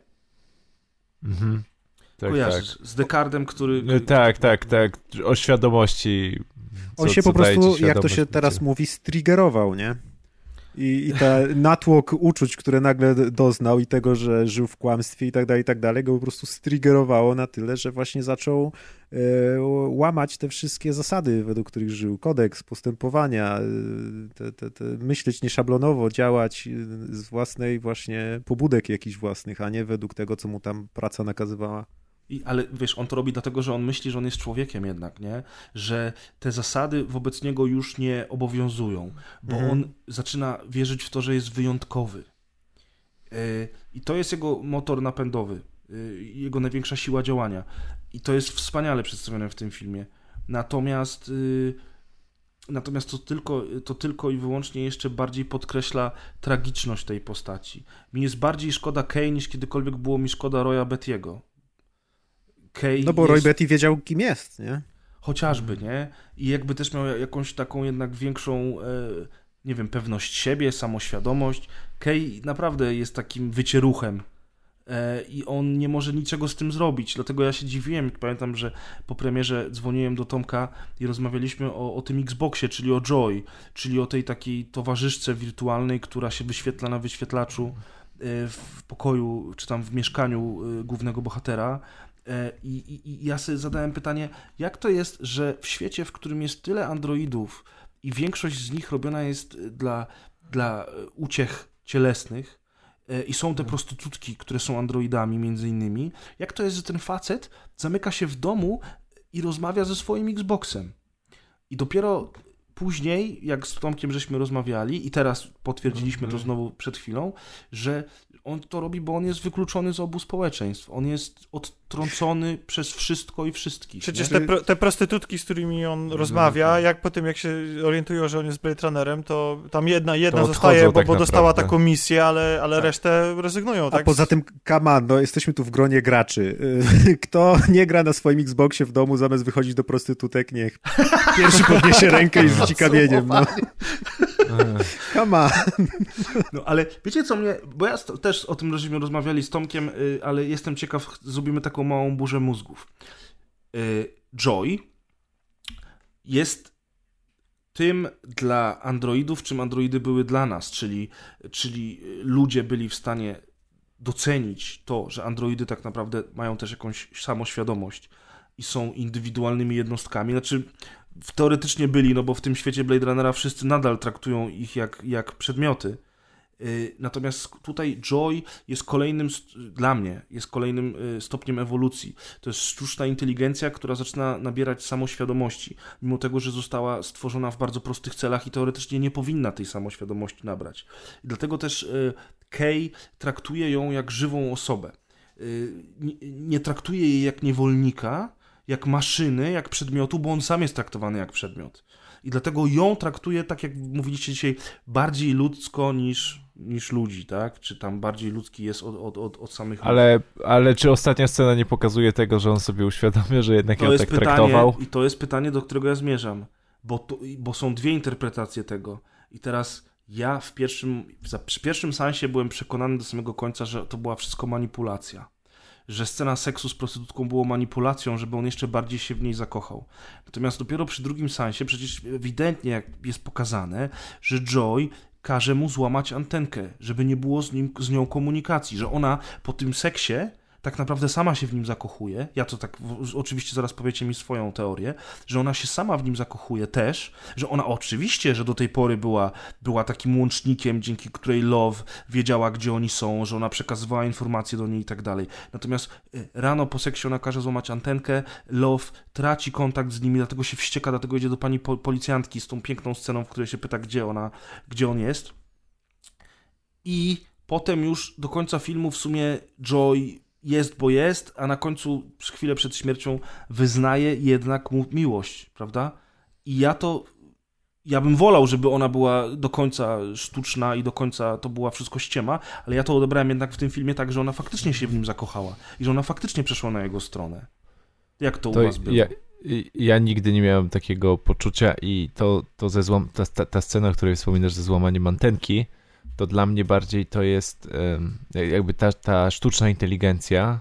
Mhm. Tak, Kojarzysz, tak. z Descartem, który... No, tak, tak, tak. O świadomości. Co, On się co po prostu, jak to się bycie. teraz mówi, striggerował, nie? I, i ten natłok uczuć, które nagle doznał i tego, że żył w kłamstwie i tak dalej, i tak dalej, go po prostu striggerowało na tyle, że właśnie zaczął e, łamać te wszystkie zasady, według których żył. Kodeks postępowania, te, te, te, myśleć nieszablonowo, działać z własnej właśnie pobudek jakichś własnych, a nie według tego, co mu tam praca nakazywała. I, ale wiesz, on to robi dlatego, że on myśli, że on jest człowiekiem jednak, nie? Że te zasady wobec niego już nie obowiązują, bo mhm. on zaczyna wierzyć w to, że jest wyjątkowy. Yy, I to jest jego motor napędowy, yy, jego największa siła działania. I to jest wspaniale przedstawione w tym filmie. Natomiast yy, natomiast to tylko, to tylko i wyłącznie jeszcze bardziej podkreśla tragiczność tej postaci. Mi jest bardziej szkoda Kay, niż kiedykolwiek było mi szkoda Roya Bettiego. Kay no bo jest... Roy Batty wiedział, kim jest, nie? Chociażby, nie? I jakby też miał jakąś taką jednak większą, e, nie wiem, pewność siebie, samoświadomość. Kay naprawdę jest takim wycieruchem e, i on nie może niczego z tym zrobić. Dlatego ja się dziwiłem. Pamiętam, że po premierze dzwoniłem do Tomka i rozmawialiśmy o, o tym Xboxie, czyli o Joy, czyli o tej takiej towarzyszce wirtualnej, która się wyświetla na wyświetlaczu e, w pokoju, czy tam w mieszkaniu e, głównego bohatera. I, i, I ja sobie zadałem pytanie, jak to jest, że w świecie, w którym jest tyle androidów i większość z nich robiona jest dla, dla uciech cielesnych i są te prostytutki, które są androidami między innymi, jak to jest, że ten facet zamyka się w domu i rozmawia ze swoim Xboxem? I dopiero później, jak z Tomkiem żeśmy rozmawiali i teraz potwierdziliśmy to znowu przed chwilą, że on to robi, bo on jest wykluczony z obu społeczeństw. On jest odtrącony przez wszystko i wszystkich. Przecież te, pro, te prostytutki, z którymi on no, rozmawia, no, jak potem jak się orientują, że on jest Blade Runnerem, to tam jedna, jedna to zostaje, bo, tak bo dostała taką misję, ale, ale tak. resztę rezygnują. Tak? A poza tym, come on, no, jesteśmy tu w gronie graczy. Kto nie gra na swoim Xboxie w domu, zamiast wychodzić do prostytutek, niech pierwszy podniesie rękę i rzuci kamieniem. No. Come on. No ale wiecie co mnie, bo ja też o tym żeśmy rozmawiali z Tomkiem, ale jestem ciekaw, zrobimy taką małą burzę mózgów. Joy jest tym dla androidów, czym androidy były dla nas, czyli, czyli ludzie byli w stanie docenić to, że androidy tak naprawdę mają też jakąś samoświadomość i są indywidualnymi jednostkami. Znaczy teoretycznie byli, no bo w tym świecie Blade Runnera wszyscy nadal traktują ich jak, jak przedmioty. Natomiast tutaj Joy jest kolejnym, dla mnie, jest kolejnym stopniem ewolucji. To jest sztuczna inteligencja, która zaczyna nabierać samoświadomości, mimo tego, że została stworzona w bardzo prostych celach i teoretycznie nie powinna tej samoświadomości nabrać. I dlatego też Kay traktuje ją jak żywą osobę. Nie, nie traktuje jej jak niewolnika, jak maszyny, jak przedmiotu, bo on sam jest traktowany jak przedmiot. I dlatego ją traktuje, tak jak mówiliście dzisiaj, bardziej ludzko niż, niż ludzi, tak? Czy tam bardziej ludzki jest od, od, od, od samych ale, ludzi. Ale czy ostatnia scena nie pokazuje tego, że on sobie uświadamia, że jednak to ją tak pytanie, traktował? I to jest pytanie, do którego ja zmierzam, bo, to, bo są dwie interpretacje tego. I teraz ja w pierwszym, przy pierwszym seansie byłem przekonany do samego końca, że to była wszystko manipulacja. Że scena seksu z prostytutką było manipulacją, żeby on jeszcze bardziej się w niej zakochał. Natomiast dopiero przy drugim seansie przecież ewidentnie jest pokazane, że Joy każe mu złamać antenkę, żeby nie było z, nim, z nią komunikacji, że ona po tym seksie tak naprawdę sama się w nim zakochuje. Ja to tak, w, oczywiście zaraz powiecie mi swoją teorię, że ona się sama w nim zakochuje też, że ona oczywiście, że do tej pory była, była takim łącznikiem, dzięki której Love wiedziała, gdzie oni są, że ona przekazywała informacje do niej i tak dalej. Natomiast rano po seksie ona każe złamać antenkę, Love traci kontakt z nimi, dlatego się wścieka, dlatego idzie do pani po, policjantki z tą piękną sceną, w której się pyta, gdzie ona, gdzie on jest. I potem już do końca filmu w sumie Joy jest, bo jest, a na końcu, chwilę przed śmiercią, wyznaje jednak mu miłość, prawda? I ja to, ja bym wolał, żeby ona była do końca sztuczna i do końca to była wszystko ściema, ale ja to odebrałem jednak w tym filmie tak, że ona faktycznie się w nim zakochała i że ona faktycznie przeszła na jego stronę. Jak to, to u was było? Ja, ja nigdy nie miałem takiego poczucia i to, to ze złam, ta, ta, ta scena, o której wspominasz, ze złamaniem antenki, to dla mnie bardziej to jest jakby ta, ta sztuczna inteligencja,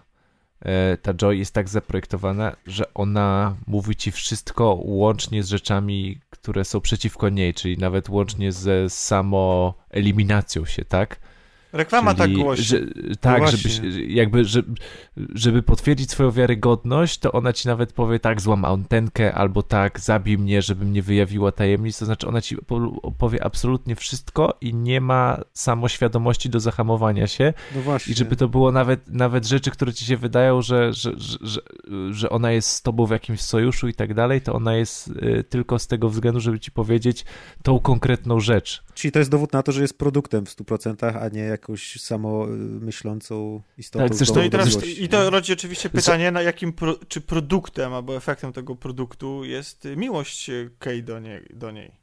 ta Joy jest tak zaprojektowana, że ona mówi ci wszystko łącznie z rzeczami, które są przeciwko niej, czyli nawet łącznie ze samoeliminacją się, tak? Reklama Czyli, tak głosi. Że, tak, no żeby, jakby, żeby, żeby potwierdzić swoją wiarygodność, to ona ci nawet powie tak, złam antenkę, albo tak, zabij mnie, żebym nie wyjawiła tajemnic, to znaczy ona ci powie absolutnie wszystko i nie ma samoświadomości do zahamowania się. No właśnie. I żeby to było nawet, nawet rzeczy, które ci się wydają, że, że, że, że, że ona jest z tobą w jakimś sojuszu i tak dalej, to ona jest y, tylko z tego względu, żeby ci powiedzieć tą konkretną rzecz. Czyli to jest dowód na to, że jest produktem w stu procentach, a nie jakąś samomyślącą istotą. Tak, zresztą No i, teraz, miłości, i to nie? rodzi oczywiście pytanie, na jakim pro, czy produktem albo efektem tego produktu jest miłość Kay do, nie, do niej.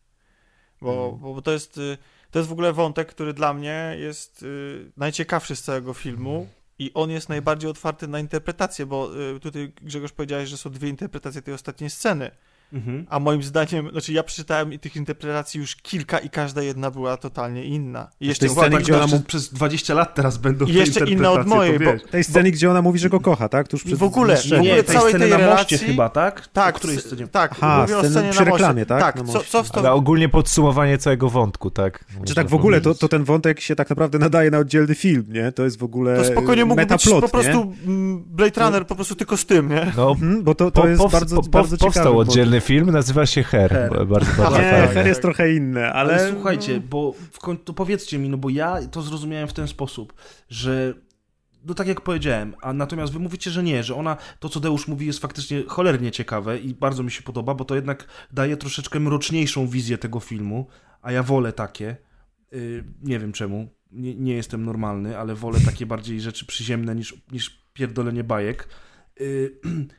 Bo, Mhm. bo to jest, to jest w ogóle wątek, który dla mnie jest najciekawszy z całego filmu i on jest najbardziej otwarty na interpretację, bo tutaj Grzegorz powiedziałeś, że są dwie interpretacje tej ostatniej sceny. Mhm. A moim zdaniem, znaczy ja przeczytałem tych interpretacji już kilka i każda jedna była totalnie inna. I jeszcze, tej scenie, Uwaga, gdzie ona przez, mu- przez dwadzieścia lat teraz będą I te jeszcze inna od interpretacje, mojej, to bo- wiesz. Tej scenie, gdzie ona mówi, że go kocha, tak? Tuż przed w ogóle, w zniszczeniem. ogóle Nie, tej całej sceny tej na relacji... moście chyba, tak? Tak, O której c- scenie? tak, Aha, mówię o sceny scenie przy na moście. reklamie, tak? Tak, Na co, moście. co w to... Ale ogólnie podsumowanie całego wątku, tak? Czy Można tak w ogóle, to, powiedzieć. to ten wątek się tak naprawdę nadaje na oddzielny film, nie? To jest w ogóle To spokojnie mógł być metaplot, po prostu nie? mm, Blade Runner po prostu tylko z tym, nie? No, Mhm, bo to, to po, jest pow, bardzo, po, po, bardzo ciekawy powstał motyw. oddzielny film, nazywa się Her. Her. Bardzo, bardzo Aha, Nie, fajny. Her jest trochę inny, ale... Ale słuchajcie, bo w końcu to powiedzcie mi, no bo ja to zrozumiałem w ten sposób, że no tak jak powiedziałem, a natomiast wy mówicie, że nie, że ona, to co Deusz mówi jest faktycznie cholernie ciekawe i bardzo mi się podoba, bo to jednak daje troszeczkę mroczniejszą wizję tego filmu, a ja wolę takie, yy, nie wiem czemu, nie, nie jestem normalny, ale wolę takie bardziej rzeczy przyziemne niż, niż pierdolenie bajek. Yy,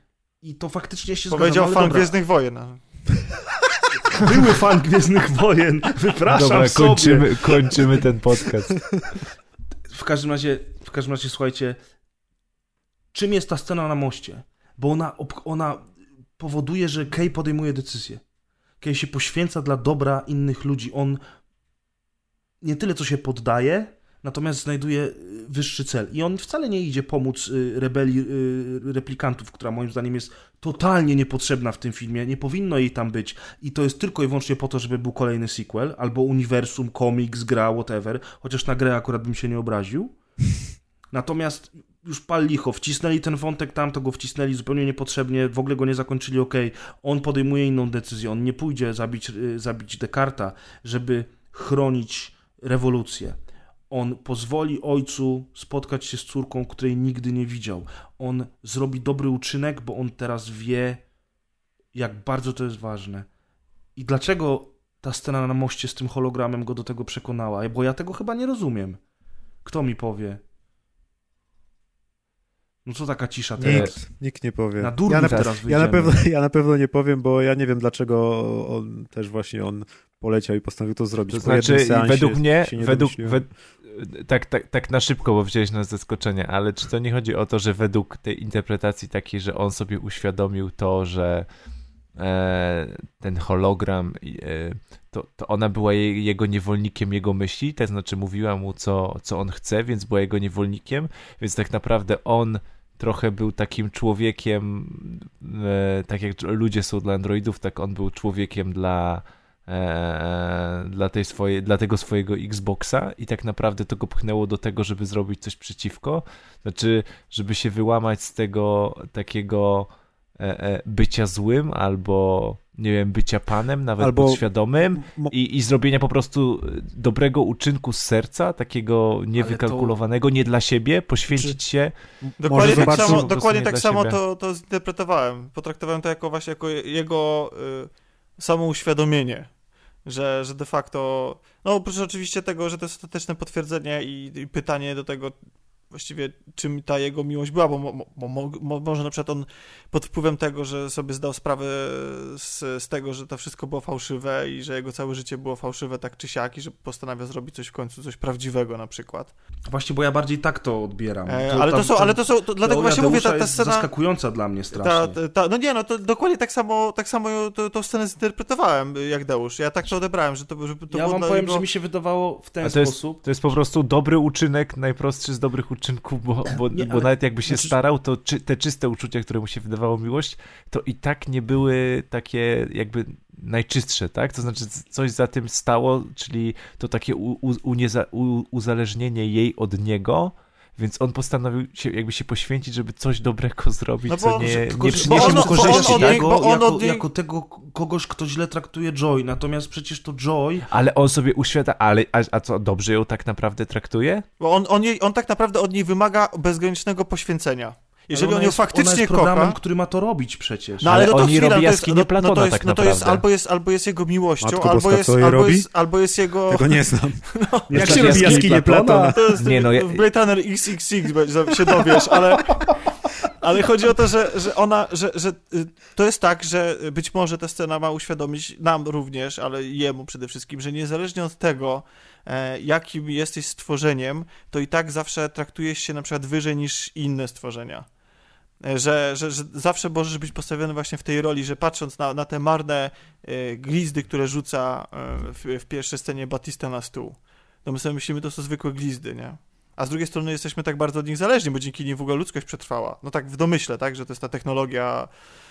I to faktycznie się zgadza. Powiedział ale fan dobra. Gwiezdnych Wojen. a- Były fan Gwiezdnych Wojen, wypraszam Dobra, sobie. kończymy, kończymy ten podcast. W każdym razie, w każdym razie, słuchajcie, czym jest ta scena na moście? Bo ona, ob- ona powoduje, że Kay podejmuje decyzję. Kay się poświęca dla dobra innych ludzi. On nie tyle, co się poddaje, natomiast znajduje y, wyższy cel. I on wcale nie idzie pomóc y, rebelii y, replikantów, która moim zdaniem jest totalnie niepotrzebna w tym filmie. Nie powinno jej tam być. I to jest tylko i wyłącznie po to, żeby był kolejny sequel, albo uniwersum, komiks, gra, whatever. Chociaż na grę akurat bym się nie obraził. Natomiast już pal licho, wcisnęli ten wątek tam, to go wcisnęli zupełnie niepotrzebnie, w ogóle go nie zakończyli, okej. On podejmuje inną decyzję, on nie pójdzie zabić, y, zabić Descartesa, żeby chronić rewolucję. On pozwoli ojcu spotkać się z córką, której nigdy nie widział. On zrobi dobry uczynek, bo on teraz wie, jak bardzo to jest ważne. I dlaczego ta scena na moście z tym hologramem go do tego przekonała? Bo ja tego chyba nie rozumiem. Kto mi powie? No co taka cisza teraz? Nikt, nikt nie powie. Na durniów ja, na, teraz ja, wyjdziemy. na pewno, ja na pewno nie powiem, bo ja nie wiem, dlaczego on też właśnie on poleciał i postanowił to zrobić. To Po jednym znaczy, seansie według mnie, się nie według, domyśliłem. wed, tak, tak, tak na szybko, bo wziąłeś nas zaskoczenie, ale czy to nie chodzi o to, że według tej interpretacji takiej, że on sobie uświadomił to, że e, ten hologram, e, to, to ona była jej, jego niewolnikiem jego myśli, to znaczy mówiła mu, co, co on chce, więc była jego niewolnikiem, więc tak naprawdę on trochę był takim człowiekiem, e, tak jak ludzie są dla androidów, tak on był człowiekiem dla e, dla, tej swojej, dla tego swojego Xboxa i tak naprawdę to go pchnęło do tego, żeby zrobić coś przeciwko, znaczy, żeby się wyłamać z tego takiego e, e, bycia złym albo nie wiem, bycia panem, nawet Albo podświadomym mo- i, i zrobienia po prostu dobrego uczynku z serca, takiego niewykalkulowanego, to... nie dla siebie, poświęcić się. Dokładnie tak zobaczyć, samo, dokładnie tak samo siebie. to, to zinterpretowałem. Potraktowałem to jako właśnie jako jego y, samouświadomienie, że, że de facto, no oprócz oczywiście tego, że to jest ostateczne potwierdzenie i, i pytanie do tego, właściwie czym ta jego miłość była, bo, mo, mo, mo, może na przykład on pod wpływem tego, że sobie zdał sprawę z, z tego, że to wszystko było fałszywe i że jego całe życie było fałszywe tak czy siak i że postanawia zrobić coś w końcu, coś prawdziwego na przykład. Właśnie, bo ja bardziej tak to odbieram. E, to, ale, ta, to są, ta, ale to są, to, dlatego właśnie mówię, ta, ta jest scena... zaskakująca dla mnie strasznie. Ta, ta, ta, no nie, no to dokładnie tak samo, tak samo to, tą scenę zinterpretowałem jak Deusz. Ja tak to odebrałem, że to, że to ja było wam dla powiem, jego... że mi się wydawało w ten A to jest, sposób. to jest po prostu dobry uczynek, najprostszy z dobrych uczynków, bo, bo, Nie, bo ale- nawet jakby się znaczy- starał, to czy, te czyste uczucia, które mu się wydawało miłość, to i tak nie były takie jakby najczystsze, tak? To znaczy coś za tym stało, czyli to takie u, u, unieza, u, uzależnienie jej od niego, więc on postanowił się, jakby się poświęcić, żeby coś dobrego zrobić, No bo- co nie, Tylko, nie że- przyniesie bo on- mu bo korzyści, on- tak? jego, bo on jako, od niej- jako tego kogoś, kto źle traktuje Joy, natomiast przecież to Joy... Ale on sobie uświadamia, ale a, a co, dobrze ją tak naprawdę traktuje? Bo on, on, jej, on tak naprawdę od niej wymaga bezgranicznego poświęcenia. Jeżeli Ale on ona ją jest, ona faktycznie jest programem, kocha... który ma to robić przecież. No ale, Ale no to on jej chwila, robi no to jest, jaskinię no, no Platona to jest, tak no to jest naprawdę. albo jest, albo jest jego miłością, Matko albo Boska, jest, co jej albo, robi? jest, albo jest jego... Tego nie znam. Jak się się robi robi jaskinie Platona? To jest Nie, no ja- w Blade Runner X X X będzie- się dowiesz, ale... Ale chodzi o to, że, że ona, że, że y, to jest tak, że być może ta scena ma uświadomić nam również, ale jemu przede wszystkim, że niezależnie od tego, e, jakim jesteś stworzeniem, to i tak zawsze traktujesz się na przykład wyżej niż inne stworzenia. E, Że, że, że zawsze możesz być postawiony właśnie w tej roli, że patrząc na, na te marne e, glizdy, które rzuca e, w, w pierwszej scenie Batista na stół, to my sobie myślimy, to są zwykłe glizdy, nie? A z drugiej strony jesteśmy tak bardzo od nich zależni, bo dzięki nim w ogóle ludzkość przetrwała. No tak w domyśle, tak, że to jest ta technologia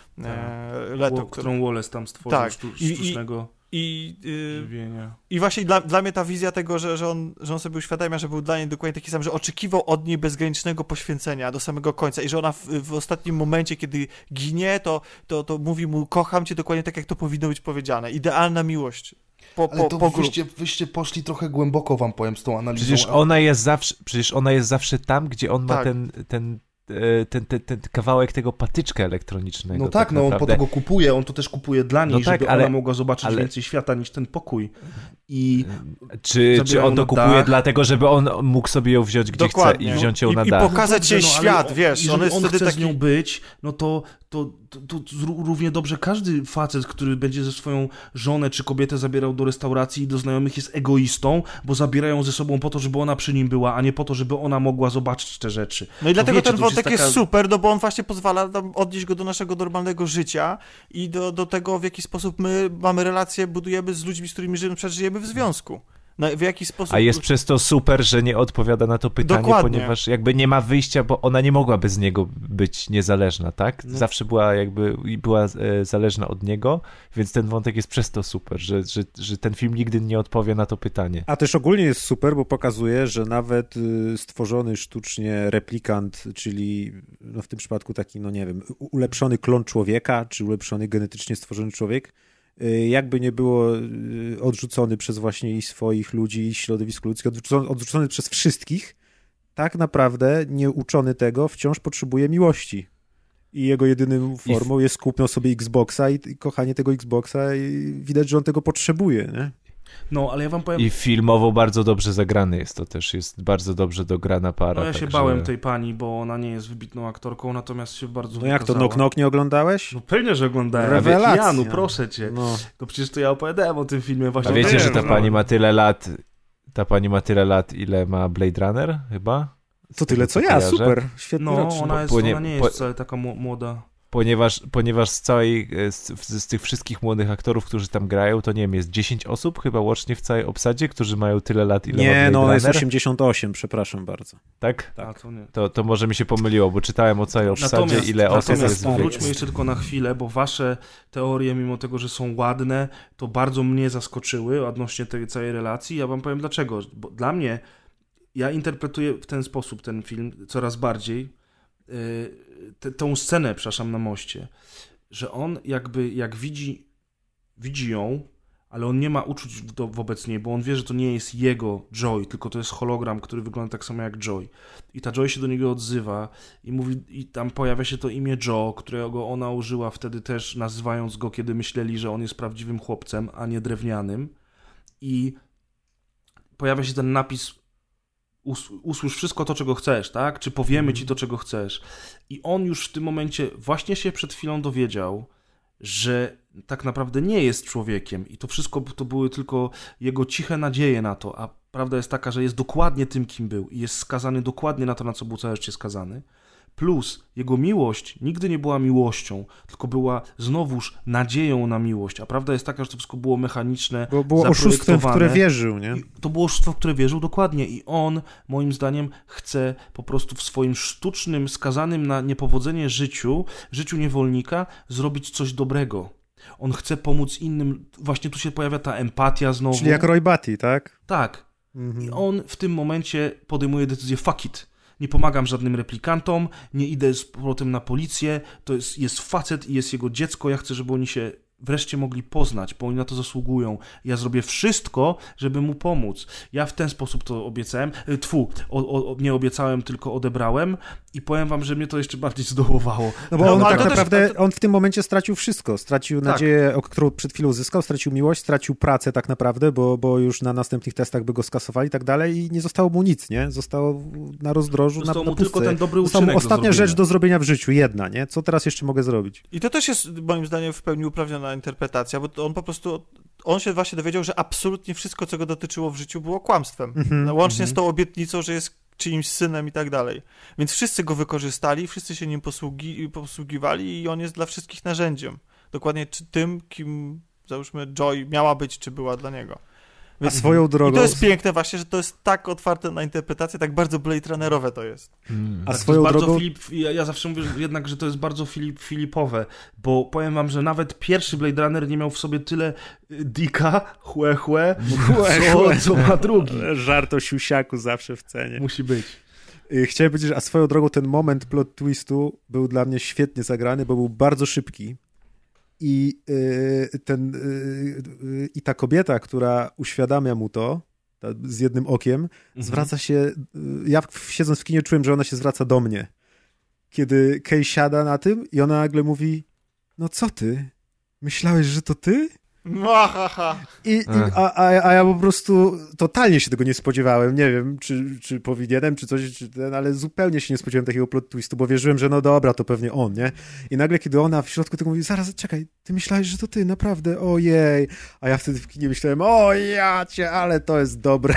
e, Leto, Wo- która... którą Wallace tam stworzył, Tak. sztu- I- i- sztucznego I, y, żywienia. I właśnie dla, dla mnie ta wizja tego, że, że, on, że on sobie uświadamia, że był dla niej dokładnie taki sam, że oczekiwał od niej bezgranicznego poświęcenia do samego końca i że ona w, w ostatnim momencie, kiedy ginie, to, to, to mówi mu, kocham cię dokładnie tak, jak to powinno być powiedziane. Idealna miłość. Po, Ale po, to po grób. wyście, wyście poszli trochę głęboko, wam powiem, z tą analizą. Przecież ona jest zawsze, przecież ona jest zawsze tam, gdzie on ma Tak. ten, ten, e, ten, ten, ten kawałek tego patyczka elektronicznego. No tak, no on po naprawdę. to go kupuje, on to też kupuje dla niej, No tak, żeby ale- ona mogła zobaczyć ale- więcej świata niż ten pokój. I Czy, czy zabierają on to na kupuje dach. dlatego, żeby on mógł sobie ją wziąć gdzie Dokładnie. chce i wziąć ją I- na i dach? poka- Pokazać jej ale świat, wiesz, jeżeli on jest on wtedy chce taki- z nią być, no to, to, to, to zró- równie dobrze każdy facet, który będzie ze swoją żonę czy kobietę zabierał do restauracji i do znajomych, jest egoistą, bo zabierają ze sobą po to, żeby ona przy nim była, a nie po to, żeby ona mogła zobaczyć te rzeczy. No i dlatego wiecie, ten to już wątek jest jest, taka- super, no bo on właśnie pozwala nam odnieść go do naszego normalnego życia i do, do tego, w jaki sposób my mamy relacje, budujemy z ludźmi, z którymi żyjemy, przecież żyjemy w związku. No, w jaki sposób... A jest przez to super, że nie odpowiada na to pytanie, Dokładnie. ponieważ jakby nie ma wyjścia, bo ona nie mogła bez niego być niezależna, tak? No. Zawsze była jakby była e, zależna od niego, więc ten wątek jest przez to super, że, że, że ten film nigdy nie odpowie na to pytanie. A też ogólnie jest super, bo pokazuje, że nawet y, stworzony sztucznie replikant, czyli no w tym przypadku taki, no nie wiem, u- ulepszony klon człowieka, czy ulepszony genetycznie stworzony człowiek, y, jakby nie było y, odrzucony przez właśnie i swoich ludzi, i środowisko ludzkie, odrzucony, odrzucony przez wszystkich, tak naprawdę nieuczony tego wciąż potrzebuje miłości. I jego jedyną formą jest kupno sobie Xboxa i, i kochanie tego Xboxa i widać, że on tego potrzebuje, nie? No, ale ja wam powiem, I filmowo bardzo dobrze zagrany jest to też, jest bardzo dobrze dograna para. no ja się także... bałem tej pani, bo ona nie jest wybitną aktorką, natomiast się bardzo No jak to, wykazała. Knock Knock nie oglądałeś? No pewnie, że oglądałem. Rewelacja. Janu, proszę cię. No. No przecież to ja opowiadałem o tym filmie właśnie. A wiecie, Wiem, że ta no. pani ma tyle lat, ta pani ma tyle lat, ile ma Blade Runner chyba? To tyle co ja, kojarzę. super, świetny No, rocznik. ona, jest, Płynie- ona nie po- jest wcale taka mł- młoda. Ponieważ, ponieważ z całej, z, z tych wszystkich młodych aktorów, którzy tam grają, to nie wiem, jest dziesięć osób chyba łącznie w całej obsadzie, którzy mają tyle lat, ile nie, ma Blade no Runner. jest osiemdziesiąt osiem, przepraszam bardzo. Tak? A, to, nie. To, to może mi się pomyliło, bo czytałem o całej obsadzie, Natomiast, ile osób natomiast jest w wróćmy jeszcze tylko na chwilę, bo wasze teorie, mimo tego, że są ładne, to bardzo mnie zaskoczyły odnośnie tej całej relacji. Ja wam powiem dlaczego. Bo dla mnie, ja interpretuję w ten sposób ten film coraz bardziej, yy, te, tą scenę, przepraszam, na moście, że on jakby, jak widzi, widzi ją, ale on nie ma uczuć do, wobec niej, bo on wie, że to nie jest jego Joy, tylko to jest hologram, który wygląda tak samo jak Joy. I ta Joy się do niego odzywa i mówi, i tam pojawia się to imię Joe, którego ona użyła wtedy też, nazywając go, kiedy myśleli, że on jest prawdziwym chłopcem, a nie drewnianym. I pojawia się ten napis us, usłysz wszystko to, czego chcesz, tak? Czy powiemy ci to, czego chcesz. I on już w tym momencie właśnie się przed chwilą dowiedział, że tak naprawdę nie jest człowiekiem i to wszystko to były tylko jego ciche nadzieje na to, a prawda jest taka, że jest dokładnie tym, kim był i jest skazany dokładnie na to, na co był całe życie skazany. Plus jego miłość nigdy nie była miłością, tylko była znowuż nadzieją na miłość, a prawda jest taka, że to wszystko było mechaniczne, Bo było oszustwem, w które wierzył, nie? I to było oszustwo, w które wierzył dokładnie i on, moim zdaniem, chce po prostu w swoim sztucznym, skazanym na niepowodzenie życiu, życiu niewolnika, zrobić coś dobrego. On chce pomóc innym, właśnie tu się pojawia ta empatia znowu. Czyli jak Roy Batty, tak? Tak. Mhm. I on w tym momencie podejmuje decyzję fuck it. Nie pomagam żadnym replikantom, nie idę z powrotem na policję, to jest, jest facet i jest jego dziecko, ja chcę, żeby oni się wreszcie mogli poznać, bo oni na to zasługują. Ja zrobię wszystko, żeby mu pomóc. Ja w ten sposób to obiecałem. Tfu, o, o, nie obiecałem, tylko odebrałem i powiem wam, że mnie to jeszcze bardziej zdołowało. No bo No, on ale tak to naprawdę, też- on w tym momencie stracił wszystko. Stracił Tak. nadzieję, o którą przed chwilą zyskał, stracił miłość, stracił pracę tak naprawdę, bo, bo już na następnych testach by go skasowali i tak dalej i nie zostało mu nic, nie? Został na rozdrożu, Został na, mu na tylko pustce. ten dobry Została mu uczynek do ostatnia zrobienia. rzecz do zrobienia w życiu, jedna, nie? Co teraz jeszcze mogę zrobić? I to też jest moim zdaniem w pełni uprawniona interpretacja, bo to on po prostu, on się właśnie dowiedział, że absolutnie wszystko, co go dotyczyło w życiu, było kłamstwem. Mhm, No, łącznie mhm. z tą obietnicą, że jest czyimś synem i tak dalej. Więc wszyscy go wykorzystali, wszyscy się nim posługi, posługiwali i on jest dla wszystkich narzędziem. Dokładnie czy tym, kim załóżmy Joy miała być, czy była dla niego. A swoją drogą... I to jest piękne właśnie, że to jest tak otwarte na interpretację, tak bardzo Blade Runnerowe to jest. Hmm. A Tak, to swoją jest bardzo drogą... Filip, ja, ja zawsze mówię że jednak, że to jest bardzo Filip, Filipowe, bo powiem wam, że nawet pierwszy Blade Runner nie miał w sobie tyle y, dika, chłe, chłe, co, co ma drugi. Żart o siusiaku zawsze w cenie. Musi być. Y, Chciałem powiedzieć, że a swoją drogą ten moment plot twistu był dla mnie świetnie zagrany, bo był bardzo szybki. I y, ten y, y, i ta kobieta, która uświadamia mu to, ta, z jednym okiem, Mhm. zwraca się, y, ja w- siedząc w kinie czułem, że ona się zwraca do mnie. Kiedy Kay siada na tym i ona nagle mówi, no co ty? Myślałeś, że to ty? Mwahaha. I, i, a, a, a ja po prostu totalnie się tego nie spodziewałem. Nie wiem, czy, czy powinienem, czy coś, czy ten, ale zupełnie się nie spodziewałem takiego plot twistu, bo wierzyłem, że no dobra, to pewnie on, nie? I nagle, kiedy ona w środku tego mówi, zaraz, czekaj, ty myślałeś, że to ty, naprawdę, ojej. A ja wtedy w kinie myślałem, o ja cię, ale to jest dobre.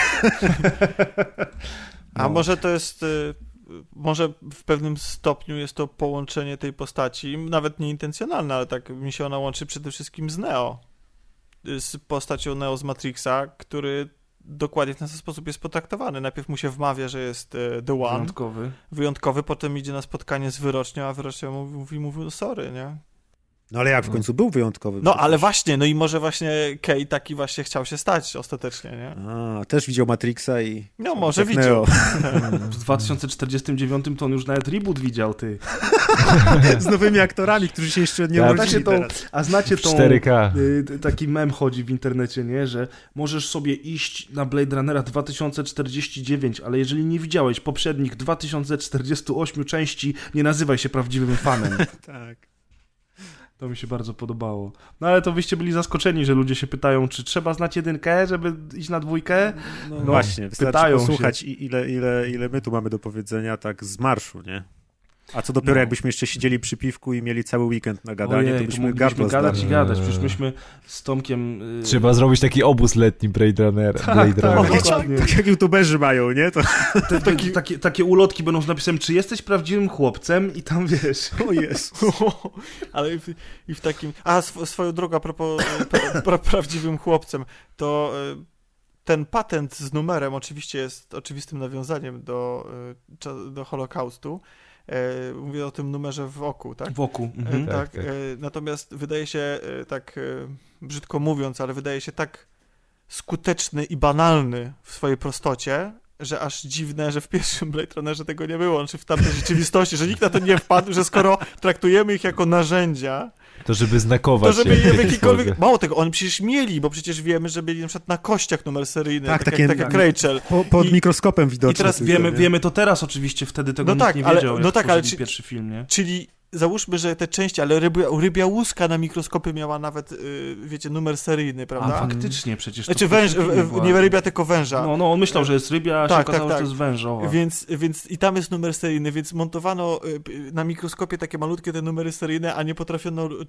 A No. może to jest, y, może w pewnym stopniu jest to połączenie tej postaci, nawet nieintencjonalne, ale tak mi się ona łączy przede wszystkim z Neo. Y, Z postacią Neo z Matrixa, który dokładnie w ten sam sposób jest potraktowany. Najpierw mu się wmawia, że jest y, The One, Wyjątkowy. wyjątkowy, potem idzie na spotkanie z wyrocznią, a wyrocznia mówi, mówi, mówi no sorry, nie? No ale jak w końcu był wyjątkowy? No przecież. ale właśnie, no i może właśnie Kay taki właśnie chciał się stać ostatecznie, nie? A, też widział Matrixa i... No może jak widział. Neo. W dwa tysiące czterdziestym dziewiątym to on już nawet reboot widział, ty. Z nowymi aktorami, którzy się jeszcze nie Tak. A urodzili znacie tą, teraz. a znacie tą cztery K. y, t- taki mem chodzi w internecie, nie? Że możesz sobie iść na Blade Runnera dwa tysiące czterdzieści dziewięć, ale jeżeli nie widziałeś poprzednich dwa tysiące czterdzieści osiem części, nie nazywaj się prawdziwym fanem. Tak. To mi się bardzo podobało. No ale to wyście byli zaskoczeni, że ludzie się pytają, czy trzeba znać jedynkę, żeby iść na dwójkę? No, No, właśnie, wystarczy pytają posłuchać, i ile, ile, ile my tu mamy do powiedzenia tak z marszu, nie? A co dopiero No. jakbyśmy jeszcze siedzieli przy piwku i mieli cały weekend na gadanie, Ojej, to byśmy moglibyśmy gardło gadać zdali. i gadać. Przecież myśmy z Tomkiem... Yy... Trzeba zrobić taki obóz letni Blade Runnera. Tak, Blade tak, Runnera. dokładnie. Tak jak youtuberzy mają, nie? To... Te, taki, takie, takie ulotki będą z napisem, czy jesteś prawdziwym chłopcem? I tam wiesz... O Jezu. Ale i w, i w takim... A, sw- swoją drogą, a propos pra, pra, prawdziwym chłopcem, to y, ten patent z numerem oczywiście jest oczywistym nawiązaniem do, y, cza- do Holokaustu. E, mówię o tym numerze w oku, tak? Wokół. E, Mhm. tak, Tak, tak. e, natomiast wydaje się, e, tak e, brzydko mówiąc, ale wydaje się tak skuteczny i banalny w swojej prostocie, że aż dziwne, że w pierwszym Blade Runnerze tego nie było, czy w tamtej rzeczywistości, że nikt na to nie wpadł, że skoro traktujemy ich jako narzędzia, To żeby znakować to żeby je w jakieś jakikolwiek... słowy. Mało tego, oni przecież mieli, bo przecież wiemy, że byli na przykład na kościach numer seryjny, Tak, tak, takie- jak, tak jak Rachel. Po, pod I- mikroskopem widoczne. i teraz tylko, Wiemy, nie? wiemy to teraz oczywiście, wtedy tego No nikt tak, nie ale- wiedział, jak no tak, ale tworzyli czy- pierwszy film, nie? Czyli załóżmy, że te części, ale rybia, rybia łuska na mikroskopie miała nawet, y, wiecie, numer seryjny, A prawda? faktycznie przecież to Znaczy w węż, pierwszym filmie była. nie rybia, tylko węża. No, no, on myślał, że jest rybia, a Tak, się okazało, tak, że to jest wężowa. Więc, więc i tam jest numer seryjny, więc montowano y, na mikroskopie takie malutkie te numery seryjne, a nie potrafiono y,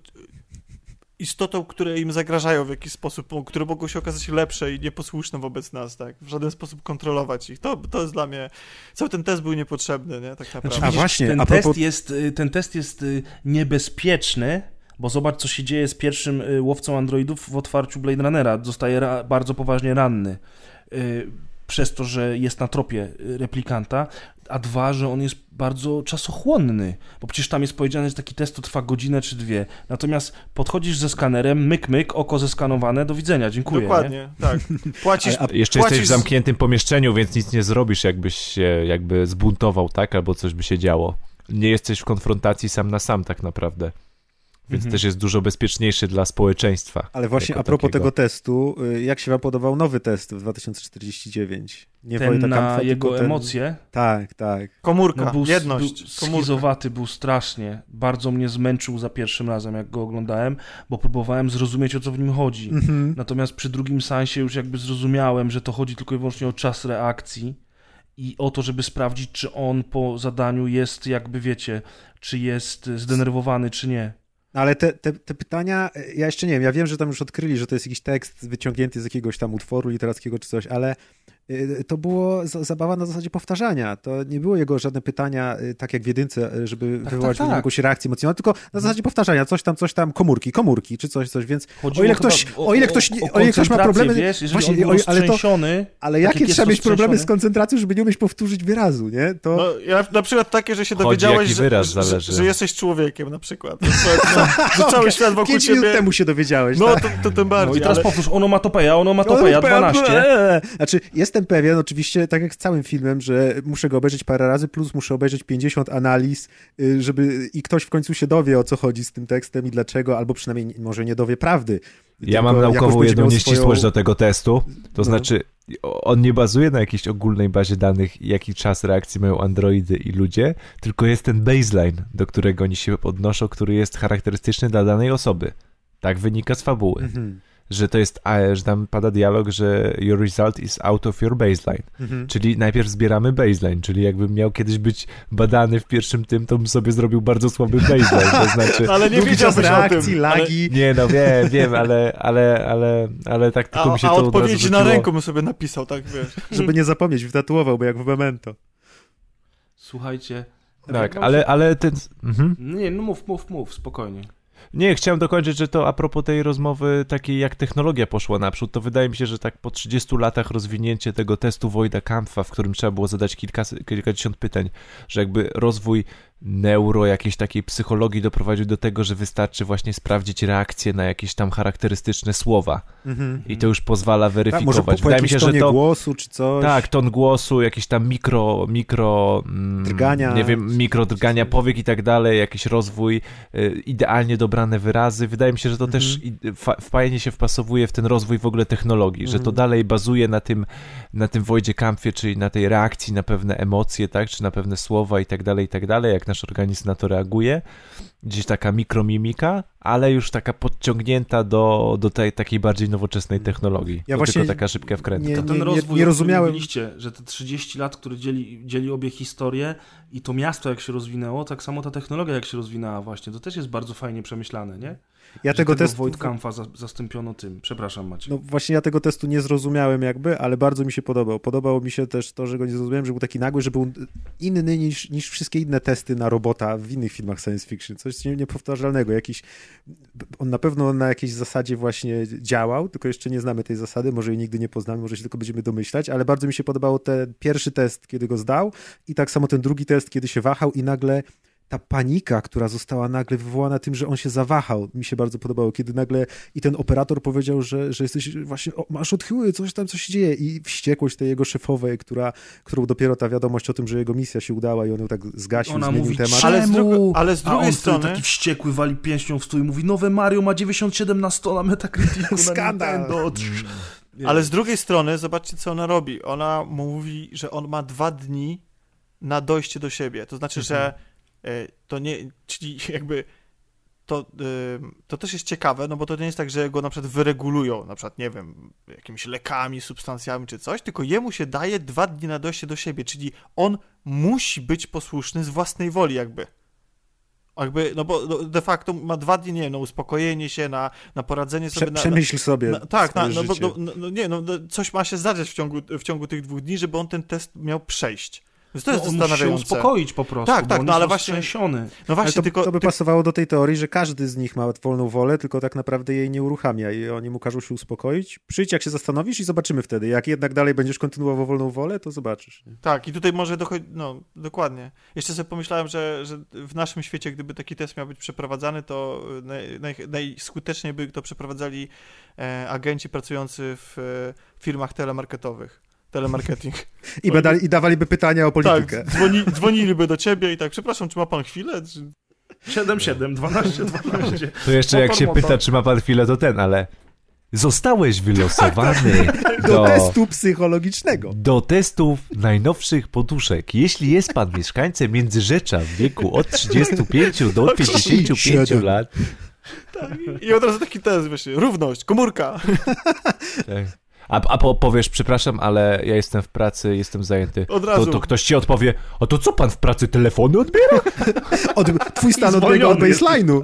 istotą, które im zagrażają w jakiś sposób, które mogą się okazać lepsze i nieposłuszne wobec nas, tak? W żaden sposób kontrolować ich. To, to jest dla mnie... Cały ten test był niepotrzebny, nie? Tak naprawdę. Znaczy, A widzisz, właśnie, ten, a test propos- jest, y, ten test jest y, niebezpieczny, bo zobacz, co się dzieje z pierwszym y, łowcą androidów w otwarciu Blade Runnera. Zostaje ra- bardzo poważnie ranny. Y, przez to, że jest na tropie y, replikanta, a dwa, że on jest bardzo czasochłonny, bo przecież tam jest powiedziane, że taki test to trwa godzinę czy dwie. Natomiast podchodzisz ze skanerem, myk, myk, oko zeskanowane, do widzenia, dziękuję. Dokładnie, Nie? tak. Płacisz... A- a Jeszcze płacisz... jesteś w zamkniętym pomieszczeniu, więc nic nie zrobisz, jakbyś się jakby zbuntował, tak? Albo coś by się działo. Nie jesteś w konfrontacji sam na sam tak naprawdę. Więc Mhm. też jest dużo bezpieczniejszy dla społeczeństwa. Ale właśnie jako a propos takiego. tego testu, y, jak się wam podobał nowy test w dwa tysiące czterdzieści dziewięć? Nie Ten Wojta na Kampfa, jego tylko ten... emocje, Tak, tak. Komórka, no był, jedność, był komórka. schizowaty, był strasznie. Bardzo mnie zmęczył za pierwszym razem, jak go oglądałem, bo próbowałem zrozumieć, o co w nim chodzi. Mhm. Natomiast przy drugim seansie już jakby zrozumiałem, że to chodzi tylko i wyłącznie o czas reakcji i o to, żeby sprawdzić, czy on po zadaniu jest, jakby wiecie, czy jest zdenerwowany, czy nie. No ale te, te, te pytania, ja jeszcze nie wiem, ja wiem, że tam już odkryli, że to jest jakiś tekst wyciągnięty z jakiegoś tam utworu literackiego czy coś, ale y, to było za- zabawa na zasadzie powtarzania. To nie było jego żadne pytania, y, tak jak w jedynce, y, żeby Tak, wywołać tak, w nim tak. jakąś reakcję emocjonalną, tylko na zasadzie powtarzania, coś tam, coś tam, komórki, komórki, czy coś, coś, więc Chodziło o ile chyba ktoś, o ile ktoś, nie- o ile ktoś ma koncentrację, problemy, wiesz, jeżeli właśnie, on był o- ale to, roztrzęsiony, ale tak jakie jak jest trzeba mieć problemy z roztrzęsiony? koncentracją, żeby nie umieć powtórzyć wyrazu, nie? To... No, ja, na przykład takie, że się Chodzi, dowiedziałeś, jaki że, wyraz że, zależy. że jesteś człowiekiem na przykład. Na przykład no, że cały świat wokół Pięć minut ciebie... temu się dowiedziałeś, No, tak? to, to tym No bardziej, i teraz ale... powtórz, onomatopeja, onomatopeja, No, dwanaście. eee. Znaczy, jestem pewien, oczywiście, tak jak z całym filmem, że muszę go obejrzeć parę razy, plus muszę obejrzeć pięćdziesiąt analiz, y, żeby i ktoś w końcu się dowie, o co chodzi z tym tekstem i dlaczego, albo przynajmniej może nie dowie prawdy. Ja Tylko mam jakoś naukową będzie jedną miał nieścisłość swoją- do tego testu, to No. znaczy on nie bazuje na jakiejś ogólnej bazie danych, jaki czas reakcji mają androidy i ludzie, tylko jest ten baseline, do którego oni się odnoszą, który jest charakterystyczny dla danej osoby. Tak wynika z fabuły. Mhm. Że to jest, a, że tam pada dialog, że your result is out of your baseline. Mhm. Czyli najpierw zbieramy baseline, czyli jakbym miał kiedyś być badany w pierwszym tym, to bym sobie zrobił bardzo słaby baseline, to znaczy... Ale nie Długi czas wiedziałbyś o reakcji, tym. lagi. Nie no, wiem, wiem, ale, ale, ale, ale tak tylko A, mi się a to od razu odpowiedzi na rzuciło. ręku bym sobie napisał, tak wiesz. Żeby nie zapomnieć, wytatuował, bo jak w Memento. Słuchajcie. Tak, no, ale, ale ten... Mhm. Nie, no mów, mów, mów, spokojnie. Nie, chciałem dokończyć, że to a propos tej rozmowy takiej, jak technologia poszła naprzód, to wydaje mi się, że tak po trzydziestu latach rozwinięcie tego testu Wojda Kampfa, w którym trzeba było zadać kilka, kilkadziesiąt pytań, że jakby rozwój neuro, jakiejś takiej psychologii doprowadził do tego, że wystarczy właśnie sprawdzić reakcję na jakieś tam charakterystyczne słowa. Mhm. I to już pozwala Tak, może weryfikować. po, po Wydaje mi jakimś się, że tonie to... głosu czy coś. Tak, ton głosu, jakieś tam mikro, mikro mm, Drgania. nie wiem, mikro drgania powiek i tak dalej, jakiś rozwój, y, idealnie dobrane wyrazy. Wydaje mi się, że to Mhm. też i- fa- fajnie się wpasowuje w ten rozwój w ogóle technologii, że to Mhm. dalej bazuje na tym, na tym Wojdzie Kampfie, czyli na tej reakcji na pewne emocje, tak, czy na pewne słowa i tak dalej, i tak dalej, jak nasz organizm na to reaguje. gdzieś taka mikromimika, ale już taka podciągnięta do, do tej takiej bardziej nowoczesnej technologii. Ja to właśnie tylko taka szybka wkrętka. nie- Ten rozwój, nie o którym rozumiałem. mówiliście, że te trzydzieści lat, które dzieli, dzieli obie historie i to miasto jak się rozwinęło, tak samo ta technologia jak się rozwinęła właśnie, to też jest bardzo fajnie przemyślane, nie? Ja Że tego tego testu... Wojtkampfa za, zastąpiono tym. Przepraszam, Maciek. No właśnie ja tego testu nie zrozumiałem jakby, ale bardzo mi się podobał. Podobało mi się też to, że go nie zrozumiałem, że był taki nagły, że był inny niż, niż wszystkie inne testy na robota w innych filmach science fiction. Coś nie- niepowtarzalnego. Jakiś, on na pewno na jakiejś zasadzie właśnie działał, tylko jeszcze nie znamy tej zasady, może jej nigdy nie poznamy, może się tylko będziemy domyślać, ale bardzo mi się podobał ten pierwszy test, kiedy go zdał i tak samo ten drugi test, kiedy się wahał i nagle ta panika, która została nagle wywołana tym, że on się zawahał, mi się bardzo podobało, kiedy nagle i ten operator powiedział, że, że jesteś właśnie, o, masz odchyły, coś tam, coś się dzieje i wściekłość tej jego szefowej, która, którą dopiero ta wiadomość o tym, że jego misja się udała i on ją tak zgasił, Ona zmienił mówi, temat. czemu? Ale z dru- ale z A drugiej on wtedy strony- taki wściekły wali pięścią w stół i mówi, nowe Mario ma dziewięćdziesiąt siedem na sto na Metacriticu na Skandal. Nintendo. Nie. Ale z drugiej strony, zobaczcie, co ona robi. Ona mówi, że on ma dwa dni na dojście do siebie. To znaczy, że e, to nie, czyli jakby to, e, to też jest ciekawe, no bo to nie jest tak, że go na przykład wyregulują, na przykład, nie wiem, jakimiś lekami, substancjami czy coś, tylko jemu się daje dwa dni na dojście do siebie, czyli on musi być posłuszny z własnej woli jakby. Jakby, no bo no, de facto ma dwa dni, nie wiem, na uspokojenie się, na, na poradzenie sobie. Prze- na, przemyśl sobie na, tak, na, swoje no, bo, życie. no, no, nie, no, no, coś ma się zdarzyć w ciągu, w ciągu tych dwóch dni, żeby on ten test miał przejść. Więc to jest No, on musi się zastanawiające. uspokoić po prostu, Tak, bo tak, on no jest ale właśnie- roztrzęsiony. No Ale właśnie, to, tylko... to by ty- pasowało do tej teorii, że każdy z nich ma wolną wolę, tylko tak naprawdę jej nie uruchamia i oni mu każą się uspokoić. Przyjdź, jak się zastanowisz i zobaczymy wtedy. Jak jednak dalej będziesz kontynuował wolną wolę, to zobaczysz. Nie? Tak, i tutaj może dochodzi, no dokładnie. Jeszcze sobie pomyślałem, że, że w naszym świecie, gdyby taki test miał być przeprowadzany, to naj, naj, najskuteczniej by to przeprowadzali e, agenci pracujący w e, firmach telemarketowych. Telemarketing. I, badali, I dawaliby pytania o politykę. Tak, dzwoni, dzwoniliby do ciebie i tak, przepraszam, czy ma pan chwilę? Czy... siedem siedem, dwanaście dwanaście. To jeszcze jak się pyta, czy ma pan chwilę, to ten, ale zostałeś wylosowany Do do, testu psychologicznego. do testów najnowszych poduszek. Jeśli jest pan mieszkańcem Międzyrzecza w wieku od trzydziestu pięciu do pięćdziesięciu pięciu lat, I od razu taki test właśnie, równość, komórka. tak. A, a po, powiesz, przepraszam, ale ja jestem w pracy, jestem zajęty. Od razu. To, to ktoś ci odpowie, a to co pan w pracy telefony odbiera? Od, twój stan odbiega od Zwolniony jest. baseline'u.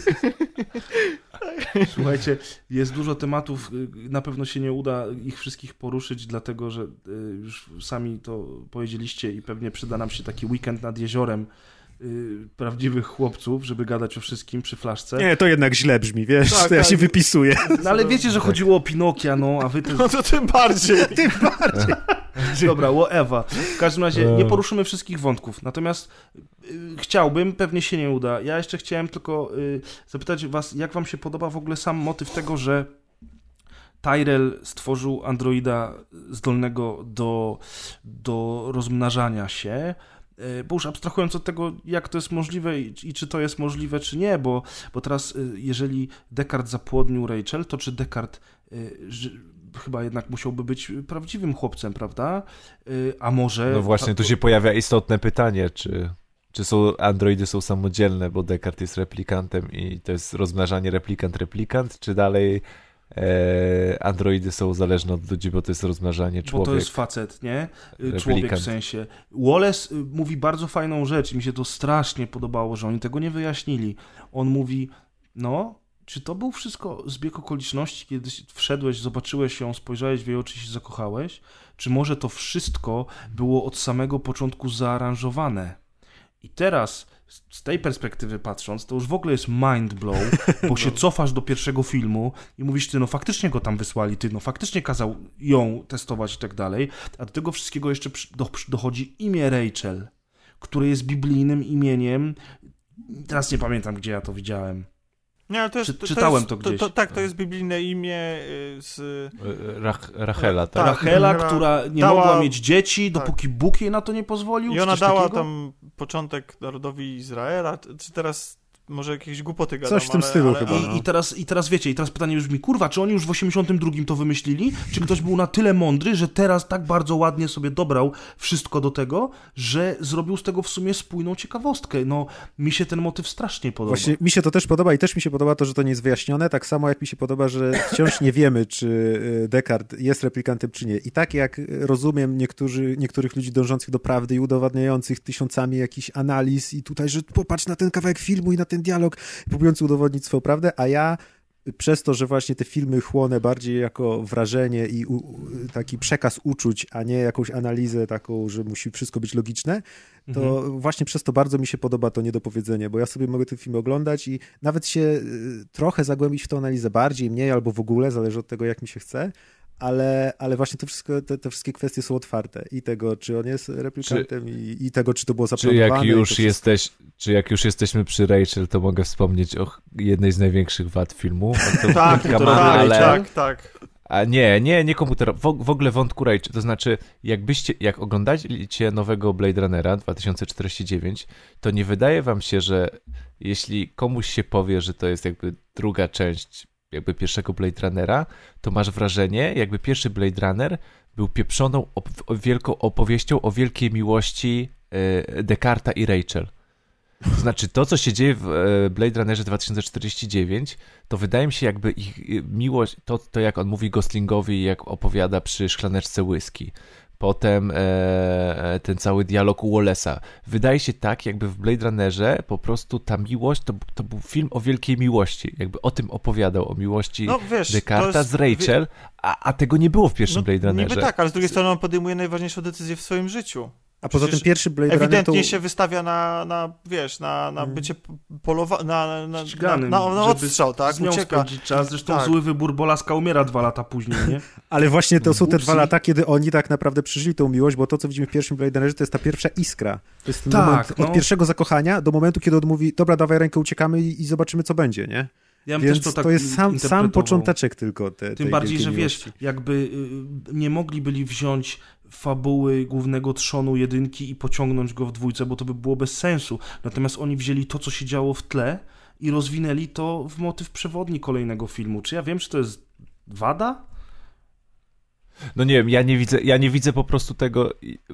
Słuchajcie, jest dużo tematów, y, na pewno się nie uda ich wszystkich poruszyć, dlatego że y, już sami to powiedzieliście i pewnie przyda nam się taki weekend nad jeziorem y, prawdziwych chłopców, żeby gadać o wszystkim przy flaszce. Nie, to jednak źle brzmi, wiesz, Tak, to ja tak. się wypisuję. No ale wiecie, że chodziło o Pinokia, no, a wy też... No to tym bardziej. Tym bardziej. Dobra, whatever. W każdym razie nie poruszymy wszystkich wątków, natomiast y, chciałbym, pewnie się nie uda. Ja jeszcze chciałem tylko y, zapytać was, jak wam się podoba w ogóle sam motyw tego, że Tyrell stworzył androida zdolnego do, do rozmnażania się, y, bo już abstrahując od tego, jak to jest możliwe i, i czy to jest możliwe, czy nie, bo, bo teraz y, jeżeli Deckard zapłodnił Rachel, to czy Deckard y, ży- chyba jednak musiałby być prawdziwym chłopcem, prawda? Yy, a może... No właśnie, tu się pojawia istotne pytanie, czy, czy są androidy są samodzielne, bo Deckard jest replikantem i to jest rozmnażanie replikant-replikant, czy dalej e, androidy są zależne od ludzi, bo to jest rozmnażanie człowiek. Bo to jest facet, nie? Yy, Replikant. Człowiek w sensie. Wallace yy, mówi bardzo fajną rzecz i mi się to strasznie podobało, że oni tego nie wyjaśnili. On mówi, no... Czy to był wszystko zbieg okoliczności, kiedy wszedłeś, zobaczyłeś ją, spojrzałeś w jej oczy i się zakochałeś? Czy może to wszystko było od samego początku zaaranżowane? I teraz, z tej perspektywy patrząc, to już w ogóle jest mind blow, bo się cofasz do pierwszego filmu i mówisz, ty, no faktycznie go tam wysłali, ty, no faktycznie kazał ją testować i tak dalej, a do tego wszystkiego jeszcze dochodzi imię Rachel, które jest biblijnym imieniem. Teraz nie pamiętam, gdzie ja to widziałem. Nie, ale to jest, Czy- to, czytałem jest, to gdzieś. To, tak, to jest biblijne imię y, z... Rach, Rachela, tak? Tak. Rachela, Rachela która nie dała- mogła mieć dzieci, tak. dopóki Bóg jej na to nie pozwolił. I czy ona coś dała takiego? tam początek narodowi Izraela, czy teraz może jakieś głupoty gadam. Coś w tym ale, stylu ale, chyba. ale... I, i, teraz, I teraz wiecie, i teraz pytanie brzmi, kurwa, czy oni już w osiemdziesiątym drugim to wymyślili? Czy ktoś był na tyle mądry, że teraz tak bardzo ładnie sobie dobrał wszystko do tego, że zrobił z tego w sumie spójną ciekawostkę? No, mi się ten motyw strasznie podoba. Właśnie mi się to też podoba i też mi się podoba to, że to nie jest wyjaśnione, tak samo jak mi się podoba, że wciąż nie wiemy, czy Descartes jest replikantem, czy nie. I tak jak rozumiem niektórzy, niektórych ludzi dążących do prawdy i udowadniających tysiącami jakichś analiz i tutaj, że popatrz na ten kawałek filmu i na ten dialog, próbujący udowodnić swoją prawdę, a ja przez to, że właśnie te filmy chłonę bardziej jako wrażenie i u, taki przekaz uczuć, a nie jakąś analizę taką, że musi wszystko być logiczne, to mhm. właśnie przez to bardzo mi się podoba to niedopowiedzenie, bo ja sobie mogę te filmy oglądać i nawet się trochę zagłębić w tę analizę bardziej, mniej albo w ogóle, zależy od tego, jak mi się chce, ale, ale właśnie to wszystko, te, te wszystkie kwestie są otwarte i tego, czy on jest replikantem czy, i, i tego, czy to było zaplanowane. Czy jak, już jesteś, czy jak już jesteśmy przy Rachel, to mogę wspomnieć o jednej z największych wad filmu. To tak, to kamery, tak, ale... tak, tak. A nie, nie, nie komputerowy. W, w ogóle wątku Rachel, to znaczy jakbyście, jak oglądacie nowego Blade Runnera dwa tysiące czterdzieści dziewięć, to nie wydaje wam się, że jeśli komuś się powie, że to jest jakby druga część jakby pierwszego Blade Runnera, to masz wrażenie, jakby pierwszy Blade Runner był pieprzoną op- wielką opowieścią o wielkiej miłości e, Descartesa i Rachel. To znaczy to, co się dzieje w e, Blade Runnerze dwa tysiące czterdzieści dziewięć, to wydaje mi się jakby ich miłość, to, to jak on mówi Goslingowi, jak opowiada przy szklaneczce whisky. Potem e, ten cały dialog u Wallace'a. Wydaje się tak, jakby w Blade Runnerze po prostu ta miłość, to, to był film o wielkiej miłości. Jakby o tym opowiadał, o miłości no, wiesz, Descartesa z Rachel, a, a tego nie było w pierwszym no, Blade Runnerze. Niby tak, ale z drugiej strony on podejmuje najważniejszą decyzję w swoim życiu. A poza tym pierwszy Blade Runner ewidentnie to... się wystawia na, na wiesz, na, na bycie polowa... na, na, ściganym, na, na, na odstrzał, tak? Z nią Ucieka. spędzić czas. Zresztą tak. zły wybór, bo Laska umiera dwa lata później, nie? Ale właśnie to są te Upsi. dwa lata, kiedy oni tak naprawdę przeżyli tą miłość, bo to, co widzimy w pierwszym Blade Runnerze, to jest ta pierwsza iskra. To jest ten tak, moment no. od pierwszego zakochania do momentu, kiedy on mówi, dobra, dawaj rękę, uciekamy i, i zobaczymy, co będzie, nie? Ja Więc też to, tak to jest sam, sam począteczek tylko te, Tym bardziej, że wiesz, jakby y, nie mogli byli wziąć fabuły głównego trzonu jedynki i pociągnąć go w dwójce, bo to by było bez sensu. Natomiast oni wzięli to, co się działo w tle i rozwinęli to w motyw przewodni kolejnego filmu. Czy ja wiem, czy to jest wada? No nie wiem, ja nie widzę, ja nie widzę po prostu tego...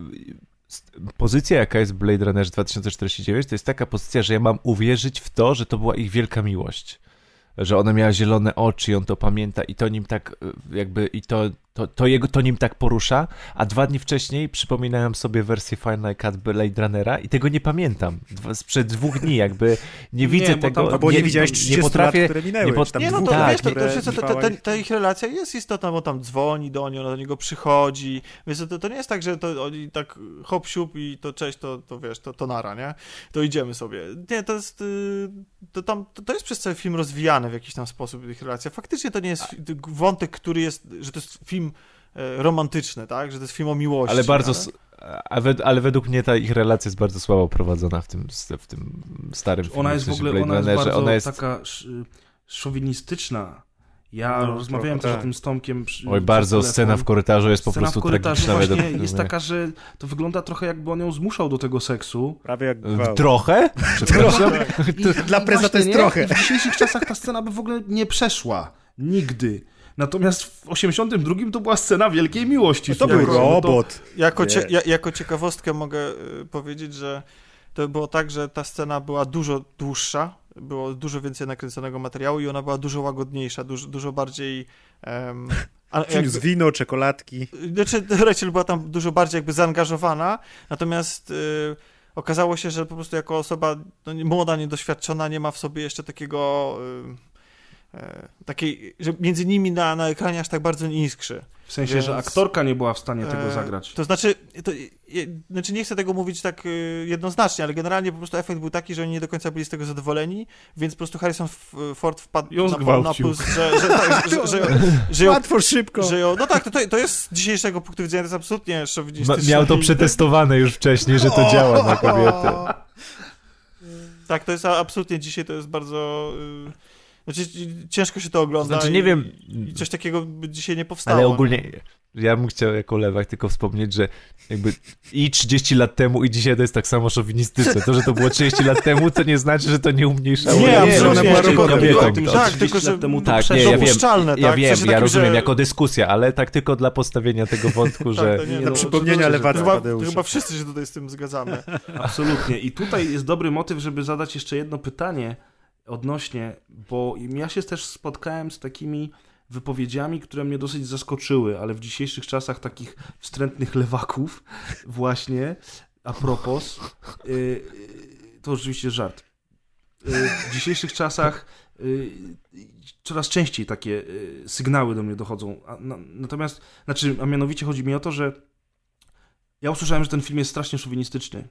Pozycja, jaka jest w Blade Runnerze dwa tysiące czterdzieści dziewięć, to jest taka pozycja, że ja mam uwierzyć w to, że to była ich wielka miłość. Że ona miała zielone oczy i on to pamięta i to nim tak jakby i to, to, to jego to nim tak porusza, a dwa dni wcześniej przypominałem sobie wersję Final Cut Blade Runnera i tego nie pamiętam. Dwa, sprzed dwóch dni jakby nie widzę nie, tego. Tam, no bo nie, nie widziałeś trzydzieści lat, które minęły. Nie, pot... nie no to tak, wiesz, to, to, które to, to, to, ta ich relacja jest istotna, bo tam dzwoni do niej, ona do niego przychodzi. Wiesz, to, to nie jest tak, że to oni tak hop siup i to cześć, to, to wiesz, to, to nara, nie? To idziemy sobie. Nie, to jest to, tam, to, to jest przez cały film rozwijane w jakiś tam sposób ich relacja. Faktycznie to nie jest wątek, który jest, że to jest film romantyczny, tak? Że to jest film o miłości. Ale bardzo... Ale... Ale według mnie ta ich relacja jest bardzo słabo prowadzona w tym, w tym starym filmie. Ona jest w ogóle ona jest bardzo ona jest... taka szowinistyczna. Ja no, rozmawiałem też tak. o tym z Tomkiem. Przy, Oj, bardzo scena w korytarzu jest scena po prostu tragiczna. Właśnie według jest taka, że to wygląda trochę jakby on ją zmuszał do tego seksu. Prawie jak gwałt. Trochę? Przepraszam. I dla preza to jest trochę. W dzisiejszych czasach ta scena by w ogóle nie przeszła. Nigdy. Natomiast w osiemdziesiątym drugim to była scena wielkiej miłości. No to był robot. To jako, cie, ja, jako ciekawostkę mogę y, powiedzieć, że to było tak, że ta scena była dużo dłuższa, było dużo więcej nakręconego materiału i ona była dużo łagodniejsza, dużo, dużo bardziej... Um, Przyniósł jakby, wino, czekoladki. Znaczy, Rachel była tam dużo bardziej jakby zaangażowana, natomiast y, okazało się, że po prostu jako osoba no, młoda, niedoświadczona nie ma w sobie jeszcze takiego... Y, takiej, że między nimi na, na ekranie aż tak bardzo nie iskrzy. W sensie, Więc, że aktorka nie była w stanie tego e, zagrać. To znaczy, to, je, znaczy nie chcę tego mówić tak y, jednoznacznie, ale generalnie po prostu efekt był taki, że oni nie do końca byli z tego zadowoleni, więc po prostu Harrison Ford wpadł ją na, na plus, że, że, tak, że, że, że, że ją, łatwo, szybko. Że ją, no tak, to, to jest z dzisiejszego punktu widzenia, to jest absolutnie szowinistyczne. Miał to przetestowane już wcześniej, że to działa na kobiety. Tak, to jest absolutnie dzisiaj, to jest bardzo... Y, Znaczy, ciężko się to ogląda znaczy, i, nie wiem, i coś takiego by dzisiaj nie powstało. Ale ogólnie Ja bym chciał jako lewak tylko wspomnieć, że jakby i trzydzieści lat temu i dzisiaj to jest tak samo szowinistyczne. To, że to było trzydzieści lat temu, to nie znaczy, że to nie umniejszało. Nie, nie, absolutnie, ona była tylko- kobietą. tylko- To- tak, tylko że temu to tak, nie, przeszło. ja wiem, dopuszczalne, ja tak? W wiem, sensie ja takim, rozumiem że- jako dyskusja, ale tak tylko dla postawienia tego wątku, że... to nie, Nie, no, no, przypomnienia oczywiście, że lewactwa. tak. Chyba, Tadeusza. chyba wszyscy się tutaj z tym zgadzamy. Absolutnie. I tutaj jest dobry motyw, żeby zadać jeszcze jedno pytanie odnośnie, bo ja się też spotkałem z takimi wypowiedziami, które mnie dosyć zaskoczyły, ale w dzisiejszych czasach takich wstrętnych lewaków właśnie, a propos, yy, to oczywiście żart. Yy, w dzisiejszych czasach yy, coraz częściej takie yy, sygnały do mnie dochodzą. A, na, natomiast, znaczy, a mianowicie chodzi mi o to, że ja usłyszałem, że ten film jest strasznie szowinistyczny.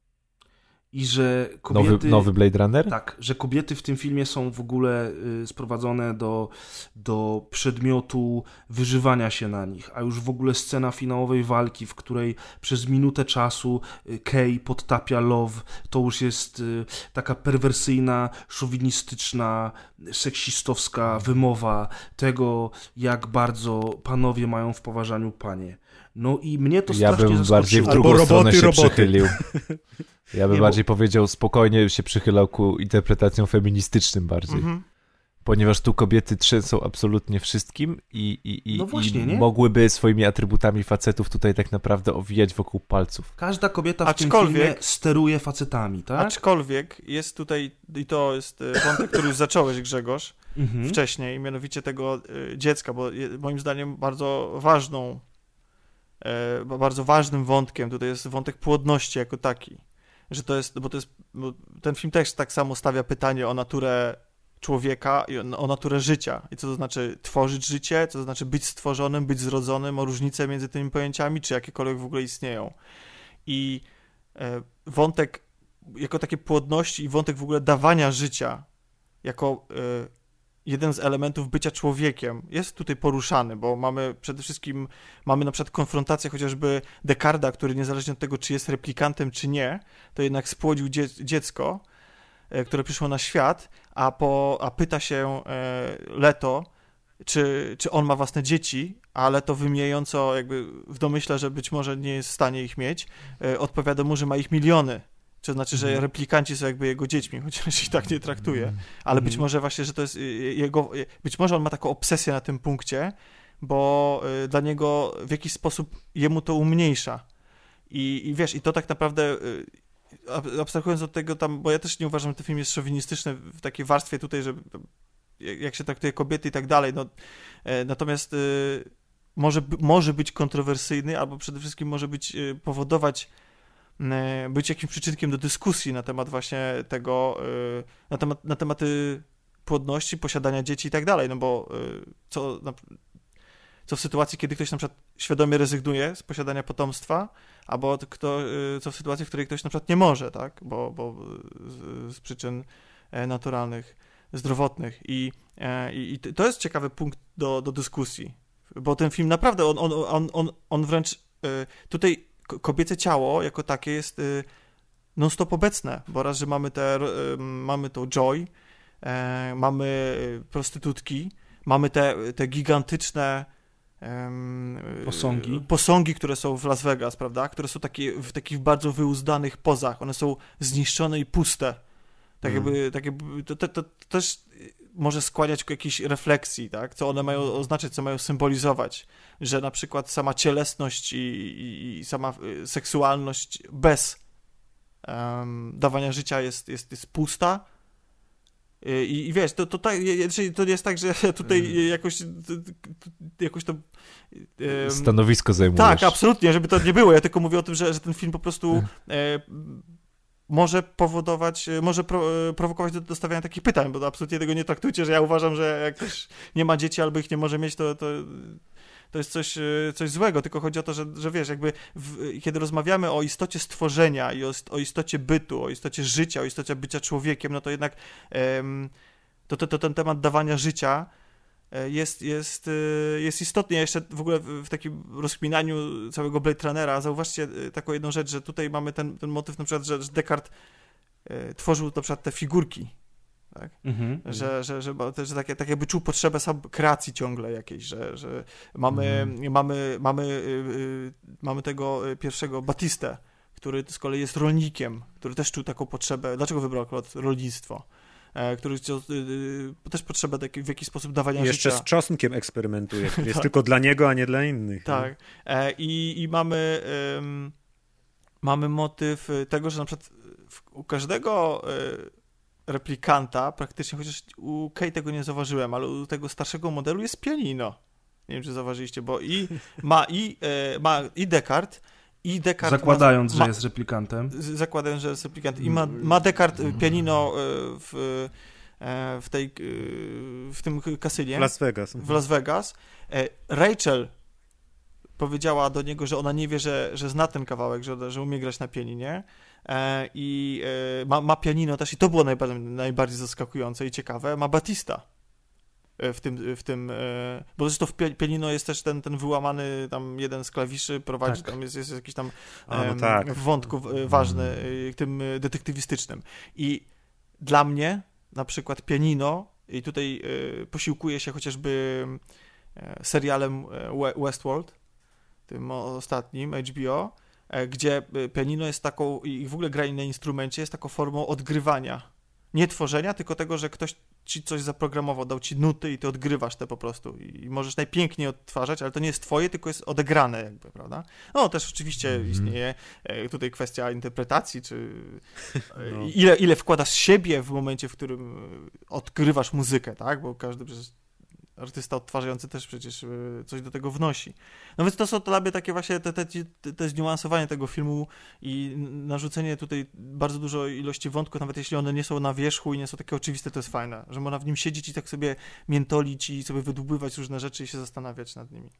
I że kobiety... Nowy, nowy Blade Runner? Tak, że kobiety w tym filmie są w ogóle y, sprowadzone do, do przedmiotu wyżywania się na nich, a już w ogóle scena finałowej walki, w której przez minutę czasu y, Kay podtapia Love, to już jest y, taka perwersyjna, szowinistyczna, seksistowska wymowa tego, jak bardzo panowie mają w poważaniu panie. No i mnie to Ja strasznie bym zaskoczyło. bardziej w Albo drugą roboty, stronę się roboty. przychylił. Ja bym Nie, bo- bardziej powiedział, spokojnie się przychylał ku interpretacjom feministycznym bardziej. Mhm. Ponieważ tu kobiety trzęsą absolutnie wszystkim i, i, i, No właśnie, i nie? mogłyby swoimi atrybutami facetów tutaj tak naprawdę owijać wokół palców. Każda kobieta w Aczkolwiek- tym filmie steruje facetami, tak? Aczkolwiek jest tutaj, i to jest e, wątek, który już zacząłeś, Grzegorz, Mhm. wcześniej, mianowicie tego e, dziecka, bo je, moim zdaniem bardzo ważną, e, bardzo ważnym wątkiem tutaj jest wątek płodności jako taki. Że to jest, bo to jest, bo ten film też tak samo stawia pytanie o naturę człowieka i o, o naturę życia. I co to znaczy tworzyć życie, co to znaczy być stworzonym, być zrodzonym, o różnice między tymi pojęciami, czy jakiekolwiek w ogóle istnieją. I e, wątek jako takie płodności i wątek w ogóle dawania życia jako e, jeden z elementów bycia człowiekiem jest tutaj poruszany, bo mamy przede wszystkim, mamy na przykład konfrontację chociażby Descartesa, który niezależnie od tego, czy jest replikantem, czy nie, to jednak spłodził dzie dziecko, e, które przyszło na świat, a, po, a pyta się e, Leto, czy, czy on ma własne dzieci, a Leto wymijająco jakby w domyśle, że być może nie jest w stanie ich mieć, e, odpowiada mu, że ma ich miliony. To znaczy, że Mhm. replikanci są jakby jego dziećmi, chociaż ich tak nie traktuje. Ale być Mhm. może właśnie, że to jest y, jego... y, Być może on ma taką obsesję na tym punkcie, bo y, dla niego w jakiś sposób jemu to umniejsza. I, i wiesz, i to tak naprawdę... y, ab- Abstrahując od tego tam, bo ja też nie uważam, że ten film jest szowinistyczny w takiej warstwie tutaj, że jak jak się traktuje kobiety i tak dalej, no e, natomiast y, może, b- może być kontrowersyjny, albo przede wszystkim może być, y, powodować y, być jakimś przyczynkiem do dyskusji na temat właśnie tego, y, na temat, na tematy płodności, posiadania dzieci i tak dalej, no bo y, co, na, co w sytuacji, kiedy ktoś na przykład świadomie rezygnuje z posiadania potomstwa, albo kto, y, co w sytuacji, w której ktoś na przykład nie może, tak, bo, bo z, z przyczyn e, naturalnych, zdrowotnych i, e, i, i to jest ciekawy punkt do, do dyskusji, bo ten film naprawdę, on, on, on, on, on wręcz y, tutaj ko- kobiece ciało jako takie jest y, non-stop obecne, bo raz, że mamy te, y, mamy tą Joy, e, mamy y, prostytutki, mamy te, te gigantyczne em, y, Posągi. posągi, które są w Las Vegas, prawda, które są takie, w takich bardzo wyuzdanych pozach, one są zniszczone i puste, tak Mm. jakby, tak jakby to, to, to też może skłaniać ku jakiejś refleksji, tak, co one mają oznaczać, co mają symbolizować, że na przykład sama cielesność i, i, i sama y, seksualność bez um, dawania życia jest, jest, jest pusta. I, i wiesz, to, to, to, to nie jest tak, że ja tutaj Mhm. jakoś, jakoś to... em, Stanowisko zajmujesz. tak, absolutnie, żeby to nie było. Ja tylko mówię o tym, że, że ten film po prostu e, może powodować, e, może pro, e, prowokować do, do stawiania takich pytań, bo absolutnie tego nie traktujcie, że ja uważam, że jak ktoś nie ma dzieci albo ich nie może mieć, to, to, to jest coś, e, coś złego, tylko chodzi o to, że, że wiesz, jakby w, kiedy rozmawiamy o istocie stworzenia i o, o istocie bytu, o istocie życia, o istocie bycia człowiekiem, no to jednak em, to, to, to ten temat dawania życia jest, jest, jest istotny. Ja jeszcze w ogóle w takim rozkminaniu całego Blade Runnera zauważcie taką jedną rzecz, że tutaj mamy ten, ten motyw na przykład, że Descartes tworzył na przykład te figurki tak? Mhm. Że, że, że, że, że tak, tak jakby czuł potrzebę sam kreacji ciągle jakiejś, że, że mamy, Mhm. mamy, mamy, yy, mamy tego pierwszego Batistę, który z kolei jest rolnikiem, który też czuł taką potrzebę. Dlaczego wybrał akurat rolnictwo? E, który chciał yy, też potrzebę tak, w jakiś sposób dawania I jeszcze życia. z czosnkiem eksperymentuje, który jest Tak. tylko dla niego, a nie dla innych. Tak. E, i, I mamy ym, mamy motyw tego, że na przykład w, u każdego y, replikanta praktycznie, chociaż u Kay tego nie zauważyłem, ale u tego starszego modelu jest pianino. Nie wiem, czy zauważyliście, bo i ma i, y, ma i Descartes, i Descartes Zakładając, ma, że jest replikantem. z- zakładając, że jest replikant. I ma, ma Descartes y, pianino y, w, y, w tej y, w tym kasynie. W Las Vegas. W Las Vegas. E, Rachel powiedziała do niego, że ona nie wie, że, że zna ten kawałek, że, że umie grać na pianinie e, i e, ma, ma pianino też i to było najbardziej, najbardziej zaskakujące i ciekawe. Ma Batista e, w tym, w tym e, bo zresztą w pi- pianino jest też ten, ten wyłamany tam jeden z klawiszy prowadzi, Tak. tam jest, jest jakiś tam A, no em, tak. wątku e, ważny, e, tym e, detektywistycznym. I dla mnie na przykład pianino i tutaj e, posiłkuję się chociażby e, serialem e, Westworld, tym ostatnim, H B O, gdzie pianino jest taką, i w ogóle granie na instrumencie jest taką formą odgrywania. Nie tworzenia, tylko tego, że ktoś ci coś zaprogramował, dał ci nuty i ty odgrywasz te po prostu. I możesz najpiękniej odtwarzać, ale to nie jest twoje, tylko jest odegrane jakby, prawda? No też oczywiście mm. istnieje tutaj kwestia interpretacji, czy no. ile, ile wkładasz siebie w momencie, w którym odgrywasz muzykę, tak? Bo każdy przecież artysta odtwarzający też przecież coś do tego wnosi. No więc to są dla mnie takie właśnie te, te, te, te zniuansowanie tego filmu i narzucenie tutaj bardzo dużo ilości wątków, nawet jeśli one nie są na wierzchu i nie są takie oczywiste, to jest fajne, że można w nim siedzieć i tak sobie miętolić i sobie wydłubywać różne rzeczy i się zastanawiać nad nimi.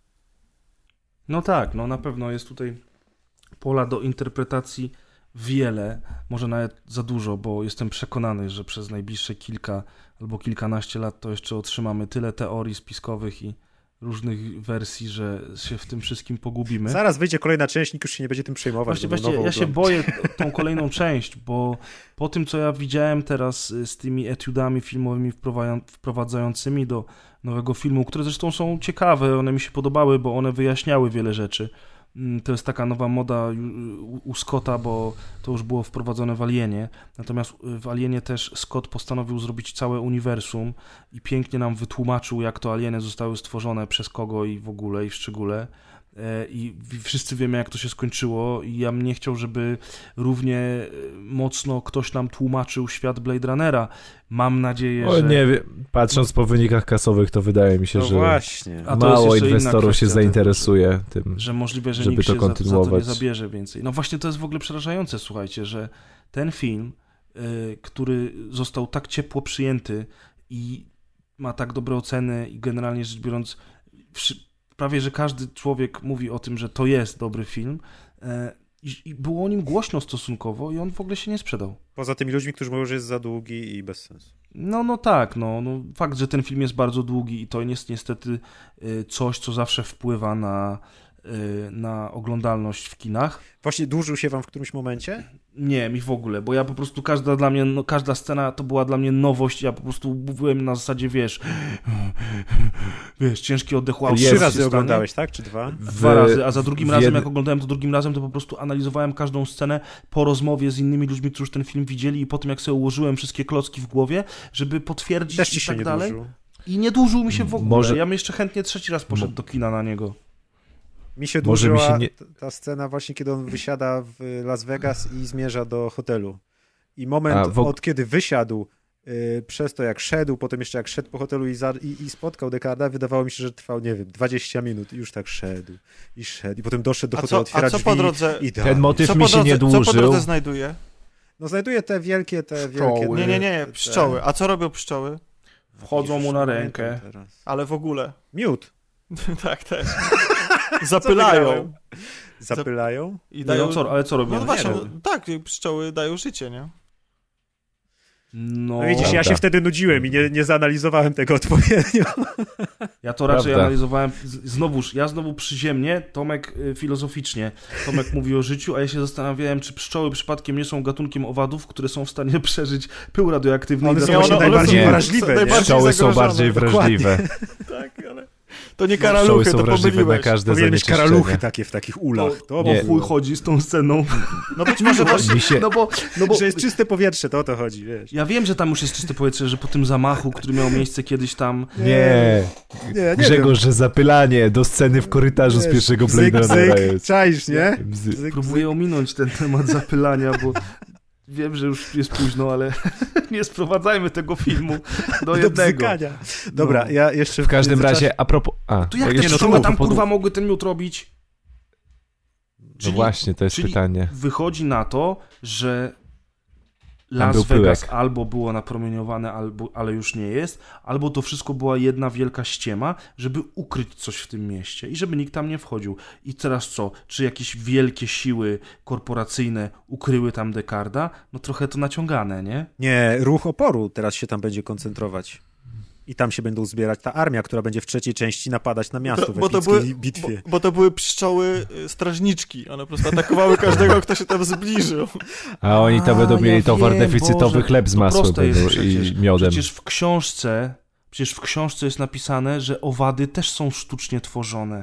No tak, no na pewno jest tutaj pola do interpretacji wiele, może nawet za dużo, bo jestem przekonany, że przez najbliższe kilka albo kilkanaście lat to jeszcze otrzymamy tyle teorii spiskowych i różnych wersji, że się w tym wszystkim pogubimy. Zaraz wyjdzie kolejna część, nikt już się nie będzie tym przejmować. Właśnie, właśnie ja się boję tą kolejną część, bo po tym, co ja widziałem teraz z tymi etiudami filmowymi wprowadzającymi do nowego filmu, które zresztą są ciekawe, one mi się podobały, bo one wyjaśniały wiele rzeczy. To jest taka nowa moda u Scotta, bo to już było wprowadzone w Alienie. Natomiast w Alienie też Scott postanowił zrobić całe uniwersum i pięknie nam wytłumaczył, jak to alieny zostały stworzone, przez kogo i w ogóle i w szczególe. I wszyscy wiemy, jak to się skończyło i ja bym nie chciał, żeby równie mocno ktoś nam tłumaczył świat Blade Runnera. Mam nadzieję, o, że... nie wiem, patrząc po wynikach kasowych, to wydaje mi się, no że właśnie. A to mało jest inwestorów się zainteresuje tego, że, tym, że możliwe, że żeby nikt to się kontynuować. Za, za to nie zabierze więcej. No właśnie to jest w ogóle przerażające, słuchajcie, że ten film, y, który został tak ciepło przyjęty i ma tak dobre oceny i generalnie rzecz biorąc wszy- prawie, że każdy człowiek mówi o tym, że to jest dobry film y, i było o nim głośno stosunkowo i on w ogóle się nie sprzedał. Poza tymi ludźmi, którzy mówią, że jest za długi i bez sensu. No, no tak, no, no fakt, że ten film jest bardzo długi i to jest niestety y, coś, co zawsze wpływa na, y, na oglądalność w kinach. Właśnie dłużył się wam w którymś momencie? Nie, mi w ogóle, bo ja po prostu każda dla mnie, no, każda scena to była dla mnie nowość, ja po prostu byłem na zasadzie, wiesz, wiesz, ciężki oddech, wow, Trzy razy oglądałeś, tak? Czy dwa? Dwa razy, a za drugim razem, jed... jak oglądałem to drugim razem, to po prostu analizowałem każdą scenę po rozmowie z innymi ludźmi, którzy już ten film widzieli i po tym, jak sobie ułożyłem wszystkie klocki w głowie, żeby potwierdzić Też ci i się tak nie dalej. dłużył. I nie dłużył mi się w ogóle. Może... Ja bym jeszcze chętnie trzeci raz poszedł do kina na niego. Mi się Może dłużyła mi się nie... ta scena właśnie, kiedy on wysiada w Las Vegas i zmierza do hotelu. I moment, A, w... od kiedy wysiadł, yy, przez to jak szedł, potem jeszcze jak szedł po hotelu i, za, i, i spotkał Descartesa, wydawało mi się, że trwał, nie wiem, dwadzieścia minut i już tak szedł i szedł. I potem doszedł do a hotelu, co, otwiera a co drzwi po drodze, i ten motyw co mi po się drodze, nie dłużył. Co po drodze znajduje? No znajduje te wielkie, te Pszczoły. wielkie... Nie, nie, nie, pszczoły. A co robią pszczoły? Wchodzą mu na rękę. Ale w ogóle. Miód. Tak, też. Zapylają. Zapylają? I dają... No, co, ale co robią? No właśnie, no, tak, pszczoły dają życie, nie? No, No widzisz, ja Prawda. się wtedy nudziłem i nie, nie zanalizowałem tego odpowiednio. ja to raczej Prawda. analizowałem, z- znowuż, ja znowu przyziemnie, Tomek y, filozoficznie. Tomek mówi o życiu, a ja się zastanawiałem, czy pszczoły przypadkiem nie są gatunkiem owadów, które są w stanie przeżyć pył radioaktywny. One i są dlatego- właśnie one- one najbardziej są- wrażliwe, są nie? najbardziej Pszczoły są zagrożone. bardziej Dokładnie. wrażliwe. Tak, ale to nie Pszczoły karaluchy, są to wrażliwe na pomyliłeś. każde Powinien mieć zanieczyszczenie. karaluchy takie w takich ulach. To O by chuj było. chodzi z tą sceną. No być może właśnie... Mi się... No bo, no bo Że jest czyste powietrze, to o to chodzi, wiesz. ja wiem, że tam już jest czyste powietrze, że po tym zamachu, który miał miejsce kiedyś tam... Nie, Nie, nie Grzegorz, że zapylanie do sceny w korytarzu z Wiesz, pierwszego bzyk, Blade Runnera bzyk, jest. czaisz, nie? Bzy- Bzyk, Próbuję ominąć ten temat zapylania, bo wiem, że już jest późno, ale nie sprowadzajmy tego filmu do do jednego. bzykania. Dobra, No. ja jeszcze... W każdym razie, a propos... A, To jak te jeszcze pszczoły a tam propos- kurwa mogły ten miód robić? No właśnie, to jest czyli pytanie. wychodzi na to, że Tam Las był Vegas pyłek. albo było napromieniowane, albo, ale już nie jest, albo to wszystko była jedna wielka ściema, żeby ukryć coś w tym mieście i żeby nikt tam nie wchodził. I teraz co? Czy jakieś wielkie siły korporacyjne ukryły tam Dekarda? No trochę to naciągane, nie? Nie, ruch oporu teraz się tam będzie koncentrować. I tam się będą zbierać ta armia, która będzie w trzeciej części napadać na miasto To, w bo, to epickiej były, bitwie. bo, bo to były pszczoły y, strażniczki. One po prostu atakowały każdego, kto się tam zbliżył. A oni to A, będą ja mieli towar wiem, deficytowy, Boże, chleb z to masłem proste jest będą przecież. i miodem. Przecież w książce, przecież w książce jest napisane, że owady też są sztucznie tworzone,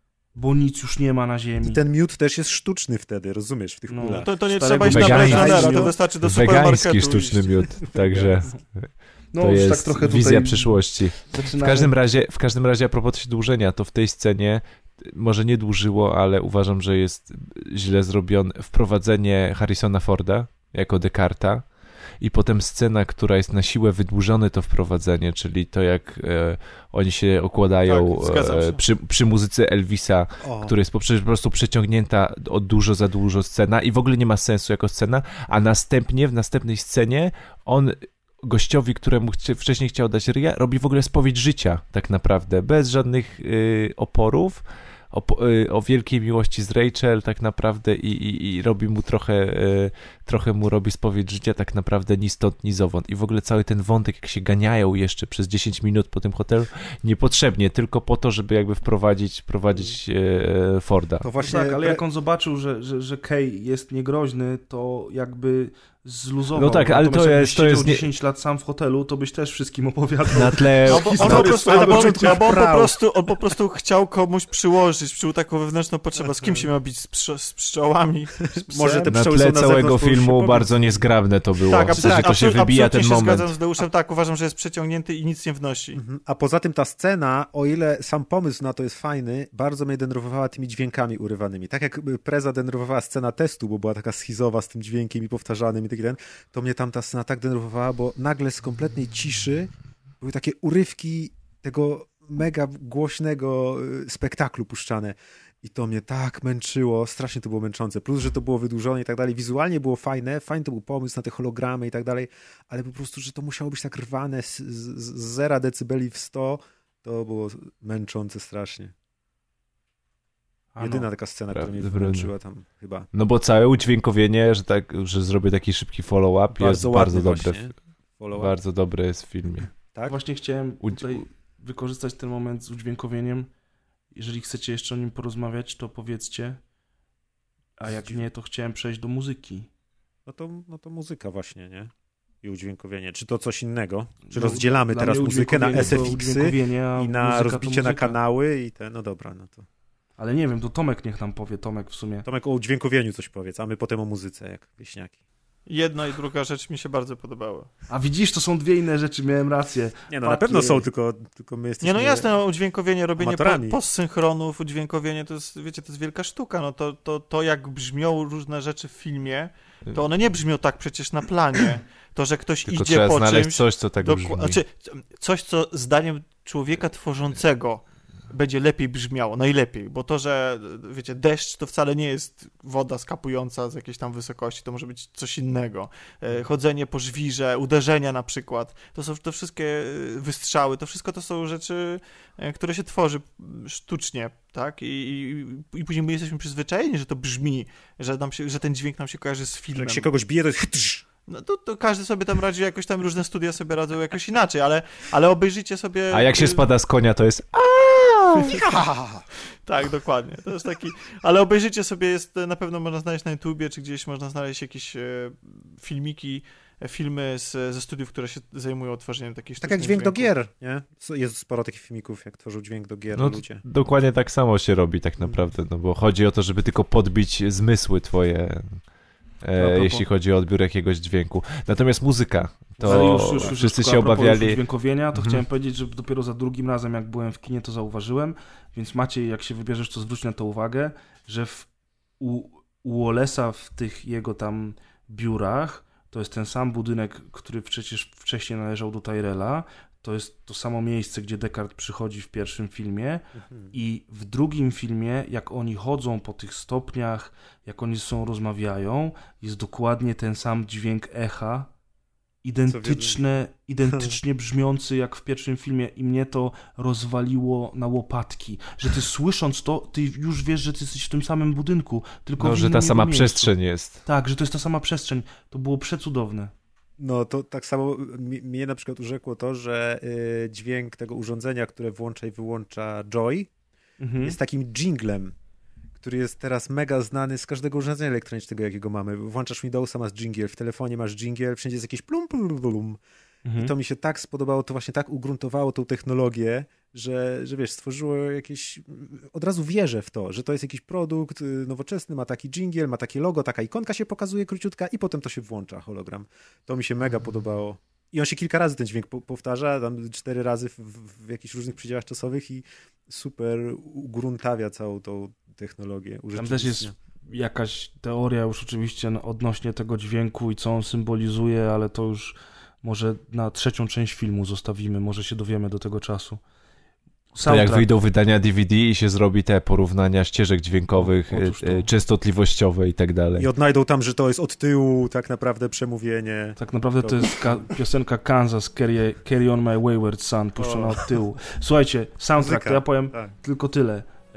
bo nic już nie ma na ziemi. I ten miód też jest sztuczny wtedy, rozumiesz, w tych No. kulach. To, to nie Starego trzeba iść na wegański Blade Runnera, to miód. wystarczy do Wegański supermarketu sztuczny iść. miód, także No, to już jest tak trochę tutaj wizja przyszłości. W zaczynamy. każdym razie, w każdym razie a propos przedłużenia, to w tej scenie może nie dłużyło, ale uważam, że jest źle zrobione wprowadzenie Harrisona Forda jako Descartesa i potem scena, która jest na siłę wydłużone to wprowadzenie, czyli to jak e, oni się okładają Tak, zgadzam się. e, przy, przy muzyce Elvisa, O, który jest po, po prostu przeciągnięta o dużo za dużo scena i w ogóle nie ma sensu jako scena, a następnie w następnej scenie on gościowi, któremu chcie, wcześniej chciał dać ryja, robi w ogóle spowiedź życia tak naprawdę, bez żadnych y, oporów, o, y, o wielkiej miłości z Rachel tak naprawdę i, i, i robi mu trochę, y, trochę mu robi spowiedź życia tak naprawdę ni stąd, ni zowąd i w ogóle cały ten wątek, jak się ganiają jeszcze przez dziesięć minut po tym hotelu, niepotrzebnie, tylko po to, żeby jakby wprowadzić, wprowadzić y, Forda. to No właśnie... tak, ale jak on zobaczył, że, że, że Kay jest niegroźny, to jakby zluzował. No tak, ale Natomiast to jakbyś jest- to siedział jest nie- dziesięć lat sam w hotelu, to byś też wszystkim opowiadał. Na tle No, bo on, po Historię prostu, swojego albo, on, początku albo on, po prał. prostu, on po prostu chciał komuś przyłożyć, czuł taką wewnętrzną potrzebę. Z kim się miał bić? Z, pszczo- z pszczołami? Z psem? Może te na pszczoły tle są na całego zewnątrz, bo już się filmu pobić. bardzo niezgrabne to było. Tak, w sensie, absolutnie, to się wybija ten absolutnie się moment. zgadzam z Deuszem, tak, uważam, że jest przeciągnięty i nic nie wnosi. Mhm. A poza tym ta scena, o ile sam pomysł na to jest fajny, bardzo mnie denerwowała tymi dźwiękami urywanymi. Tak jak Preza denerwowała scena testu, bo była taka schizowa z tym dźwiękiem i powtarzanym i taki ten, to mnie tam ta scena tak denerwowała, bo nagle z kompletnej ciszy były takie urywki tego mega głośnego y, spektaklu puszczane. I to mnie tak męczyło, strasznie to było męczące. Plus, że to było wydłużone i tak dalej. Wizualnie było fajne, fajny to był pomysł na te hologramy i tak dalej, ale po prostu, że to musiało być tak rwane z, z, z zera decybeli w sto, to było męczące strasznie. A no. Jedyna taka scena, która mnie Prawda, wymęczyła tam chyba. No bo całe udźwiękowienie, że tak, że zrobię taki szybki follow-up, jest bardzo ładny dobre. właśnie. Follow-up. Bardzo dobre jest w filmie. Tak? Właśnie chciałem Udź- tutaj wykorzystać ten moment z udźwiękowieniem. Jeżeli chcecie jeszcze o nim porozmawiać, to powiedzcie. A jak nie, to chciałem przejść do muzyki. No to, no to muzyka właśnie, nie? I udźwiękowienie. Czy to coś innego? Czy No, rozdzielamy dla teraz mnie muzykę na udźwiękowienie to S F X-y udźwiękowienie, a i na muzyka to rozbicie na muzyka. kanały i te, no dobra, no to. Ale nie wiem, to Tomek niech nam powie. Tomek w sumie. Tomek o udźwiękowieniu coś powiedz, a my potem o muzyce, jak wieśniaki. Jedna i druga rzecz mi się bardzo podobały. A widzisz, to są dwie inne rzeczy, miałem rację. Nie no, na Takie- pewno są, tylko, tylko my jesteśmy... Nie, no jasne, no, udźwiękowienie, robienie po, amatorami. postsynchronów, udźwiękowienie, to jest, wiecie, to jest wielka sztuka, no to, to, to jak brzmią różne rzeczy w filmie, to one nie brzmią tak przecież na planie. To, że ktoś Tylko idzie trzeba po znaleźć czymś... coś, co tak doku- brzmi. Znaczy, coś, co zdaniem człowieka tworzącego będzie lepiej brzmiało, najlepiej, bo to, że wiecie, deszcz to wcale nie jest woda skapująca z jakiejś tam wysokości, to może być coś innego. E, Chodzenie po żwirze, uderzenia na przykład, to są to wszystkie wystrzały, to wszystko to są rzeczy, e, które się tworzy sztucznie, tak? I, i, i później my jesteśmy przyzwyczajeni, że to brzmi, że, nam się, że ten dźwięk nam się kojarzy z filmem. Jak się kogoś bije, to jest... No to, to każdy sobie tam radzi, jakoś tam różne studia sobie radzą jakoś inaczej, ale, ale obejrzyjcie sobie... A jak się spada z konia, to jest... Tak, dokładnie. To jest taki... Ale obejrzyjcie sobie, jest na pewno można znaleźć na YouTubie, czy gdzieś można znaleźć jakieś e, filmiki, e, filmy z, ze studiów, które się zajmują tworzeniem takich Tak jak dźwięk dźwięków. do gier, nie? Jest sporo takich filmików, jak tworzą dźwięk do gier No, ludzie. dokładnie tak samo się robi tak naprawdę, no bo chodzi o to, żeby tylko podbić zmysły twoje, e, jeśli chodzi o odbiór jakiegoś dźwięku. Natomiast muzyka, to Ale już, już, już, wszyscy już, się a propos obawiali... już dźwiękowienia, to Mhm. chciałem powiedzieć, że dopiero za drugim razem, jak byłem w kinie, to zauważyłem, więc Maciej, jak się wybierzesz, to zwróć na to uwagę, że w, u, u Wallace'a w tych jego tam biurach, to jest ten sam budynek, który przecież wcześniej należał do Tyrella, to jest to samo miejsce, gdzie Deckard przychodzi w pierwszym filmie Mhm. i w drugim filmie, jak oni chodzą po tych stopniach, jak oni ze sobą rozmawiają, jest dokładnie ten sam dźwięk echa, identyczne, identycznie brzmiący jak w pierwszym filmie i mnie to rozwaliło na łopatki, że ty słysząc to, ty już wiesz, że ty jesteś w tym samym budynku, tylko No, w że innym ta sama jego miejscu. przestrzeń jest. Tak, że to jest ta sama przestrzeń. To było przecudowne. No to tak samo mi- mnie na przykład urzekło to, że y, dźwięk tego urządzenia, które włącza i wyłącza Joy, Mhm. jest takim jinglem, który jest teraz mega znany z każdego urządzenia elektronicznego, jakiego mamy. Włączasz Windowsa, masz dżingiel, w telefonie masz dżingiel, wszędzie jest jakieś plum, plum, plum. Mhm. I to mi się tak spodobało, to właśnie tak ugruntowało tą technologię, że, że wiesz, stworzyło jakieś... Od razu wierzę w to, że to jest jakiś produkt y, nowoczesny, ma taki dżingiel, ma takie logo, taka ikonka się pokazuje króciutka i potem to się włącza, hologram. To mi się mega podobało. I on się kilka razy ten dźwięk po- powtarza, tam cztery razy w, w, w jakichś różnych przedziałach czasowych i super ugruntawia całą tą technologię. Tam też jest jakaś teoria już oczywiście odnośnie tego dźwięku i co on symbolizuje, ale to już może na trzecią część filmu zostawimy, może się dowiemy do tego czasu. To jak wyjdą wydania D V D i się zrobi te porównania ścieżek dźwiękowych, O, otóż to. e, częstotliwościowe i tak dalej. I odnajdą tam, że to jest od tyłu tak naprawdę przemówienie. Tak naprawdę to jest ka- piosenka Kansas, Carry, Carry on my wayward son, puszczona O. od tyłu. Słuchajcie, soundtrack, Muzyka, to ja powiem tak. tylko tyle. Y,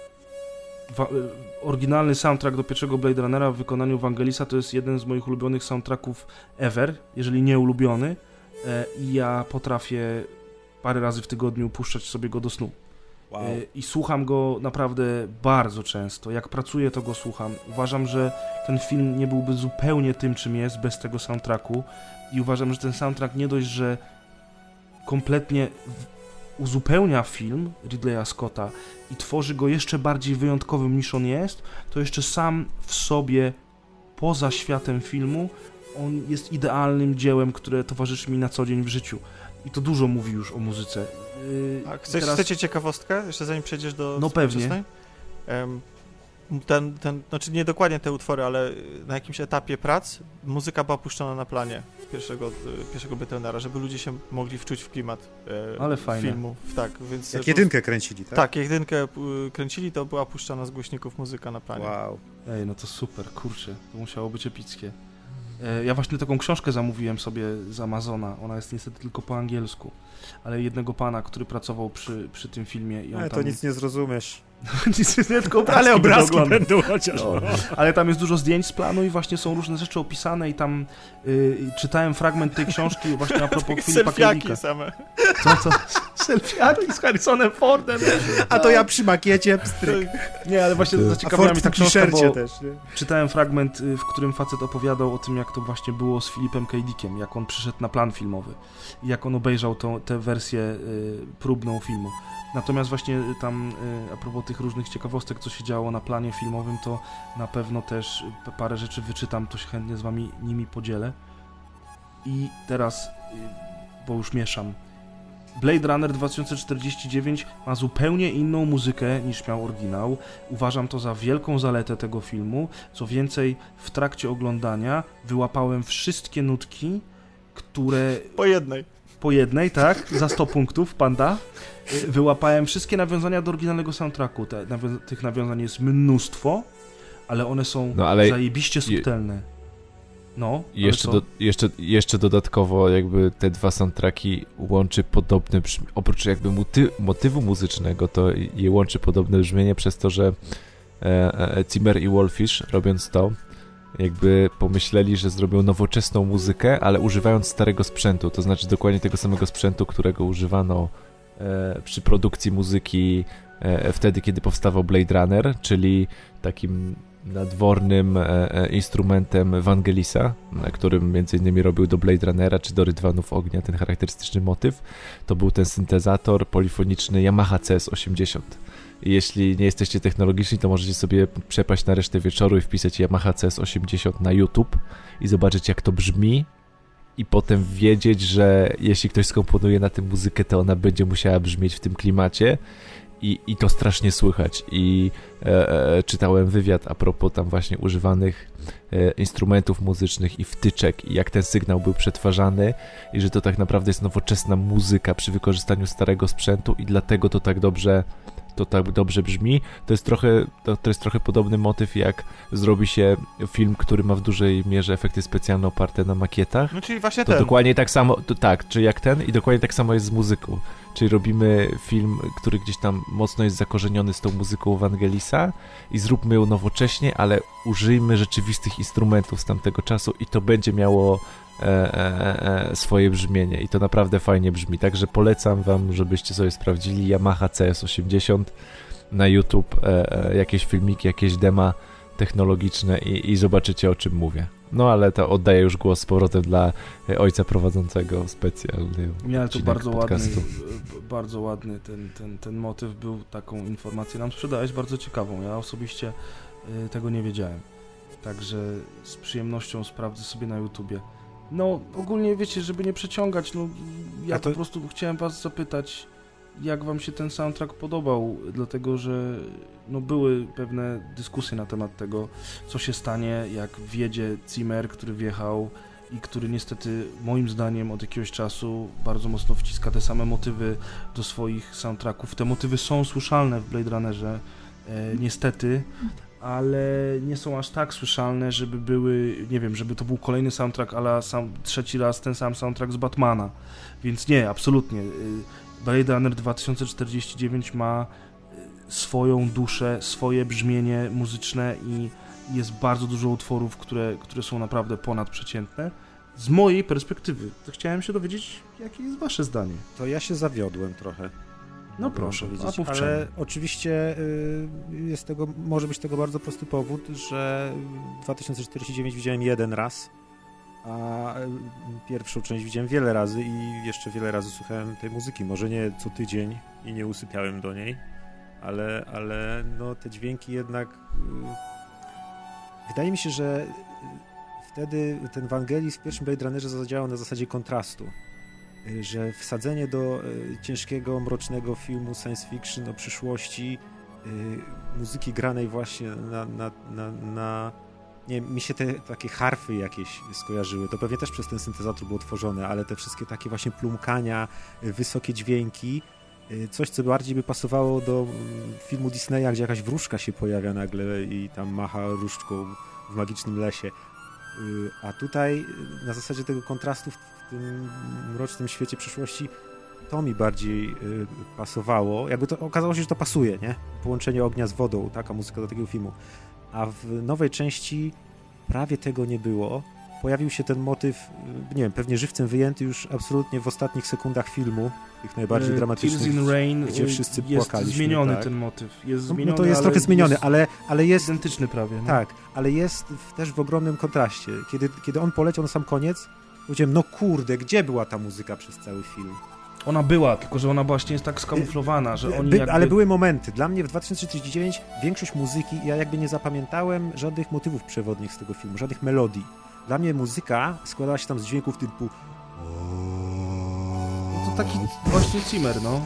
wa- y, oryginalny soundtrack do pierwszego Blade Runnera w wykonaniu Vangelisa to jest jeden z moich ulubionych soundtracków ever, jeżeli nie ulubiony. Y, I ja potrafię parę razy w tygodniu puszczać sobie go do snu. Wow. Y, I słucham go naprawdę bardzo często. Jak pracuję, to go słucham. Uważam, że ten film nie byłby zupełnie tym, czym jest bez tego soundtracku. I uważam, że ten soundtrack nie dość, że kompletnie w- uzupełnia film Ridleya Scotta i tworzy go jeszcze bardziej wyjątkowym niż on jest, to jeszcze sam w sobie, poza światem filmu, on jest idealnym dziełem, które towarzyszy mi na co dzień w życiu. I to dużo mówi już o muzyce. Yy, A chcesz, teraz- chcecie ciekawostkę, jeszcze zanim przejdziesz do No pewnie. współczesnej? Em, ten, ten, znaczy nie dokładnie te utwory, ale na jakimś etapie prac muzyka była puszczona na planie pierwszego, y, pierwszego Blade Runnera, żeby ludzie się mogli wczuć w klimat e, Ale fajne. filmu. Tak, więc Jak po- jedynkę kręcili, tak? Tak, jak jedynkę y, kręcili, to była puszczana z głośników muzyka na planie. Wow. Ej, no to super, kurczę, to musiało być epickie. E, Ja właśnie taką książkę zamówiłem sobie z Amazona, ona jest niestety tylko po angielsku, ale jednego pana, który pracował przy, przy tym filmie i on Ale tam... to nic nie zrozumiesz. nic nie, tylko obrazki Ale będę obrazki oglądał. będą chociaż. No, ale tam jest dużo zdjęć z planu i właśnie są różne rzeczy opisane i tam y, czytałem fragment tej książki właśnie a propos Filipa K. Selfiaki Dicka. same. Co, co? Selfiaki z Harrisonem Fordem. A to ja przy makiecie pstryk. Nie, ale właśnie A A zaciekawiła Ford mnie w ta książka, t-shircie bo też, nie? czytałem fragment, y, w którym facet opowiadał o tym, jak to właśnie było z Filipem K. Dickiem, jak on przyszedł na plan filmowy i jak on obejrzał tą, tę wersję y, próbną filmu. Natomiast właśnie tam y, a propos tych różnych ciekawostek, co się działo na planie filmowym, to na pewno też y, parę rzeczy wyczytam, to się chętnie z wami nimi podzielę. I teraz, y, bo już mieszam, Blade Runner dwa tysiące czterdzieści dziewięć ma zupełnie inną muzykę niż miał oryginał. Uważam to za wielką zaletę tego filmu. Co więcej, w trakcie oglądania wyłapałem wszystkie nutki, które Po jednej. po jednej, tak, za sto punktów, panda. Y, Wyłapałem wszystkie nawiązania do oryginalnego soundtracku. Te, nawią- tych nawiązań jest mnóstwo, ale one są No, ale zajebiście subtelne. No, I ale jeszcze, co? do, jeszcze, jeszcze dodatkowo jakby te dwa soundtracki łączy podobne brzmienie, oprócz jakby moty, motywu muzycznego, to je łączy podobne brzmienie przez to, że e, e, Zimmer i Wolfish robiąc to, jakby pomyśleli, że zrobią nowoczesną muzykę, ale używając starego sprzętu, to znaczy dokładnie tego samego sprzętu, którego używano e, przy produkcji muzyki e, wtedy, kiedy powstawał Blade Runner, czyli takim nadwornym e, e, instrumentem Vangelisa, na którym między innymi robił do Blade Runnera czy do Rydwanów Ognia ten charakterystyczny motyw. To był ten syntezator polifoniczny Yamaha C S osiemdziesiąt. I jeśli nie jesteście technologiczni, to możecie sobie przepaść na resztę wieczoru i wpisać Yamaha C S osiemdziesiąt na YouTube i zobaczyć, jak to brzmi, i potem wiedzieć, że jeśli ktoś skomponuje na tym muzykę, to ona będzie musiała brzmieć w tym klimacie. I, i to strasznie słychać. I e, e, czytałem wywiad a propos tam właśnie używanych e, instrumentów muzycznych i wtyczek, i jak ten sygnał był przetwarzany, i że to tak naprawdę jest nowoczesna muzyka przy wykorzystaniu starego sprzętu, i dlatego to tak dobrze to tak dobrze brzmi. To jest trochę, to, to jest trochę podobny motyw, jak zrobi się film, który ma w dużej mierze efekty specjalne oparte na makietach. No czyli właśnie to ten. dokładnie tak samo, to, tak, czy jak ten, i dokładnie tak samo jest z muzyką. Czyli robimy film, który gdzieś tam mocno jest zakorzeniony z tą muzyką Vangelisa, i zróbmy ją nowocześnie, ale użyjmy rzeczywistych instrumentów z tamtego czasu, i to będzie miało e, e, e, swoje brzmienie, i to naprawdę fajnie brzmi. Także polecam wam, żebyście sobie sprawdzili Yamaha C S osiemdziesiąt na YouTube, e, e, jakieś filmiki, jakieś dema technologiczne, i, i zobaczycie, o czym mówię. No ale to oddaję już głos z powrotem dla ojca prowadzącego specjalny. Nie, ale to bardzo podcastu. ładny, bardzo ładny ten, ten, ten motyw był, taką informację nam sprzedałeś, bardzo ciekawą. Ja osobiście y, tego nie wiedziałem. Także z przyjemnością sprawdzę sobie na YouTubie. No ogólnie wiecie, żeby nie przeciągać, no ja to... po prostu chciałem was zapytać, jak wam się ten soundtrack podobał, dlatego że no, były pewne dyskusje na temat tego, co się stanie, jak wjedzie Zimmer, który wjechał i który niestety moim zdaniem od jakiegoś czasu bardzo mocno wciska te same motywy do swoich soundtracków. Te motywy są słyszalne w Blade Runnerze, e, niestety, ale nie są aż tak słyszalne, żeby były, nie wiem, żeby to był kolejny soundtrack, ale sam trzeci raz ten sam soundtrack z Batmana. Więc nie, absolutnie. Blade Runner dwa tysiące czterdzieści dziewięć ma swoją duszę, swoje brzmienie muzyczne i jest bardzo dużo utworów, które, które są naprawdę ponadprzeciętne. Z mojej perspektywy, to chciałem się dowiedzieć, jakie jest wasze zdanie. To ja się zawiodłem trochę. No proszę, a ale oczywiście y, jest tego, może być tego bardzo prosty powód, że dwa tysiące czterdzieści dziewięć widziałem jeden raz, a pierwszą część widziałem wiele razy i jeszcze wiele razy słuchałem tej muzyki. Może nie co tydzień i nie usypiałem do niej, ale, ale no, te dźwięki jednak... Wydaje mi się, że wtedy ten Vangelis w pierwszym Blade Runnerze zadziałał na zasadzie kontrastu. Że wsadzenie do ciężkiego, mrocznego filmu science fiction o przyszłości, muzyki granej właśnie na... na, na, na nie mi się te takie harfy jakieś skojarzyły. To pewnie też przez ten syntezator było tworzone, ale te wszystkie takie właśnie plumkania, wysokie dźwięki, coś, co bardziej by pasowało do filmu Disneya, gdzie jakaś wróżka się pojawia nagle i tam macha różdżką w magicznym lesie. A tutaj na zasadzie tego kontrastu w tym mrocznym świecie przyszłości to mi bardziej pasowało. Jakby to okazało się, że to pasuje, nie? Połączenie ognia z wodą, taka muzyka do takiego filmu. A w nowej części prawie tego nie było. Pojawił się ten motyw, nie wiem, pewnie żywcem wyjęty już absolutnie w ostatnich sekundach filmu, tych najbardziej dramatycznych, Tears in Rain, gdzie wszyscy jest płakaliśmy. zmieniony tak. ten motyw. Jest no, zmieniony, no to jest trochę zmieniony, jest ale, ale jest... identyczny prawie. No. Tak, ale jest w, też w ogromnym kontraście. Kiedy, kiedy on poleciał na sam koniec, powiedziałem, no kurde, gdzie była ta muzyka przez cały film? Ona była, tylko że ona właśnie jest tak skamuflowana, że oni By, jakby... Ale były momenty. Dla mnie w dwa tysiące trzydzieści dziewięć większość muzyki, ja jakby nie zapamiętałem żadnych motywów przewodnich z tego filmu, żadnych melodii. Dla mnie muzyka składała się tam z dźwięków typu... No to taki właśnie Zimmer, no.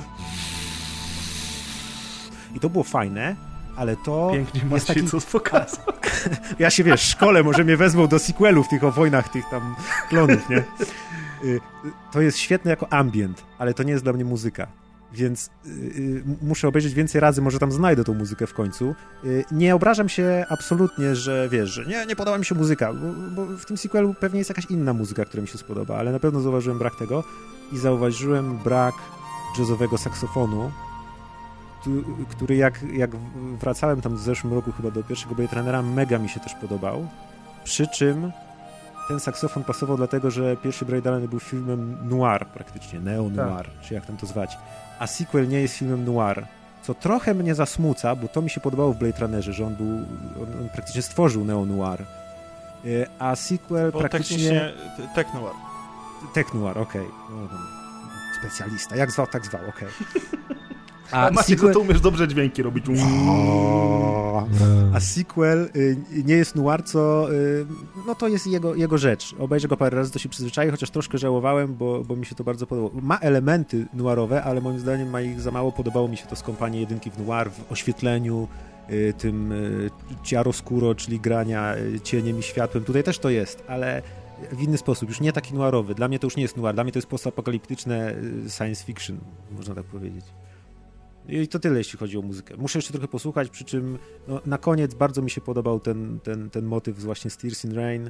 I to było fajne, ale to... Pięknie jest macie taki... co pokazać. Ja się, wiesz, szkole, może mnie wezmą do sequelów tych o wojnach, tych tam klonów, nie? To jest świetne jako ambient, ale to nie jest dla mnie muzyka. Więc y, muszę obejrzeć więcej razy, może tam znajdę tą muzykę w końcu. Y, nie obrażam się absolutnie, że wiesz, że nie, nie podoba mi się muzyka, bo, bo w tym sequelu pewnie jest jakaś inna muzyka, która mi się spodoba, ale na pewno zauważyłem brak tego i zauważyłem brak jazzowego saksofonu, tu, który jak, jak wracałem tam w zeszłym roku chyba do pierwszego Blade Runnera, mega mi się też podobał. Przy czym ten saksofon pasował dlatego, że pierwszy Blade Runner był filmem noir praktycznie, neo-noir, tak. Czy jak tam to zwać. A sequel nie jest filmem noir, co trochę mnie zasmuca, bo to mi się podobało w Blade Runnerze, że on był, on, on praktycznie stworzył neo-noir. A sequel bo praktycznie... Tech-noir. Tech-noir, okej. Okay. Specjalista. Jak zwał, tak zwał, okej. Okay. A Maciek, sequel... to umiesz dobrze dźwięki robić. O, a sequel y, nie jest noir, co y, no to jest jego, jego rzecz. Obejrzę go parę razy, to się przyzwyczai, chociaż troszkę żałowałem, bo, bo mi się to bardzo podobało. Ma elementy noirowe, ale moim zdaniem ma ich za mało. Podobało mi się to skąpanie jedynki w noir, w oświetleniu, y, tym y, chiaroscuro, czyli grania y, cieniem i światłem. Tutaj też to jest, ale w inny sposób, już nie taki noirowy. Dla mnie to już nie jest noir, dla mnie to jest postapokaliptyczne science fiction, można tak powiedzieć. I to tyle, jeśli chodzi o muzykę. Muszę jeszcze trochę posłuchać, przy czym no, na koniec bardzo mi się podobał ten, ten, ten motyw właśnie z Tears in Rain.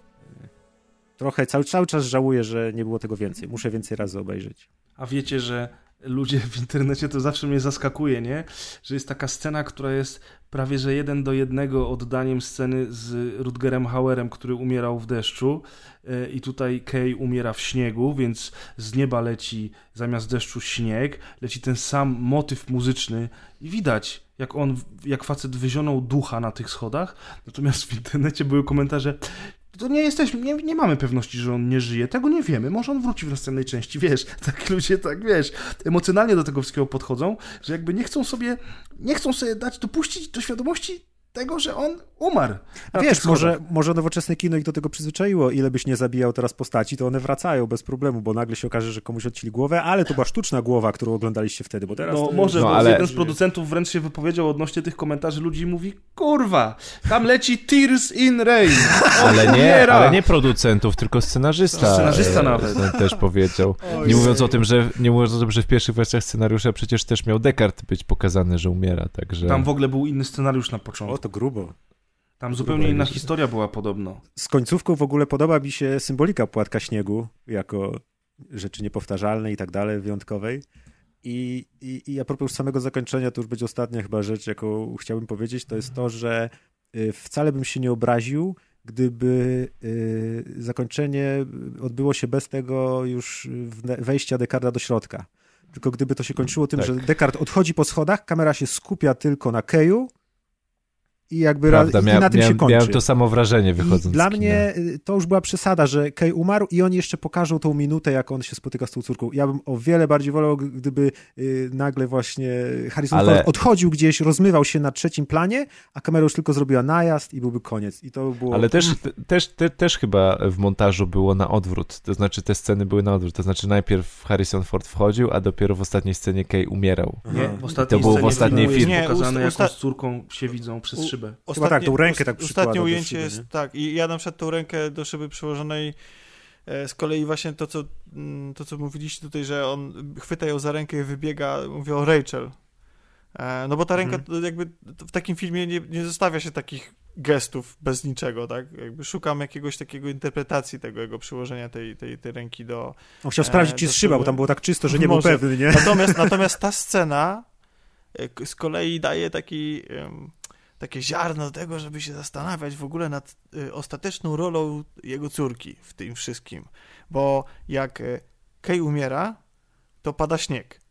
Trochę, cały, cały czas żałuję, że nie było tego więcej. Muszę więcej razy obejrzeć. A wiecie, że ludzie w internecie, to zawsze mnie zaskakuje, nie? Że jest taka scena, która jest prawie że jeden do jednego oddaniem sceny z Rutgerem Hauerem, który umierał w deszczu i tutaj Kay umiera w śniegu, więc z nieba leci zamiast deszczu śnieg, leci ten sam motyw muzyczny i widać, jak on, jak facet wyzionął ducha na tych schodach, natomiast w internecie były komentarze: to nie jesteśmy, nie, nie mamy pewności, że on nie żyje, tego nie wiemy, może on wróci w następnej części, wiesz, tak ludzie, tak wiesz, emocjonalnie do tego wszystkiego podchodzą, że jakby nie chcą sobie, nie chcą sobie dać dopuścić do świadomości tego, że on umarł. A wiesz, może, może nowoczesne kino ich do tego przyzwyczaiło, ile byś nie zabijał teraz postaci, to one wracają bez problemu, bo nagle się okaże, że komuś odcięli głowę, ale to była sztuczna głowa, którą oglądaliście wtedy, bo teraz... No to... może, no, bo ale... jeden z producentów wręcz się wypowiedział odnośnie tych komentarzy ludzi i mówi: kurwa, tam leci Tears in Rain. Ale nie, ale nie producentów, tylko scenarzysta. Scenarzysta nawet. Też powiedział. Oj, nie mówiąc o tym, że nie mówiąc o tym, że w pierwszych wersjach scenariusza przecież też miał Descartes być pokazany, że umiera, także... Tam w ogóle był inny scenariusz na początku. O, to grubo. Tam zupełnie inna historia była podobno. Z końcówką w ogóle podoba mi się symbolika płatka śniegu, jako rzeczy niepowtarzalnej i tak dalej, wyjątkowej. I, i, i a propos już samego zakończenia, to już będzie ostatnia chyba rzecz, jaką chciałbym powiedzieć, to jest to, że y, wcale bym się nie obraził, gdyby y, zakończenie odbyło się bez tego już wejścia Descartesa do środka. Tylko gdyby to się kończyło tym, tak. że Descartes odchodzi po schodach, kamera się skupia tylko na Keju, i jakby Prawda, raz, miałem, i na tym miałem, się kończy. Miałem to samo wrażenie wychodząc I dla z kina. mnie to już była przesada, że Kay umarł i oni jeszcze pokażą tą minutę, jak on się spotyka z tą córką. Ja bym o wiele bardziej wolał, gdyby y, nagle właśnie Harrison Ale... Ford odchodził gdzieś, rozmywał się na trzecim planie, a kamera już tylko zrobiła najazd i byłby koniec. I to było... Ale też, też, te, też chyba w montażu było na odwrót. To znaczy te sceny były na odwrót. To znaczy najpierw Harrison Ford wchodził, a dopiero w ostatniej scenie Kay umierał. Nie, w ostatniej to było w ostatniej filmie filmie pokazane, usta... jak on z córką się widzą przez szybę. Chyba tak, tą rękę tak Ostatnie ujęcie szyby, jest, nie? tak, i ja na przykład tą rękę do szyby przyłożonej, e, z kolei właśnie to co, to, co mówiliście tutaj, że on chwyta ją za rękę i wybiega, mówię o Rachel. E, no bo ta ręka mhm. jakby w takim filmie nie, nie zostawia się takich gestów bez niczego, tak? Jakby szukam jakiegoś takiego interpretacji tego jego przyłożenia tej, tej, tej ręki do... On chciał sprawdzić, czy jest szyba, bo tam było tak czysto, że nie Może. był pewny, nie? Natomiast, natomiast ta scena e, z kolei daje taki... Um, takie ziarno do tego, żeby się zastanawiać w ogóle nad y, ostateczną rolą jego córki w tym wszystkim. Bo jak y, Kay umiera, to pada śnieg.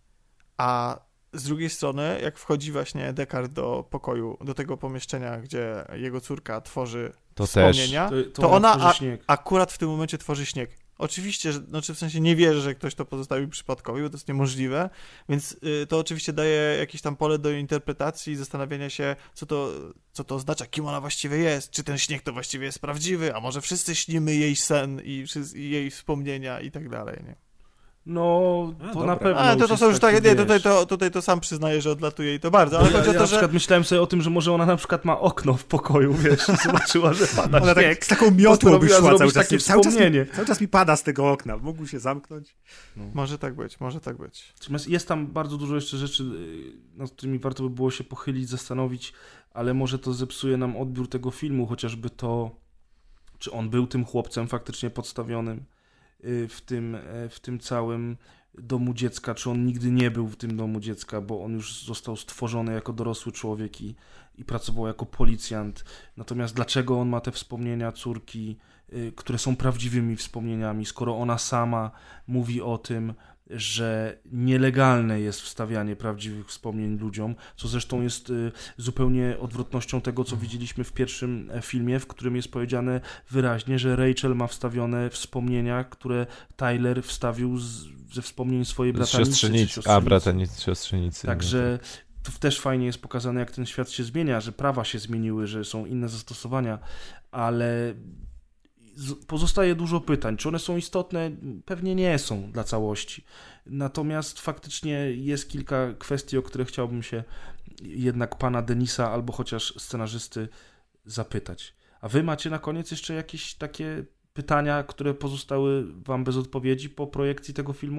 A z drugiej strony, jak wchodzi właśnie Descartes do pokoju, do tego pomieszczenia, gdzie jego córka tworzy to wspomnienia, też. To, to, to ona, ona a, śnieg. akurat w tym momencie tworzy śnieg. Oczywiście, że, znaczy w sensie nie wierzę, że ktoś to pozostawił przypadkowi, bo to jest niemożliwe, więc y, to oczywiście daje jakieś tam pole do interpretacji, zastanawiania się, co to, co to oznacza, kim ona właściwie jest, czy ten śnieg to właściwie jest prawdziwy, a może wszyscy śnimy jej sen i, i jej wspomnienia i tak dalej, nie? No, to a, dobra. na pewno. A, to, to są już takie, taki, nie, tutaj to, tutaj to sam przyznaję, że odlatuje i to bardzo, ale ja, chodzi o ja to, na przykład że... myślałem sobie o tym, że może ona na przykład ma okno w pokoju, wiesz, i zobaczyła, że pada Ona śnieg. tak, z taką miotłą by szła cały czas. Takie Cały czas, mi, wspomnienie. cały czas mi pada z tego okna. Mógł się zamknąć. No. Może tak być, może tak być. Natomiast jest tam bardzo dużo jeszcze rzeczy, nad którymi warto by było się pochylić, zastanowić, ale może to zepsuje nam odbiór tego filmu, chociażby to, czy on był tym chłopcem faktycznie podstawionym w tym, w tym całym domu dziecka, czy on nigdy nie był w tym domu dziecka, bo on już został stworzony jako dorosły człowiek i, i pracował jako policjant. Natomiast dlaczego on ma te wspomnienia córki, y, które są prawdziwymi wspomnieniami, skoro ona sama mówi o tym, że nielegalne jest wstawianie prawdziwych wspomnień ludziom, co zresztą jest y, zupełnie odwrotnością tego, co widzieliśmy w pierwszym filmie, w którym jest powiedziane wyraźnie, że Rachel ma wstawione wspomnienia, które Tyler wstawił z, ze wspomnień swojej bratanicy. Siostrzenicy. A, bratanicy, siostrzenicy. Także to też fajnie jest pokazane, jak ten świat się zmienia, że prawa się zmieniły, że są inne zastosowania, ale pozostaje dużo pytań. Czy one są istotne? Pewnie nie są dla całości. Natomiast faktycznie jest kilka kwestii, o które chciałbym się jednak pana Denisa albo chociaż scenarzysty zapytać. A wy macie na koniec jeszcze jakieś takie pytania, które pozostały wam bez odpowiedzi po projekcji tego filmu?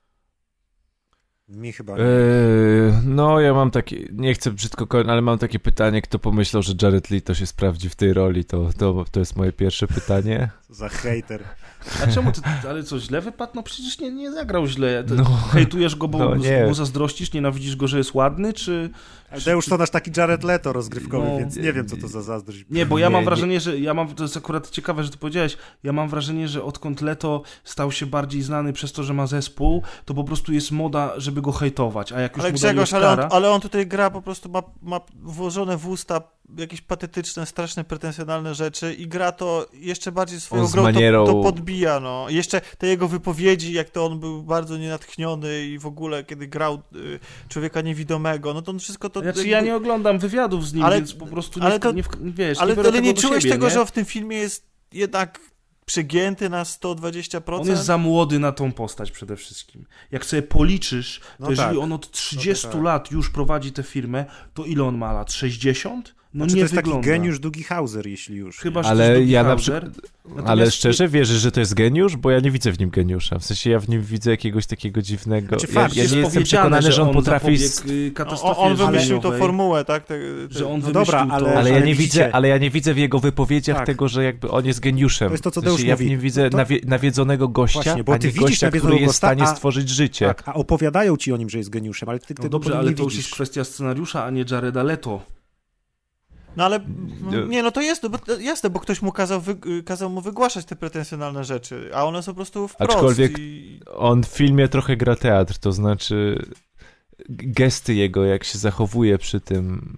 Mi chyba nie. Eee, no ja mam takie, nie chcę brzydko kończyć, ale mam takie pytanie, kto pomyślał, że Jared Leto się sprawdzi w tej roli, to, to, to jest moje pierwsze pytanie. Za hejter. A czemu ty, ale co, źle wypadł? No przecież nie, nie zagrał źle. Ty No, hejtujesz go, bo, no bo zazdrościsz, nienawidzisz go, że jest ładny, czy... Ale już to nasz taki Jared Leto rozgrywkowy, No, więc nie wiem, co to za zazdrość. Nie, bo ja Nie, mam nie. wrażenie, że ja mam, to jest akurat ciekawe, że to powiedziałeś, ja mam wrażenie, że odkąd Leto stał się bardziej znany przez to, że ma zespół, to po prostu jest moda, żeby go hejtować, a jak już Ale mu dali Grzegorz, ale Oscara... on, ale on tutaj gra po prostu, ma, ma włożone w usta jakieś patetyczne, straszne, pretensjonalne rzeczy i gra to jeszcze bardziej swoją On z grą, manierą- to, to podbija, no. Jeszcze te jego wypowiedzi, jak to on był bardzo nienatchniony i w ogóle, kiedy grał y, człowieka niewidomego, no to on wszystko to... Znaczy jakby- ja nie oglądam wywiadów z nim, Ale- więc po prostu nie, ale to- nie, wiesz, ale, nie biorę ale tego nie do czułeś siebie, tego, nie? że on w tym filmie jest jednak przegięty na sto dwadzieścia procent? On jest za młody na tą postać przede wszystkim. Jak sobie policzysz, to No jeżeli tak. on od trzydziestu No to tak. lat już prowadzi tę firmę, to ile on ma lat? sześćdziesiąt? No Znaczy, nie to jest wygląda. taki geniusz Dougie Hauser, jeśli już. Chyba, że Ale to jest ja na Hauser. przykład, ale szczerze wierzysz, że to jest geniusz? Bo ja nie widzę w nim geniusza. W sensie ja w nim widzę jakiegoś takiego dziwnego... Znaczy, ja, fakt, ja Jest nie jestem powiedziane, przekonany, że on potrafi... zapobiegł, y, On, katastrofie on wymyślił tą żeleniowej, formułę, tak? Te, te... że on No wymyślił dobra, ale- to. Ale ja, ale nie widzicie- widzę, ale ja nie widzę w jego wypowiedziach Tak. tego, że jakby on jest geniuszem. To jest to, co w sensie Deusz ja w mówi. nim widzę To- nawie, nawiedzonego gościa, Właśnie, bo a ty nie widzisz gościa, nawiedzonego który jest w gościa, stanie a- stworzyć życie. Tak, a opowiadają ci o nim, że jest geniuszem, ale ty No tego dobrze, nie ale widzisz. to już jest kwestia scenariusza, a nie Jareda Leto. No ale, No. nie no to jest, bo, jasne, bo ktoś mu kazał, wy, kazał mu wygłaszać te pretensjonalne rzeczy, a one są po prostu wprost. Aczkolwiek- I... On w filmie trochę gra teatr, to znaczy gesty jego, jak się zachowuje przy tym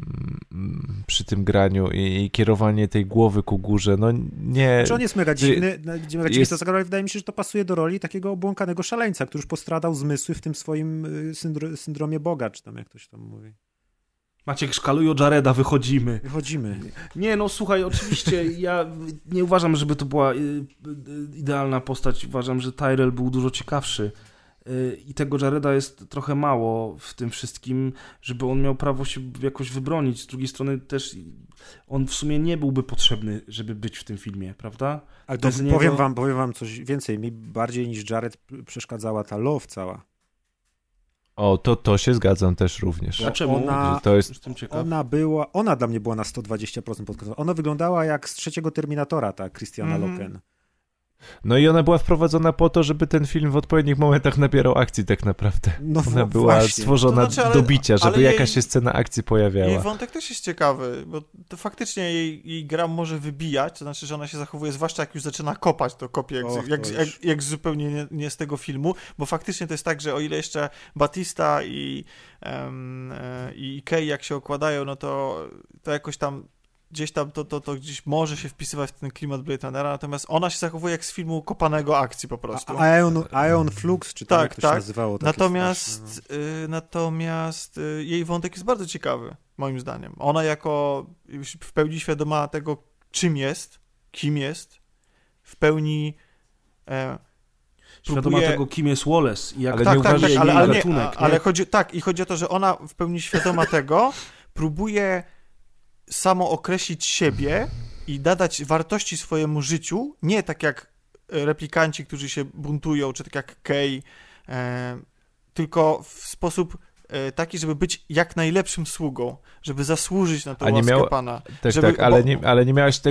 przy tym graniu i, i kierowanie tej głowy ku górze, no nie... Czy on jest mega dziwny, mega dziwny jest- to zagrał, ale wydaje mi się, że to pasuje do roli takiego obłąkanego szaleńca, który już postradał zmysły w tym swoim y, syndro- syndromie Boga, czy tam jak ktoś tam mówi. Maciek, szkaluj o Jareda, wychodzimy. Wychodzimy. Nie, no słuchaj, oczywiście ja nie uważam, żeby to była y, y, idealna postać. Uważam, że Tyrell był dużo ciekawszy. Y, I tego Jareda jest trochę mało w tym wszystkim, żeby on miał prawo się jakoś wybronić. Z drugiej strony też on w sumie nie byłby potrzebny, żeby być w tym filmie, prawda? Ale to Bez powiem, niego- wam, powiem wam coś więcej. Mi bardziej niż Jared p- przeszkadzała ta Love cała. O, to, to się zgadzam też również. A czemu? ona- Że to jest... Jestem ciekaw. Ona była, ona dla mnie była na sto dwadzieścia procent podkreślona. Ona wyglądała jak z trzeciego Terminatora, ta Christiana Mhm. Loken. No i ona była wprowadzona po to, żeby ten film w odpowiednich momentach nabierał akcji tak naprawdę. No Ona w- była właśnie. stworzona To znaczy, ale- do bicia, żeby ale jej- jakaś się scena akcji pojawiała. Jej wątek też jest ciekawy, bo to faktycznie jej, jej gra może wybijać, to znaczy, że ona się zachowuje, zwłaszcza jak już zaczyna kopać, to kopie jak, Och, z, jak, to jak, już. jak zupełnie nie, nie z tego filmu, bo faktycznie to jest tak, że o ile jeszcze Batista i, em, e, i Kay jak się okładają, no to, to jakoś tam gdzieś tam to, to, to gdzieś może się wpisywać w ten klimat Blade Runnera, natomiast ona się zachowuje jak z filmu kopanego akcji po prostu. A Ion, Ion Flux, czy tak, Tak, jak to tak. się nazywało. takie Natomiast, straszne, y, natomiast y, jej wątek jest bardzo ciekawy, moim zdaniem. Ona jako już w pełni świadoma tego, czym jest, kim jest, w pełni e, Świadoma próbuje- tego, kim jest Wallace i jak Ale tak, nie tak, uważasz, tak, ale, jej ale, nie, gatunek, a- ale nie? chodzi, tak, i chodzi o to, że ona w pełni świadoma tego próbuje samo określić siebie i nadać wartości swojemu życiu, nie tak jak replikanci, którzy się buntują, czy tak jak Kay, e, tylko w sposób e, taki, żeby być jak najlepszym sługą, żeby zasłużyć na tą A nie łaskę miała- Pana. Tak, żeby- tak, ale bo- nie, ale nie miałaś tego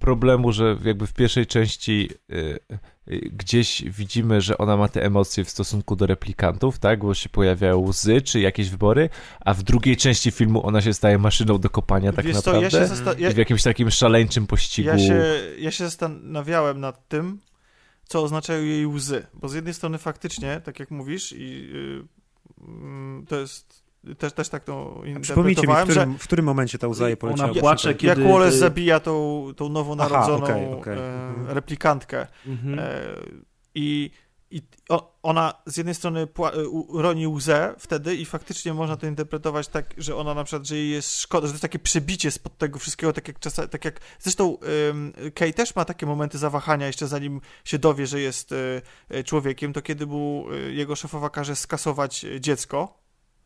problemu, że jakby w pierwszej części y, y, gdzieś widzimy, że ona ma te emocje w stosunku do replikantów, tak, bo się pojawiają łzy czy jakieś wybory, a w drugiej części filmu ona się staje maszyną do kopania tak Wiesz naprawdę co, ja się zasta- ja, i w jakimś takim szaleńczym pościgu. Ja się, ja się zastanawiałem nad tym, co oznaczają jej łzy, bo z jednej strony faktycznie, tak jak mówisz, i yy, yy, to jest też, też tak to Przypomnijcie mi, w którym, że w którym momencie ta łza jej poleciała? Ona płacze, kiedy... jak Wallace zabija tą, tą nowonarodzoną Aha, okay, okay. E, replikantkę Mhm. e, i, i o, ona z jednej strony pła- u, roni łzę wtedy i faktycznie można to interpretować tak, że ona na przykład, że jej jest szkoda, że to jest takie przebicie spod tego wszystkiego, tak jak czasami, tak jak zresztą ym, Kay też ma takie momenty zawahania jeszcze zanim się dowie, że jest y, człowiekiem, to kiedy mu y, jego szefowa każe skasować dziecko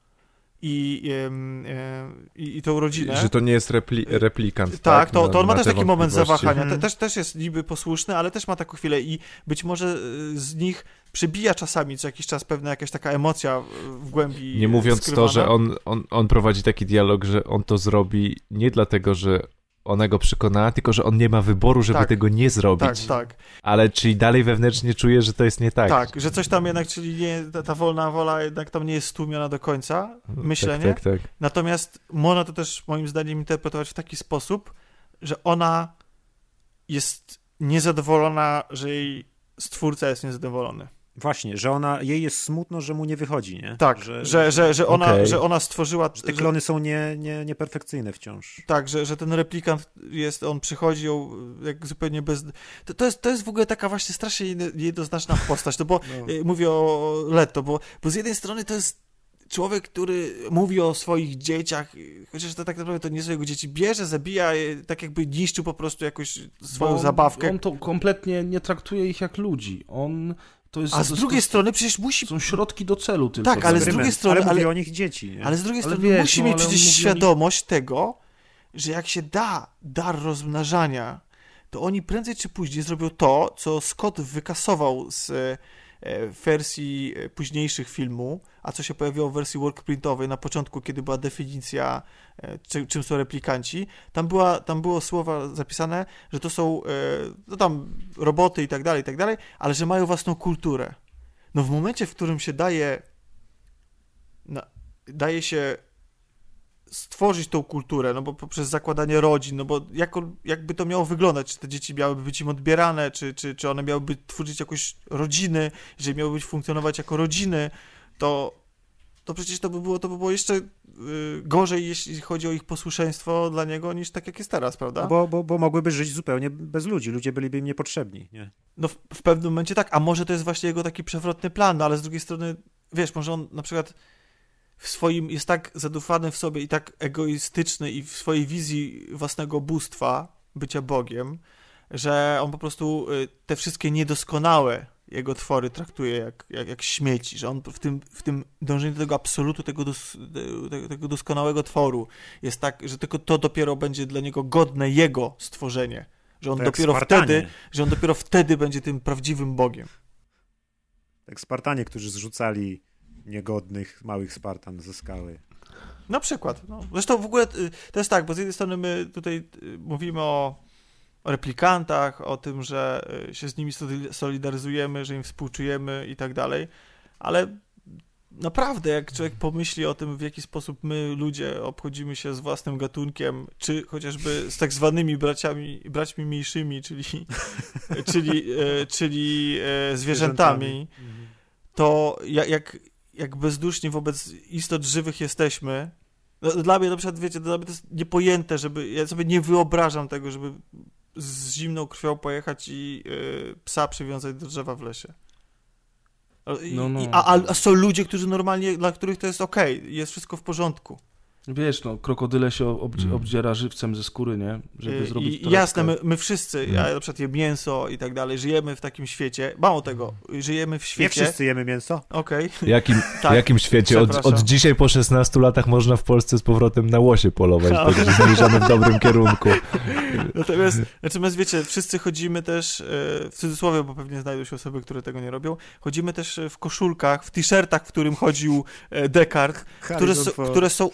i, y, y, i tą rodzinę. Że to nie jest repli- replikant. Tak, tak? to, to on Na- ma na też te taki moment wątpliwości. zawahania. Mhm. Te, też, też jest niby posłuszny, ale też ma taką chwilę i być może y, z nich przebija czasami co jakiś czas pewna jakaś taka emocja w głębi Nie mówiąc skrywana. to, że on, on, on prowadzi taki dialog, że on to zrobi nie dlatego, że ona go przekonała, tylko że on nie ma wyboru, żeby Tak. tego nie zrobić. Tak, tak. Ale czyli dalej wewnętrznie czuje, że to jest nie tak. Tak, że coś tam jednak, czyli nie, ta, ta wolna wola jednak tam nie jest stłumiona do końca, myślenie. Tak, tak, tak. Natomiast można to też moim zdaniem interpretować w taki sposób, że ona jest niezadowolona, że jej stwórca jest niezadowolony. Właśnie, że ona, jej jest smutno, że mu nie wychodzi, nie? Tak, że, że, że, że, ona, okay. że ona stworzyła... Że te klony są nie, nie, nieperfekcyjne wciąż. Tak, że, że ten replikant jest, on przychodzi ją jak zupełnie bez... To, to, jest, to jest w ogóle taka właśnie strasznie jednoznaczna postać, no bo No. y, mówię o Leto, bo, bo z jednej strony to jest człowiek, który mówi o swoich dzieciach, chociaż to tak naprawdę to nie są jego dzieci, bierze, zabija je, tak jakby niszczył po prostu jakąś swoją Bo zabawkę. On to kompletnie nie traktuje ich jak ludzi. On to jest... A z to, drugiej to, strony przecież musi... są środki do celu tylko. Tak, ale z Eksperyment. drugiej strony... Ale, ale, mówi o nich dzieci, nie? ale z drugiej Ale strony wiesz, musi no, mieć ale on przecież mówi o nich- świadomość tego, że jak się da dar rozmnażania, to oni prędzej czy później zrobią to, co Scott wykasował z e, wersji późniejszych filmu, a co się pojawiło w wersji workprintowej na początku, kiedy była definicja, e, czy, czym są replikanci. Tam, była, tam było słowa zapisane, że to są e, no tam roboty i tak dalej, i tak dalej, ale że mają własną kulturę. No w momencie, w którym się daje na, daje się stworzyć tą kulturę, no bo poprzez zakładanie rodzin, no bo jak, on- jakby to miało wyglądać, czy te dzieci miałyby być im odbierane, czy, czy, czy one miałyby tworzyć jakąś rodziny, jeżeli miałyby funkcjonować jako rodziny, to, to przecież to by było, to by było jeszcze y, gorzej, jeśli chodzi o ich posłuszeństwo dla niego, niż tak jak jest teraz, prawda? No bo, bo, bo mogłyby żyć zupełnie bez ludzi. Ludzie byliby im niepotrzebni, nie? No w, w pewnym momencie tak, a może to jest właśnie jego taki przewrotny plan, no ale z drugiej strony, wiesz, może on na przykład w swoim, jest tak zadufany w sobie i tak egoistyczny i w swojej wizji własnego bóstwa, bycia Bogiem, że on po prostu y, te wszystkie niedoskonałe jego twory traktuje jak, jak, jak śmieci, że on w tym, w tym dążeniu do tego absolutu, tego, dos, tego, tego doskonałego tworu jest tak, że tylko to dopiero będzie dla niego godne jego stworzenie, że on To jak dopiero Spartanie. wtedy, że on dopiero wtedy będzie tym prawdziwym Bogiem. Tak Spartanie, którzy zrzucali niegodnych, małych Spartan ze skały. Na przykład. No. Zresztą w ogóle y, to jest tak, bo z jednej strony my tutaj y, mówimy o, o replikantach, o tym, że y, się z nimi soli- solidaryzujemy, że im współczujemy i tak dalej, ale naprawdę jak człowiek pomyśli o tym, w jaki sposób my, ludzie, obchodzimy się z własnym gatunkiem, czy chociażby z tak zwanymi braciami, braćmi mniejszymi, czyli, czyli, y, czyli y, zwierzętami, to jak, jak, jak bezdusznie wobec istot żywych jesteśmy, no, dla mnie na przykład, wiecie, dla mnie to jest niepojęte, żeby, ja sobie nie wyobrażam tego, żeby z zimną krwią pojechać i y, psa przywiązać do drzewa w lesie. I, No, no. I, a, a są ludzie, którzy normalnie, dla których to jest okej, jest wszystko w porządku. Wiesz, no, krokodyle się obdzi- Mm. obdziera żywcem ze skóry, nie? Żeby I, zrobić i torebkę. jasne, my, my wszyscy, Mm. ja na przykład jem mięso i tak dalej, żyjemy w takim świecie, mało tego, żyjemy w Nie świecie, wszyscy jemy mięso. okej, Jakim, Tak, w jakim świecie? Od, przepraszam. od dzisiaj po szesnastu latach można w Polsce z powrotem na łosie polować, No. także zmierzamy w dobrym kierunku. Natomiast, natomiast wiecie, wszyscy chodzimy też, e, w cudzysłowie, bo pewnie znajdą się osoby, które tego nie robią, chodzimy też e, w koszulkach, w t-shirtach, w którym chodził e, Descartes, które, Harrison so, Ford. które są uszyte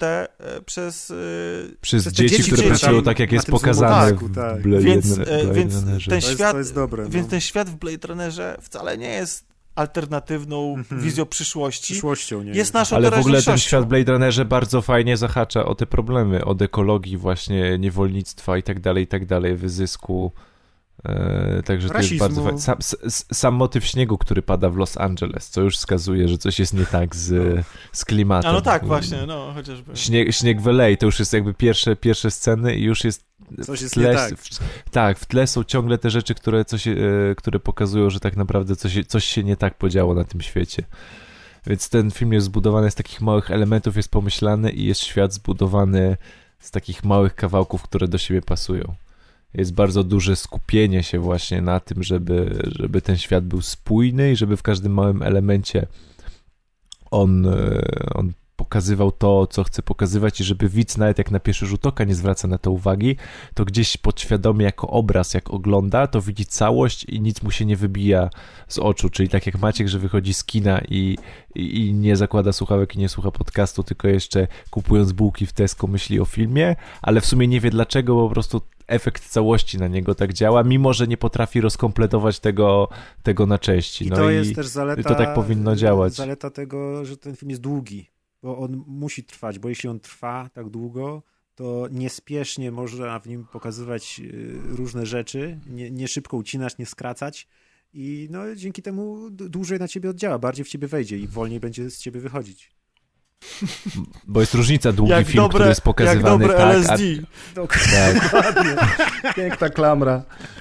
zepsute e, przez... E, przez, przez dzieci, dzieci, które dzieci pracują tak, jak na jest tym pokazane złomowisku, w tak. Blade, Więc, Blade e, więc Runnerze. ten To jest, świat, to jest dobre. No. więc ten świat w Blade Runnerze wcale nie jest alternatywną Mhm. wizją przyszłości. Przyszłością, nie Jest naszą Ale w ogóle ten teraźniejszością. świat w Blade Runnerze bardzo fajnie zahacza o te problemy, od ekologii właśnie, niewolnictwa i tak dalej, i tak dalej, wyzysku. E, także to Rasizmu. jest bardzo fajne. Sam, s- sam motyw śniegu, który pada w Los Angeles, co już wskazuje, że coś jest nie tak z, z klimatem. A no tak, właśnie, no chociażby. Śnieg, śnieg w L A to już jest jakby pierwsze, pierwsze sceny i już jest Coś w jest tle, nie tak. w, tak, w tle są ciągle te rzeczy, które, coś, e, które pokazują, że tak naprawdę coś, coś się nie tak podziało na tym świecie. Więc ten film jest zbudowany z takich małych elementów, jest pomyślany i jest świat zbudowany z takich małych kawałków, które do siebie pasują. Jest bardzo duże skupienie się właśnie na tym, żeby, żeby ten świat był spójny i żeby w każdym małym elemencie on, on pokazywał to, co chce pokazywać i żeby widz nawet jak na pierwszy rzut oka nie zwraca na to uwagi, to gdzieś podświadomie jako obraz, jak ogląda, to widzi całość i nic mu się nie wybija z oczu, czyli tak jak Maciek, że wychodzi z kina i, i, i nie zakłada słuchawek i nie słucha podcastu, tylko jeszcze kupując bułki w Tesco myśli o filmie, ale w sumie nie wie dlaczego, bo po prostu efekt całości na niego tak działa, mimo że nie potrafi rozkompletować tego, tego na części. I no to i, jest też zaleta, i to tak powinno działać. Zaleta tego, że ten film jest długi, bo on musi trwać, bo jeśli on trwa tak długo, to niespiesznie można w nim pokazywać różne rzeczy, nie, nie szybko ucinać, nie skracać i no, dzięki temu dłużej na ciebie oddziała, bardziej w ciebie wejdzie i wolniej będzie z ciebie wychodzić. Bo jest różnica, długi Jak film, dobre, który jest pokazywany jak dobre tak, L S D. a, tak. Piękna klamra.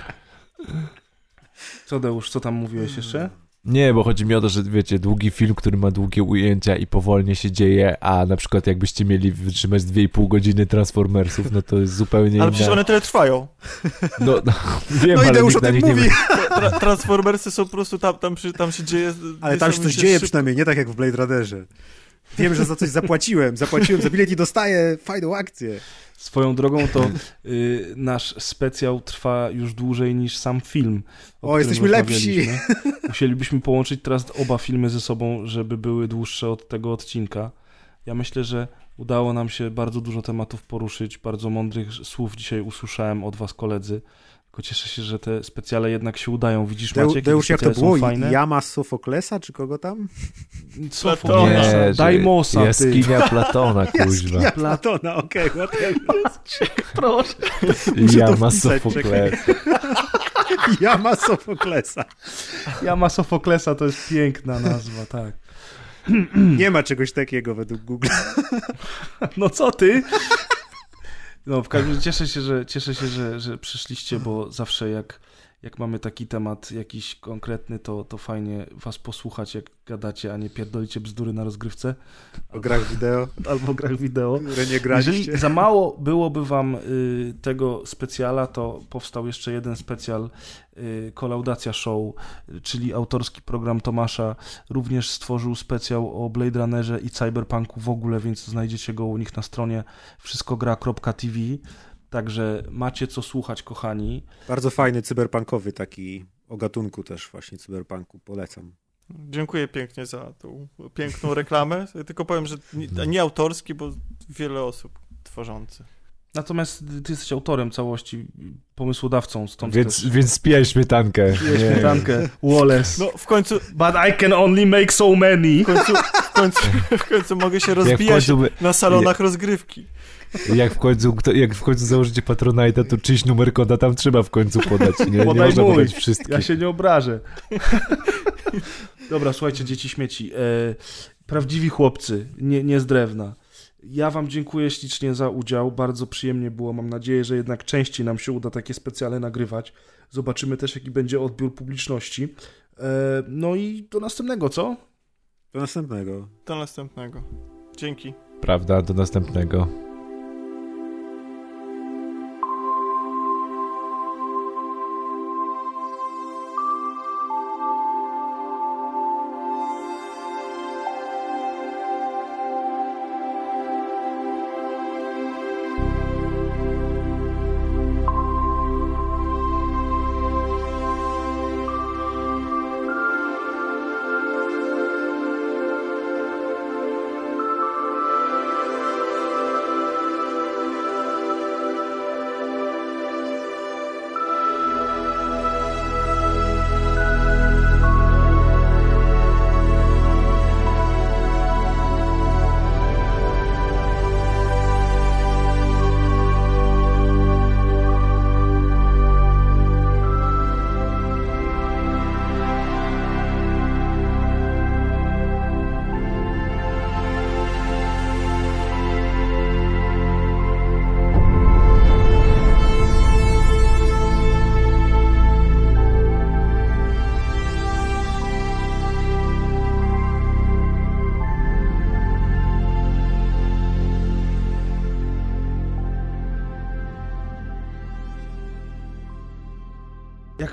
Co Deusz, co tam mówiłeś jeszcze? Nie, bo chodzi mi o to, że wiecie, długi film, który ma długie ujęcia i powolnie się dzieje, a na przykład jakbyście mieli wytrzymać dwie i pół godziny Transformersów, no to jest zupełnie Ale inna... przecież one tyle trwają. No, no wiem, No i ale Deusz o nikt na tym nich nie... mówi. Tra- Transformersy są po prostu tam, tam, przy, tam się dzieje... Ale tam się coś niesamowicie dzieje szybko. przynajmniej, nie tak jak w Blade Runnerze. Wiem, że za coś zapłaciłem. Zapłaciłem za bilet i dostaję fajną akcję. Swoją drogą to y, nasz specjał trwa już dłużej niż sam film. O, którym jesteśmy lepsi. rozmawialiśmy. Musielibyśmy połączyć teraz oba filmy ze sobą, żeby były dłuższe od tego odcinka. Ja myślę, że udało nam się bardzo dużo tematów poruszyć, bardzo mądrych słów dzisiaj usłyszałem od was, koledzy. Tylko cieszę się, że te specjale jednak się udają. Widzisz, Deu, Maciek, Deusz, jak to specjale było? są fajne. Jama Sofoklesa, czy kogo tam? Platona. Nie, że Daimosa, ty. Jaskinia Platona, kuźwa. Jaskinia Platona, okej. Okay, Proszę. Muszę to Jama wpisać, Sofokles. Jama Sofoklesa. Jama Sofoklesa to jest piękna nazwa, tak. Nie ma czegoś takiego według Google. No co ty? No w każdym razie cieszę się, że, cieszę się, że, że przyszliście, bo zawsze jak, jak mamy taki temat jakiś konkretny, to, to fajnie was posłuchać, jak gadacie, a nie pierdolicie bzdury na rozgrywce. O grach wideo, Albo o grach wideo. które nie graliście. Jeżeli za mało byłoby wam y, tego specjala, to powstał jeszcze jeden specjal, y, Kolaudacja Show, y, czyli autorski program Tomasza. Również stworzył specjał o Blade Runnerze i Cyberpunku w ogóle, więc znajdziecie go u nich na stronie wszystkogra kropka t v. Także macie co słuchać, kochani. Bardzo fajny cyberpunkowy taki o gatunku też właśnie cyberpunku, polecam. Dziękuję pięknie za tą piękną reklamę. Tylko powiem, że nie, nie autorski, bo wiele osób tworzący. Natomiast ty jesteś autorem całości, pomysłodawcą, stąd Więc, też... więc spijaj śmietankę. Pijesz Nie. śmietankę, Wallace. No w końcu, But I can only make so many. w końcu, w końcu, w końcu mogę się Jak w rozbijać końcu, by- na salonach rozgrywki. jak w końcu, kto- jak w końcu założycie Patronite'a, to czyjś numer konta tam trzeba w końcu podać. Nie, nie Podaj można mój. podać wszystkich. Ja się nie obrażę. Dobra, słuchajcie, dzieci śmieci. E, prawdziwi chłopcy, nie, nie z drewna. Ja wam dziękuję ślicznie za udział. Bardzo przyjemnie było. Mam nadzieję, że jednak częściej nam się uda takie specjale nagrywać. Zobaczymy też, jaki będzie odbiór publiczności. E, no i do następnego, co? Do następnego. Do następnego. Dzięki. Prawda, do następnego.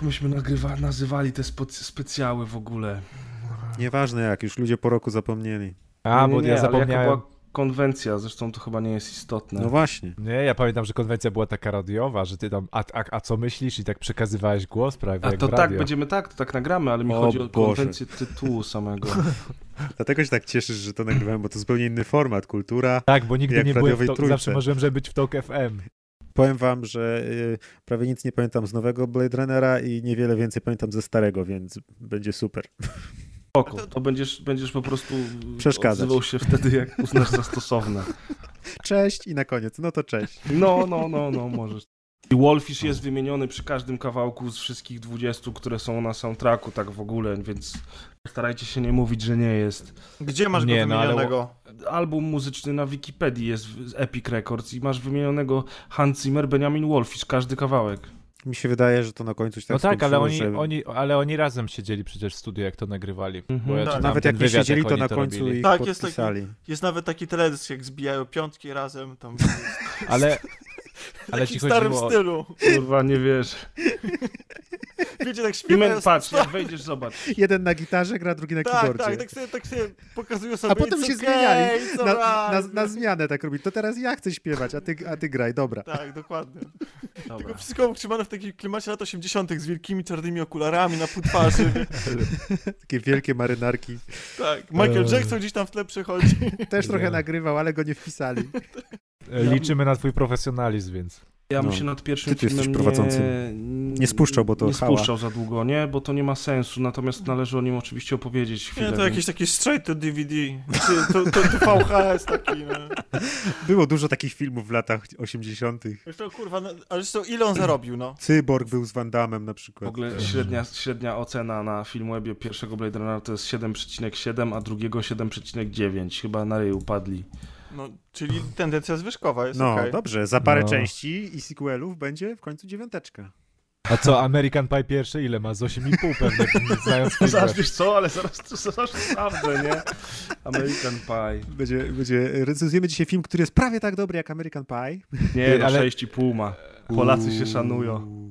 jak myśmy nagrywa, nazywali te spe- specjały w ogóle? Nieważne jak, już ludzie po roku zapomnieli. A, nie, bo nie, ja ale jaka zapomniałem. była konwencja, zresztą to chyba nie jest istotne. No właśnie. Nie, ja pamiętam, że konwencja była taka radiowa, że ty tam, a, a, a co myślisz? I tak przekazywałeś głos prawie A jak to w tak, radio. będziemy tak, to tak nagramy, ale mi O chodzi o Boże. konwencję tytułu samego. Dlatego się tak cieszysz, że to nagrywałem, bo to zupełnie inny format, kultura. Tak, bo nigdy jak nie w byłem w radiowej to, trójce. zawsze możemy żeby być w Talk F M. Powiem wam, że y, prawie nic nie pamiętam z nowego Blade Runnera i niewiele więcej pamiętam ze starego, więc będzie super. Spoko, to będziesz, będziesz po prostu Przeszkadzać. odzywał się wtedy, jak uznasz za stosowne. Cześć i na koniec, no to cześć. No, no, no, no, możesz. I Wolfish jest wymieniony przy każdym kawałku z wszystkich dwudziestu, które są na soundtracku, tak w ogóle, więc starajcie się nie mówić, że nie jest. Gdzie masz Nie, go no, ale- wymienionego? Album muzyczny na Wikipedii jest z Epic Records i masz wymienionego Hans Zimmer, Benjamin Wolfish, każdy kawałek. Mi się wydaje, że to na końcu się tak No tak, ale skończyło, oni, że oni, ale oni razem siedzieli przecież w studiu, jak to nagrywali. Mhm. Bo ja Tak. czytałem nawet ten jak nie wywiad, siedzieli, to oni na końcu robili. ich Tak, jest taki- podpisali. Jest nawet taki teledysk, jak zbijają piątki razem, tam Ale, w ale ci takim starym chodziło o... stylu. Kurwa, nie wiesz. Wiecie, tak śpiewają... Imen, patrz, jak wejdziesz, zobacz. Jeden na gitarze gra, drugi na Tak, keyboardzie. tak, tak sobie, tak sobie pokazują sobie. A potem it's się okay, zmieniali. it's Na, na, alright. na zmianę tak robi. To teraz ja chcę śpiewać, a ty, a ty graj, dobra. Tak, dokładnie. Tylko Dobra. wszystko utrzymane w takim klimacie lat osiemdziesiątych z wielkimi czarnymi okularami na pół twarzy. Takie wielkie marynarki. Tak, Michael Eee. Jackson gdzieś tam w tle przechodzi. Też trochę Ja. nagrywał, ale go nie wpisali. Liczymy na twój profesjonalizm, więc... Ja bym No. się nad pierwszym Ty tu jesteś filmem prowadzącym. nie, Nie spuszczał, bo to nie hała. spuszczał za długo, nie? Bo to nie ma sensu, natomiast należy o nim oczywiście opowiedzieć chwilę. Nie, to więc- jakiś taki straight to D V D. Czy To, to, to V H S taki, no. Było dużo takich filmów w latach osiemdziesiątych. Zresztą, kurwa, no, ale zresztą ile on zarobił, no? Cyborg był z Van Damme na W przykład. ogóle średnia, średnia ocena na Filmwebie pierwszego Blade Runnera to jest siedem przecinek siedem, a drugiego siedem przecinek dziewięć. Chyba na ryj upadli. No, czyli tendencja zwyżkowa jest No, okej. dobrze, za parę No. części i sequelów będzie w końcu dziewiąteczka. A co, American Pie pierwszy ile ma? Z osiem i pół pewnie, znając Zaraz filmę. wiesz co, ale zaraz, zaraz sprawdzę, nie? American Pie. Będzie, będzie, recenzujemy dzisiaj film, który jest prawie tak dobry jak American Pie. Nie, no Ale- sześć i pół ma. Polacy się szanują.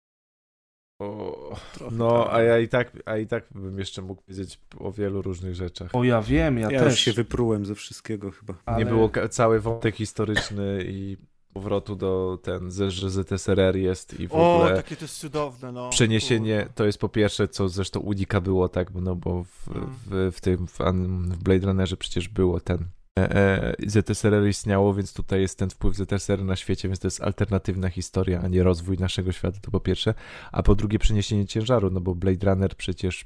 O, Trochę no, tak. a ja i tak, a i tak bym jeszcze mógł powiedzieć o wielu różnych rzeczach. O, ja wiem, ja, Ja też. już się wyprułem ze wszystkiego chyba. ale... Nie było ka- cały wątek historyczny i powrotu do ten, że Z T S R R jest i w O, ogóle takie to jest cudowne, no. przeniesienie, Kurwa. to jest po pierwsze, co zresztą u Dicka było, tak, no bo w, Mm. w, w tym, w, An- w Blade Runnerze przecież było ten e, e, Z T S R R istniało, więc tutaj jest ten wpływ Z T S R R na świecie, więc to jest alternatywna historia, a nie rozwój naszego świata, to po pierwsze, a po drugie przeniesienie ciężaru, no bo Blade Runner przecież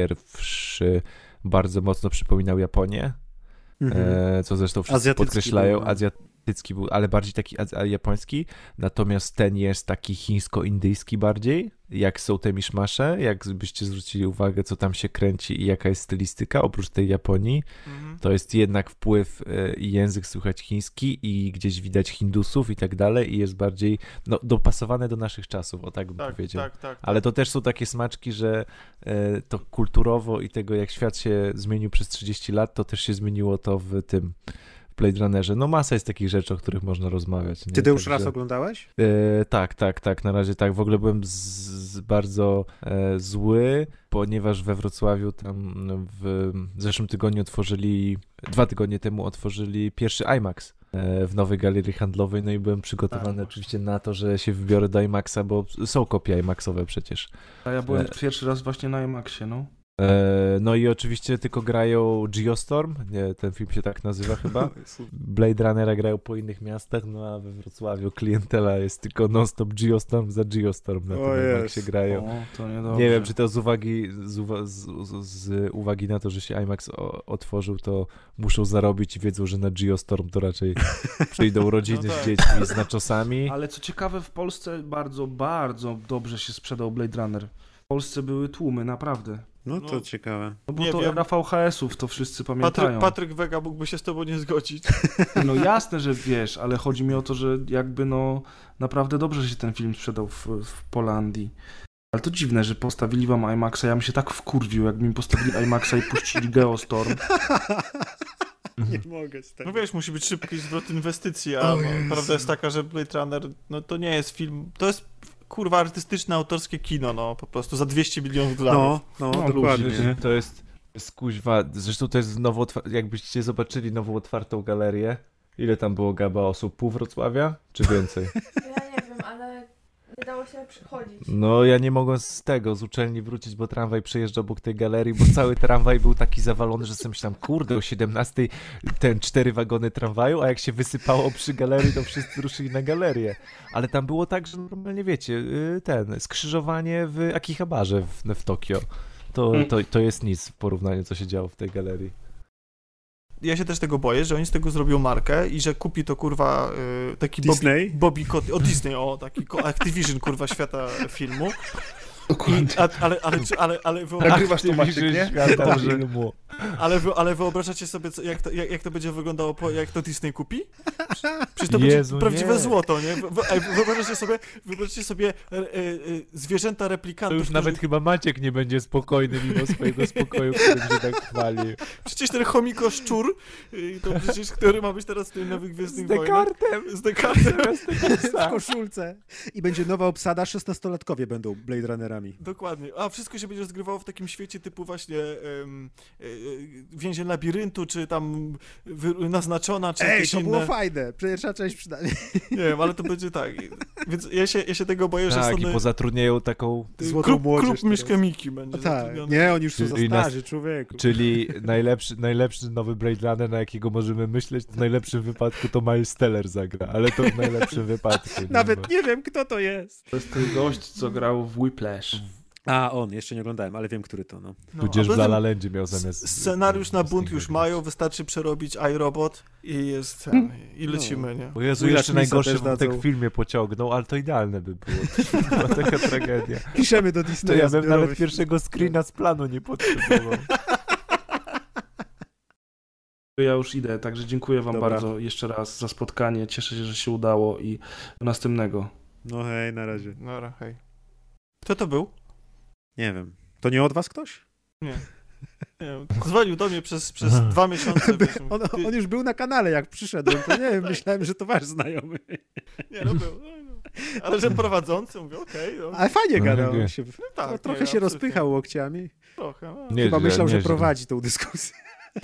pierwszy bardzo mocno przypominał Japonię, Mhm. e, co zresztą wszyscy Azjatycki podkreślają, był, no. azjatycki był, ale bardziej taki az- a- japoński, natomiast ten jest taki chińsko-indyjski bardziej, jak są te miszmasze, jak byście zwrócili uwagę, co tam się kręci i jaka jest stylistyka, oprócz tej Japonii, Mhm. to jest jednak wpływ e, i język słychać chiński i gdzieś widać Hindusów i tak dalej i jest bardziej no, dopasowane do naszych czasów, o tak bym Tak, powiedział. tak, tak. Ale to też są takie smaczki, że e, to kulturowo i tego, jak świat się zmienił przez trzydzieści lat, to też się zmieniło to w tym w Blade Runnerze. No masa jest takich rzeczy, o których można rozmawiać. Nie? Ty to już Także- raz oglądałeś? E, tak, tak, tak, na razie tak. W ogóle byłem z, z bardzo e, zły, ponieważ we Wrocławiu tam w zeszłym tygodniu otworzyli, dwa tygodnie temu otworzyli pierwszy IMAX e, w nowej galerii handlowej, no i byłem przygotowany Tak, oczywiście na to, że się wybiorę do IMAXa, bo są kopie IMAXowe przecież. A ja byłem E. pierwszy raz właśnie na IMAXie, no. E, no i oczywiście tylko grają Geostorm, nie, ten film się tak nazywa chyba. Blade Runnera grają po innych miastach, no a we Wrocławiu klientela jest tylko non-stop Geostorm za Geostorm na O tym, jak jest. się grają. O, to niedobrze. Nie wiem, czy to z uwagi, z, uwa- z, z, z uwagi na to, że się IMAX o, otworzył, to muszą zarobić i wiedzą, że na Geostorm to raczej przyjdą rodziny No tak. z dziećmi, z naczosami. Ale co ciekawe, w Polsce bardzo, bardzo dobrze się sprzedał Blade Runner. W Polsce były tłumy, naprawdę. No to No. ciekawe. No bo Nie to wiem. era V H S-ów, to wszyscy pamiętają. Patryk, Patryk Wega mógłby się z tobą nie zgodzić. No jasne, że wiesz, ale chodzi mi o to, że jakby no naprawdę dobrze się ten film sprzedał w, w Polandii. Ale to dziwne, że postawili wam IMAXa, ja bym się tak wkurwił, jakby mi postawili IMAXa i puścili Geostorm. Nie mogę z tego. No wiesz, musi być szybki zwrot inwestycji, a O no, Jezu. prawda jest taka, że Blade Runner, no to nie jest film, to jest kurwa artystyczne, autorskie kino, no po prostu za dwieście milionów dolarów. No, no, No, dokładnie. ludzie. To jest, jest kuźwa, zresztą to jest nowo otwa- jakbyście zobaczyli nowo otwartą galerię, ile tam było, Gaba, osób? Pół Wrocławia? Czy więcej? Ja nie wiem, ale nie dało się przychodzić. No ja nie mogłem z tego, z uczelni wrócić, bo tramwaj przejeżdżał obok tej galerii, bo cały tramwaj był taki zawalony, że sobie myślałem, kurde, o siedemnastej ten cztery wagony tramwaju, a jak się wysypało przy galerii, to wszyscy ruszyli na galerię. Ale tam było tak, że normalnie wiecie, y, ten, skrzyżowanie w Akihabarze w, w Tokio. To, to, to jest nic w porównaniu, co się działo w tej galerii. Ja się też tego boję, że oni z tego zrobią markę i że kupi to kurwa y, taki Disney? Bobby, Bobby Kotick, o Disney, o taki ko- Activision kurwa świata filmu. I, Dokładnie. a, ale, ale, ale, ale, ale, wyobraź, Nagrywasz to, Maciek, nie? Świata filmu. ale, wy, ale wyobrażacie sobie, co, jak, to, jak, jak to będzie wyglądało, po, jak to Disney kupi? Przecież to Jezu, będzie prawdziwe nie. złoto, nie? Wy, wy, ej, wyobrażacie sobie, wyobrażacie sobie e, e, e, zwierzęta To replikantów, już nawet którzy, chyba Maciek nie będzie spokojny mimo swojego spokoju, którym się tak chwali. przecież ten chomiko szczur, y, to przecież, który ma być teraz w tych nowych Gwiezdnych Z Wojnach. Descartem! Z Descartem. W koszulce. I będzie nowa obsada, szesnastolatkowie będą Blade Runnerami. Dokładnie. A wszystko się będzie rozgrywało w takim świecie typu właśnie um, więzień labiryntu, czy tam wy, naznaczona, czy Ej, jakieś to inne. było fajne. Pierwsza część przynajmniej. Nie wiem, ale to będzie tak. Więc ja się, ja się tego boję, że Tak, i stąd pozatrudniają taką, Złotą klub, młodzież klub teraz. Mieszkamiki będzie No tak. zatrudniony. Nie, oni już są za Czyli nas- starzy, człowieku. czyli najlepszy, najlepszy nowy Blade Runner, na jakiego możemy myśleć, to w najlepszym wypadku to Miles Teller zagra, ale to w najlepszym wypadku. Nie Nawet ma. nie wiem, kto to jest. To jest ten gość, co grał w Whiplash. A, on, jeszcze nie oglądałem, ale wiem, który to, no. No, Tudzież a w poza La tym La Landzie miał zamiast... Scenariusz na bunt z- już mają, wystarczy przerobić iRobot i jest ten, i lecimy, nie? O Jezu, Willa jeszcze Smitha najgorszy też dadzą. wątek w filmie pociągnął, ale to idealne by było. To była taka tragedia. Piszemy do To Disneya ja bym zbiorowy nawet pierwszego screena z planu nie potrzebował. Ja już idę, także dziękuję wam Dobra. bardzo jeszcze raz za spotkanie. Cieszę się, że się udało i do następnego. No hej, na razie. Dobra, hej. Kto to był? Nie wiem. To nie od was ktoś? Nie. Nie wiem. Dzwonił do mnie przez, przez dwa miesiące. Wiesz, On, ty- on już był na kanale, jak przyszedłem, to nie wiem, myślałem, że to wasz znajomy. Nie, no był. No, no. Ale że prowadzący, mówię, okej, okay, no, Ale fajnie No, gadał. nie. Się, tak, no, nie, trochę się absolutnie. rozpychał łokciami. trochę. No. Nie, Chyba źle, myślał, nie że źle. prowadzi tą dyskusję.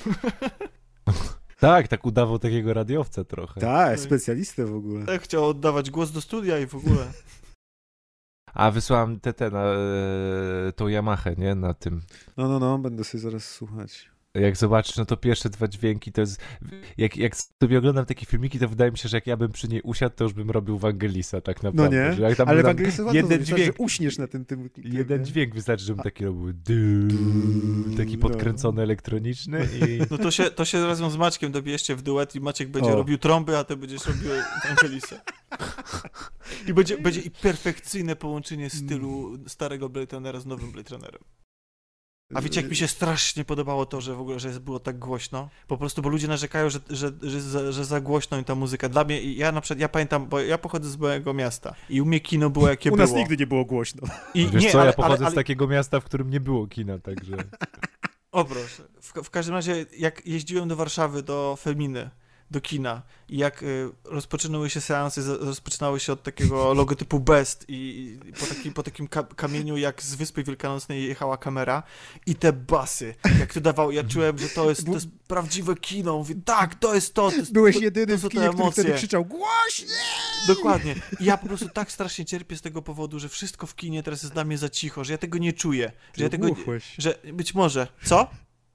Tak, tak udawał takiego radiowca trochę. Tak, specjalistę w ogóle. Tak, chciał oddawać głos do studia i w ogóle. A wysłałem T T na e, tą Yamahę, nie? Na tym. No, no, no, będę sobie zaraz słuchać. Jak zobaczysz, no to pierwsze dwa dźwięki to jest... Jak, jak sobie oglądam takie filmiki, to wydaje mi się, że jak ja bym przy niej usiadł, to już bym robił Wangelisa tak No naprawdę. nie? Że jak tam Ale bym tam Ewangelista jeden jeden dźwięk, że uśniesz na tym tym. jeden nie? dźwięk wystarczy, żebym taki robił du, taki No. podkręcony elektroniczny i... No to się, to się razem z Maćkiem dobierzcie w duet i Maciek będzie O. robił trąby, a ty będziesz robił Angelisa. I będzie, będzie i perfekcyjne połączenie stylu starego Blade Runnera z nowym Blade Runnerem. A wiecie, jak mi się strasznie podobało to, że w ogóle, że było tak głośno? Po prostu, bo ludzie narzekają, że, że, że, za, że za głośno im ta muzyka. Dla mnie, ja na przykład, ja pamiętam, bo ja pochodzę z małego miasta i u mnie kino było jakie U było. nas nigdy nie było głośno. I Wiesz nie, co, ale, ja pochodzę ale, ale, z takiego miasta, w którym nie było kina, także... O proszę. W, w każdym razie, jak jeździłem do Warszawy, do Feminy, do kina i jak y, rozpoczynały się seansy, z, rozpoczynały się od takiego logotypu Best i, i po, taki, po takim ka kamieniu, jak z Wyspy Wielkanocnej jechała kamera i te basy, jak to dawało, ja czułem, że to jest, to jest prawdziwe kino, mówię, tak, to jest to, to jest, Byłeś to, jedyny to w są te kinie, który emocje. wtedy krzyczał głośniej! Dokładnie. I ja po prostu tak strasznie cierpię z tego powodu, że wszystko w kinie teraz jest dla mnie za cicho, że ja tego nie czuję, że ja tego, Ogłuchłeś. że być może, co?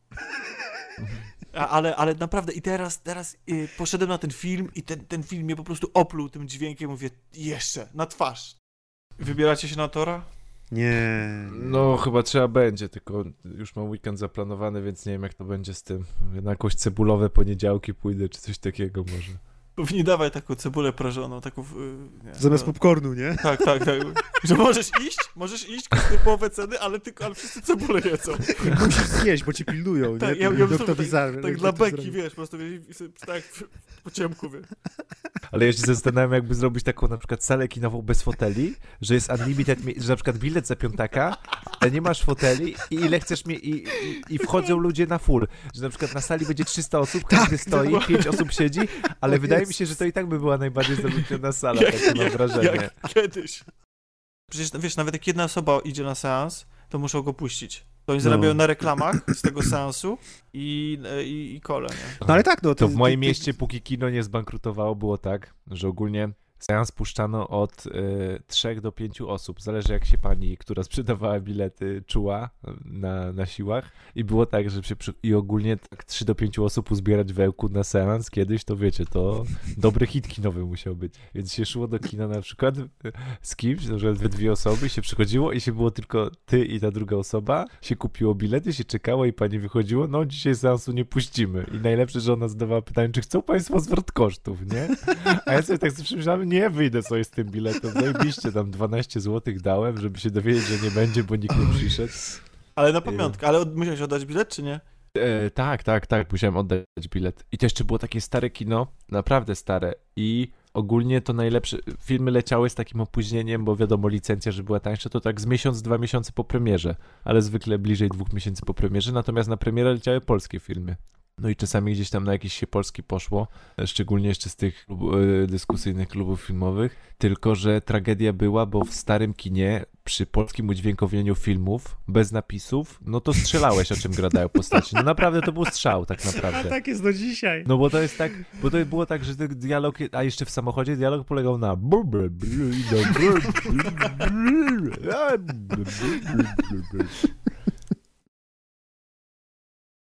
A, ale, ale naprawdę i teraz, teraz y, poszedłem na ten film i ten, ten film mnie po prostu opluł tym dźwiękiem, mówię, jeszcze, na twarz. Wybieracie się na Tora? Nie. No, chyba trzeba będzie, tylko już mam weekend zaplanowany, więc nie wiem, jak to będzie z tym. Na jakąś cebulowe poniedziałki pójdę, czy coś takiego może. Powinni dawać taką cebulę prażoną, taką... y, nie, Zamiast no. popcornu, nie? Tak, tak, tak. Że możesz iść, możesz iść, kosztuje połowę ceny, ale tylko, ale wszyscy cebulę jedzą. I musisz zjeść, bo cię pilnują, Tak, nie? ja, ja bym Doktor sobie Bizarre, tak, tak jak dla to beki, zrobił. wiesz, po prostu wiesz, i sobie tak po ciemku, wiesz. Ale ja się zastanawiam, jakby zrobić taką na przykład salę kinową bez foteli, że jest unlimited, mi- że na przykład bilet za piątaka, ale nie masz foteli i ile chcesz mi i, i, i wchodzą ludzie na full. Że na przykład na sali będzie trzysta osób, każdy stoi, pięć osób siedzi, ale O wydaje mi Jezus. się, że to i tak by była najbardziej zaludniona sala, Jak- takie mam jak- wrażenie. Jak kiedyś. Przecież, wiesz, nawet jak jedna osoba idzie na seans, to muszą go puścić. To oni No. zarabiają na reklamach z tego seansu i, i, i kole, nie? No ale tak, no To ty- w moim ty- ty- mieście, póki kino nie zbankrutowało, było tak, że ogólnie seans puszczano od y, trzech do pięciu osób. Zależy jak się pani, która sprzedawała bilety, czuła na, na siłach. I było tak, że się przy... i ogólnie tak trzy do pięciu osób uzbierać w Ełku na seans kiedyś, to wiecie, to dobry hit kinowy musiał być. Więc się szło do kina na przykład y, z kimś, na przykład we dwie osoby się przychodziło i się było tylko ty i ta druga osoba, się kupiło bilety, się czekało i pani wychodziło, no dzisiaj seansu nie puścimy. I najlepsze, że ona zadawała pytanie, czy chcą państwo zwrot kosztów, nie? A ja sobie tak sobie przemyślałem, nie wyjdę sobie z tym biletem, zajebiście, tam dwanaście złotych dałem, żeby się dowiedzieć, że nie będzie, bo nikt nie przyszedł. Ale na pamiątkę, ale od, musiałeś oddać bilet, czy nie? E, tak, tak, tak, musiałem oddać bilet. I to jeszcze było takie stare kino, naprawdę stare i ogólnie to najlepsze, filmy leciały z takim opóźnieniem, bo wiadomo, licencja, że była tańsza, to tak z miesiąc, dwa miesiące po premierze, ale zwykle bliżej dwóch miesięcy po premierze, natomiast na premierę leciały polskie filmy. No i czasami gdzieś tam na jakiś się polski poszło, szczególnie jeszcze z tych y, dyskusyjnych klubów filmowych, tylko że tragedia była, bo w starym kinie przy polskim udźwiękowieniu filmów bez napisów, no to strzelałeś, o czym gradają postaci. No naprawdę to był strzał tak A naprawdę. tak jest do dzisiaj. No bo to jest tak, bo to było tak, że ten dialog, a jeszcze w samochodzie dialog polegał na